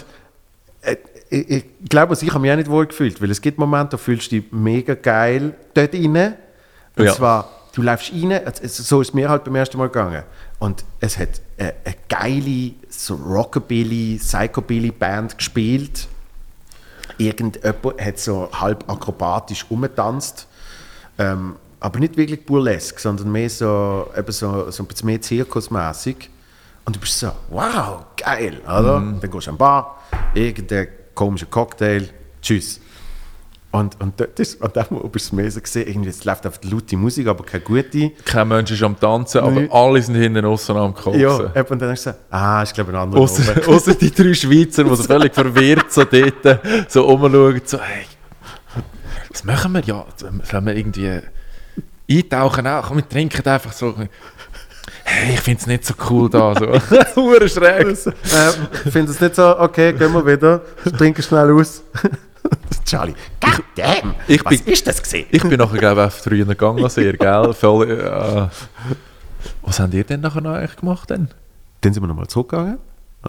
ich glaube, ich habe mich auch nicht wohl gefühlt, weil es gibt Momente, da fühlst du dich mega geil dort rein. Und Ja. zwar, du läufst rein, so ist es mir halt beim ersten Mal gegangen. Und es hat eine geile so Rockabilly, Psychobilly-Band gespielt. Irgendjemand hat so halb akrobatisch rumgetanzt. Aber nicht wirklich burlesque, sondern mehr so ein bisschen mehr zirkusmäßig. Und du bist so, wow, geil, oder? Dann gehst du an die Bar, irgendein komischer Cocktail, tschüss. Und dann bist du mehr so gesehen, irgendwie, es läuft einfach laute Musik, aber keine gute. Kein Mensch ist am Tanzen, aber Nee. alle sind hinten aussen am Koksen. Ja, und dann hast du so, ist glaube ich ein anderer Name. Ausser die 3 Schweizer, die so völlig verwirrt so dort so rumschauen, so, hey, was machen wir? Ja, sollen wir irgendwie eintauchen auch? Komm, wir trinken einfach so. Hey, ich finde es nicht so cool da. So. Hure schräg. Ich finde es nicht so, okay, gehen wir wieder, trinken schnell aus. Charlie, God damn, was ist das gewesen? Ich bin nachher, glaube ich, auf 3 gegangen, sehr, gell? Voll, was habt ihr denn nachher noch eigentlich gemacht? Denn? Dann sind wir nochmal zurückgegangen.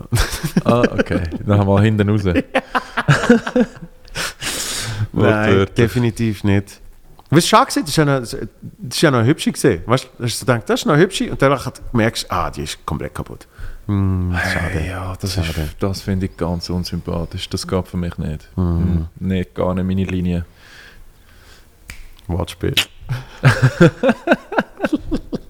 Okay. Dann haben wir hinten raus. Nein, definitiv nicht. Was schade war, das ist ja noch eine hübsche gesehen. Weißt du, hast du gedacht, das ist noch eine hübsche und dann merkst du, die ist komplett kaputt. Schade. Hey, ja, Schade. das finde ich ganz unsympathisch. Das geht für mich nicht. Nicht, gar nicht meine Linie. Wortspiel.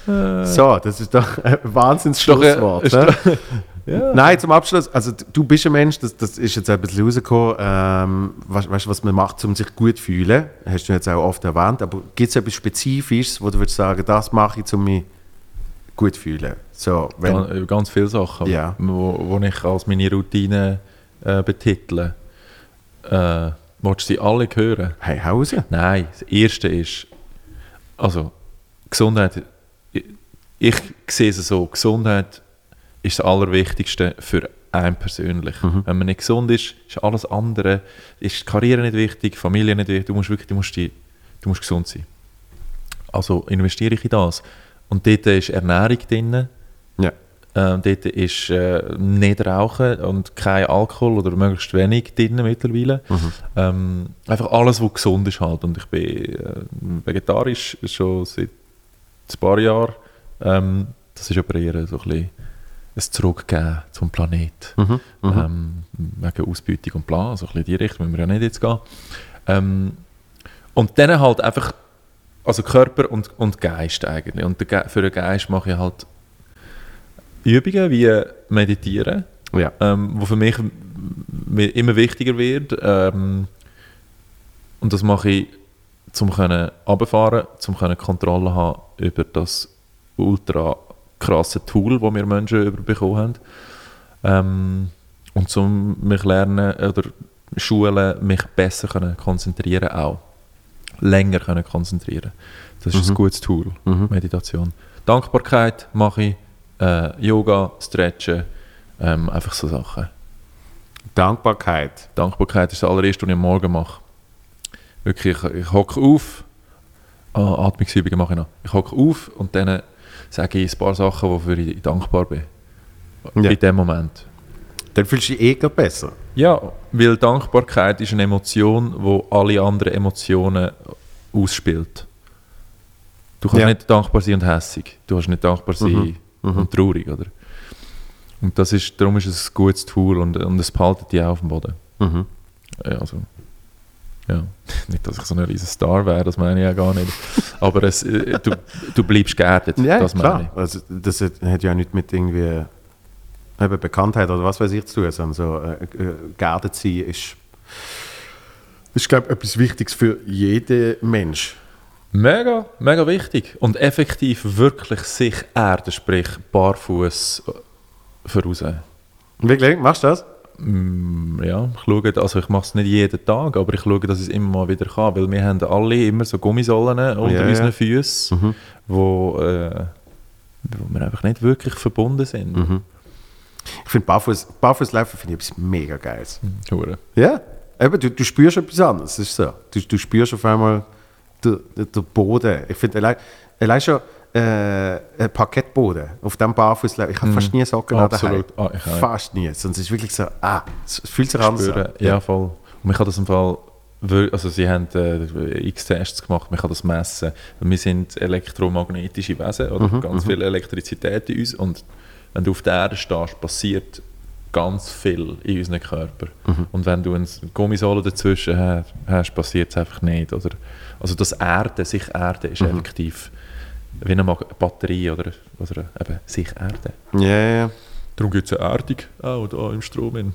So, das ist doch ein Wahnsinns-Schlusswort. Ja. Nein, zum Abschluss, also du bist ein Mensch, das ist jetzt ein bisschen rausgekommen, weißt du, was man macht, um sich gut zu fühlen, hast du jetzt auch oft erwähnt, aber gibt es etwas Spezifisches, wo du würdest sagen, das mache ich, um mich gut zu fühlen? So, Ganz viele Sachen, Ja. wo ich als meine Routine betitle. Willst du sie alle hören? Hey, Hause? Nein, das Erste ist, also Gesundheit, ich sehe es so, Gesundheit ist das Allerwichtigste für einen persönlich. Wenn man nicht gesund ist, ist alles andere, ist die Karriere nicht wichtig, Familie nicht wichtig, du musst gesund sein. Also investiere ich in das. Und dort ist Ernährung drin, Ja. dort ist nicht Rauchen und kein Alkohol oder möglichst wenig drin mittlerweile. Einfach alles, was gesund ist halt. Und ich bin vegetarisch schon seit ein paar Jahren. Das ist aber eher so ein bisschen ein Zurückgeben zum Planet. Wegen Ausbeutung und bla, so ein bisschen in die Richtung müssen wir ja nicht jetzt gehen. Und dann halt einfach, also Körper und Geist eigentlich. Und für den Geist mache ich halt Übungen wie Meditieren, Ja. wo für mich immer wichtiger wird. Und das mache ich, um runterfahren, um Kontrolle haben über das ultra krasse Tool, das wir Menschen bekommen haben. Und um mich lernen oder schulen, mich besser konzentrieren auch. Länger konzentrieren. Das ist ein gutes Tool, Meditation. Dankbarkeit mache ich, Yoga, Stretchen, einfach so Sachen. Dankbarkeit. Dankbarkeit ist das allererste, was ich am Morgen mache. Wirklich, ich hocke auf, Atmungsübungen mache ich noch. Ich hocke auf und dann sage ich ein paar Sachen, wofür ich dankbar bin. Ja. In dem Moment. Dann fühlst du dich besser. Ja, weil Dankbarkeit ist eine Emotion, die alle anderen Emotionen ausspielt. Du kannst nicht dankbar sein und hässig. Du kannst nicht dankbar sein und traurig, oder? Und darum ist es ein gutes Tool und es behaltet dich auch auf dem Boden. Ja, also, ja. Nicht, dass ich so ein riesen Star wäre, das meine ich ja gar nicht. Aber du bleibst geerdet, Ja, das meine ich. klar. Also, das hat ja nichts mit irgendwie Bekanntheit oder was weiß ich zu tun, sondern so geerdet sein ist glaube ich, etwas Wichtiges für jeden Mensch. Mega, mega wichtig. Und effektiv wirklich sich erden, sprich barfuß voraus. Wirklich? Machst du das? Ja, ich mache es nicht jeden Tag, aber ich schaue, dass ich es immer mal wieder kann, weil wir haben alle immer so Gummisohlen unter unseren Füßen, wo wir einfach nicht wirklich verbunden sind. Ich finde Barfußlaufen finde ich etwas mega Geiles. Hure. Ja, eben, du spürst etwas anderes, das ist so. Du spürst auf einmal den Boden. Ich finde allein schon ein Parkettboden auf dem Barfußlaufen. Ich habe fast nie Socken an daheim. Absolut. Fast nie. Sonst ist es wirklich so, es fühlt sich anders an. Ja, voll. Und man kann das im Fall, also sie haben X-Tests gemacht, man kann das messen. Wir sind elektromagnetische Wesen, oder ganz viel Elektrizität in uns, und wenn du auf der Erde stehst, passiert ganz viel in unserem Körper. Und wenn du eine Gummisohle dazwischen hast, passiert es einfach nicht. Oder? Also das sich erden ist effektiv wie eine Batterie oder eben sich erden. Ja. Darum gibt es eine Erdung auch da im Strom.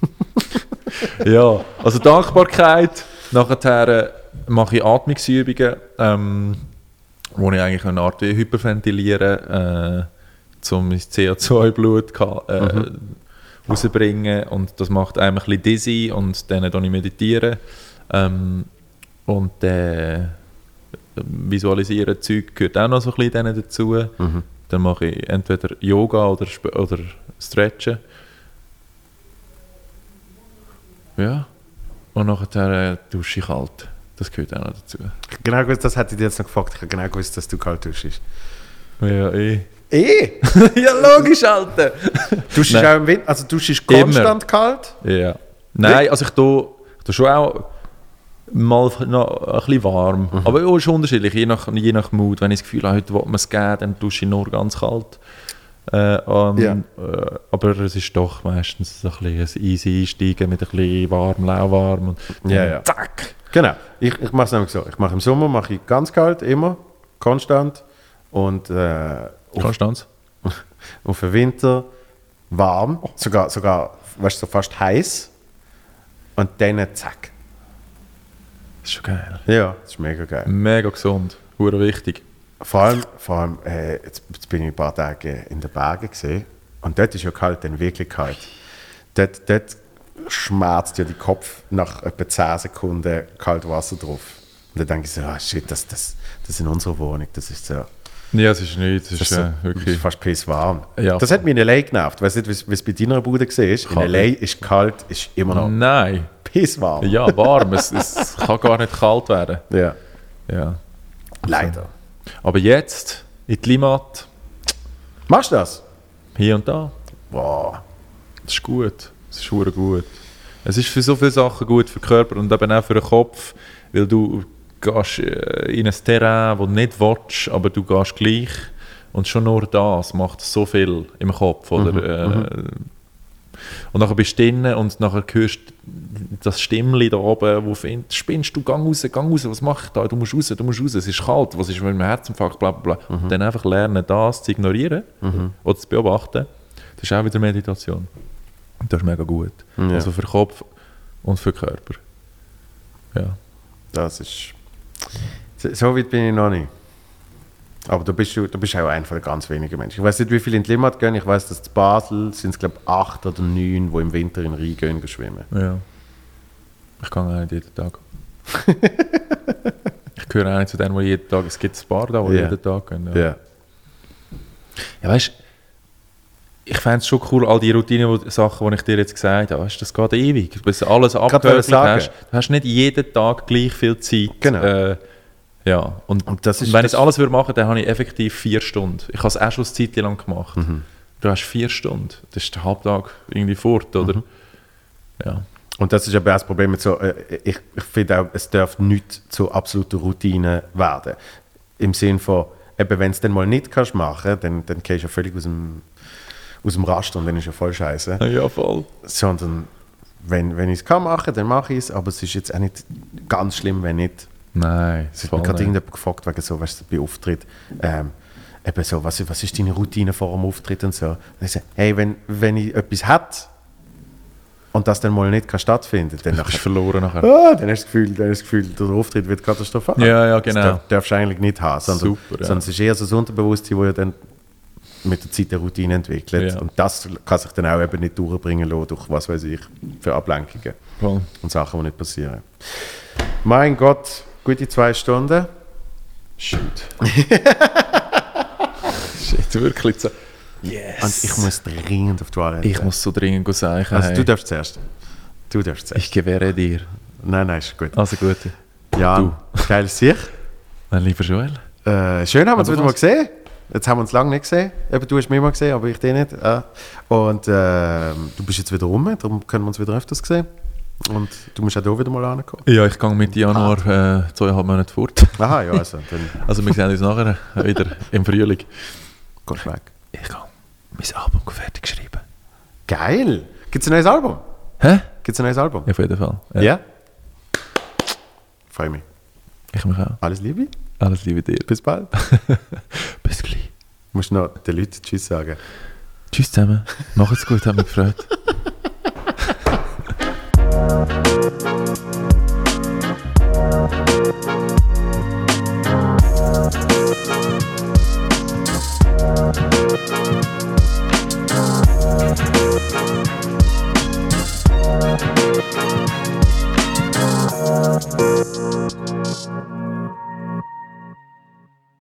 Ja, also Dankbarkeit. Nachher mache ich Atmungsübungen, wo ich eigentlich eine Art wie hyperventilieren, um mein CO2-Blut rauszubringen. Und das macht einem ein bisschen dizzy und dann meditiere ich. Und visualisieren Zeug gehört auch noch so ein bisschen dazu. Dann mache ich entweder Yoga oder Stretchen. Ja. Und nachher dusche ich kalt. Das gehört auch noch dazu. Genau gewusst, das hätte ich dir jetzt noch gefragt. Ich habe genau gewusst, dass du kalt duschst. Ja, Ja, logisch, Alter! Duschst du auch im Winter? Also duschst du konstant kalt? Ja. Nein, also ich tue schon auch mal noch ein bisschen warm. Aber es ist unterschiedlich, je nach Mut. Wenn ich das Gefühl habe, heute will man es geben, dann dusche ich nur ganz kalt. Aber es ist doch meistens so ein bisschen ein easy Einsteigen mit ein bisschen warm, lauwarm. Und Ja. zack! Genau. Ich mache es nämlich so. Ich mache im Sommer ganz kalt, immer, konstant. und Konstanz? auf den Winter warm, sogar weißt du, so fast heiß und dann zack. Das ist schon geil. Ja, das ist mega geil. Mega gesund. Hure wichtig. Vor allem jetzt bin ich ein paar Tage in den Bergen gesehen und dort ist ja kalt, dann wirklich kalt. Dort schmerzt ja der Kopf nach etwa 10 Sekunden kaltes Wasser drauf. Und dann denke ich so, shit, das in unserer Wohnung, das ist so... Ja, es ist nicht. Das ist Das wirklich... ist fast pisswarm. Ja. Das hat mich in L.A. genervt. Weißt du nicht, wie es bei deiner Bude war? In L.A. ist kalt, ist immer noch Nein. pisswarm. Ja, warm. es kann gar nicht kalt werden. Ja. Ja. Leider. Aber jetzt, in die Limmat, Machst du das? hier und da, Boah. das ist gut. Das ist verdammt gut. Es ist für so viele Sachen gut für den Körper und eben auch für den Kopf, weil du gehst in ein Terrain, das du nicht willst, aber du gehst gleich. Und schon nur das macht so viel im Kopf. Oder? Und nachher bist du drinnen und nachher hörst du das Stimmchen da oben, das findet, spinnst du, gang raus, was mache ich da? Du musst raus, es ist kalt, was ist mit dem Herzinfarkt, bla bla bla. Und dann einfach lernen, das zu ignorieren oder zu beobachten. Das ist auch wieder Meditation. Und das ist mega gut. Ja. Also für den Kopf und für den Körper. Ja. Das ist... So weit bin ich noch nicht. Aber du bist auch einer von den ganz wenigen Menschen. Ich weiß nicht, wie viele in die Limmat gehen. Ich weiß, dass in Basel sind es, glaube ich, 8 oder 9, die im Winter in den Rhein gehen schwimmen. Ja. Ich gehe auch nicht jeden Tag. Ich gehöre auch nicht zu denen, die jeden Tag... Es gibt ein paar da, die Ja. jeden Tag gehen. Ja. Ja, weißt, ich fände es schon cool, all die Routinen-Sachen, die ich dir jetzt gesagt habe, weißt, das geht ewig. Bis du alles abgehört sagen. hast. Du hast nicht jeden Tag gleich viel Zeit. Genau. Ja. Und das ist wenn ich das- alles würde machen, dann habe ich effektiv 4 Stunden. Ich habe es auch schon eine Zeit lang gemacht. Du hast 4 Stunden. Das ist der Halbtag irgendwie fort, oder? Ja. Und das ist aber auch das Problem mit so, ich finde auch, es darf nicht zur absoluten Routine werden. Im Sinne von, eben, wenn du es dann mal nicht kannst machen, dann gehst du ja völlig aus dem Raster und dann ist ja voll scheiße. Ja, voll. Sondern, wenn ich es kann machen, dann mache ich es, aber es ist jetzt auch nicht ganz schlimm, wenn nicht. Nein, Es hat mich gerade irgendjemand gefragt, wegen so, weißt du, bei Auftritt, eben so, was ist deine Routine vor dem Auftritt und so. Und ich sage, hey, wenn ich etwas hätte und das dann mal nicht kann stattfinden, dann Du bist verloren nachher. dann hast du das Gefühl, der Auftritt wird katastrophal. Ja, genau. Das darfst du eigentlich nicht haben. Sondern, Super, ja. sondern es ist eher so das Unterbewusstsein, das ja dann mit der Zeit eine Routine entwickelt. Ja. Und das kann sich dann auch eben nicht durchbringen lassen durch, was weiß ich, für Ablenkungen Voll. und Sachen, die nicht passieren. Mein Gott, gute 2 Stunden. Shit. Shit, wirklich so. Yes. Und ich muss dringend auf die Toilette. Ich muss so dringend sagen. Also hey, du darfst zuerst. ich gewähre dir. Nein, ist gut. Also gut. Ja, geiles Sicht. Mein lieber Joel. Schön haben wir uns Aber wieder mal was? gesehen. Jetzt haben wir uns lange nicht gesehen. Eben, du hast mich mal gesehen, aber ich dich nicht. Und du bist jetzt wieder rum, darum können wir uns wieder öfters sehen. Und du musst auch hier wieder mal ankommen. Ja, ich gehe Mitte Januar 2,5 Monate fort. Aha, ja, also dann Also wir sehen uns nachher wieder im Frühling. gehst du weg. Ich gehe mein Album fertig schreiben. Geil! Gibt es ein neues Album? Hä? Gibt es ein neues Album? Ja, auf jeden Fall. Ja? Freue mich. Ich mich auch. Alles Liebe. Alles Liebe dir. Bis bald. Bis gleich. Du musst noch den Leuten Tschüss sagen. Tschüss zusammen. Macht's gut, hat mich gefreut.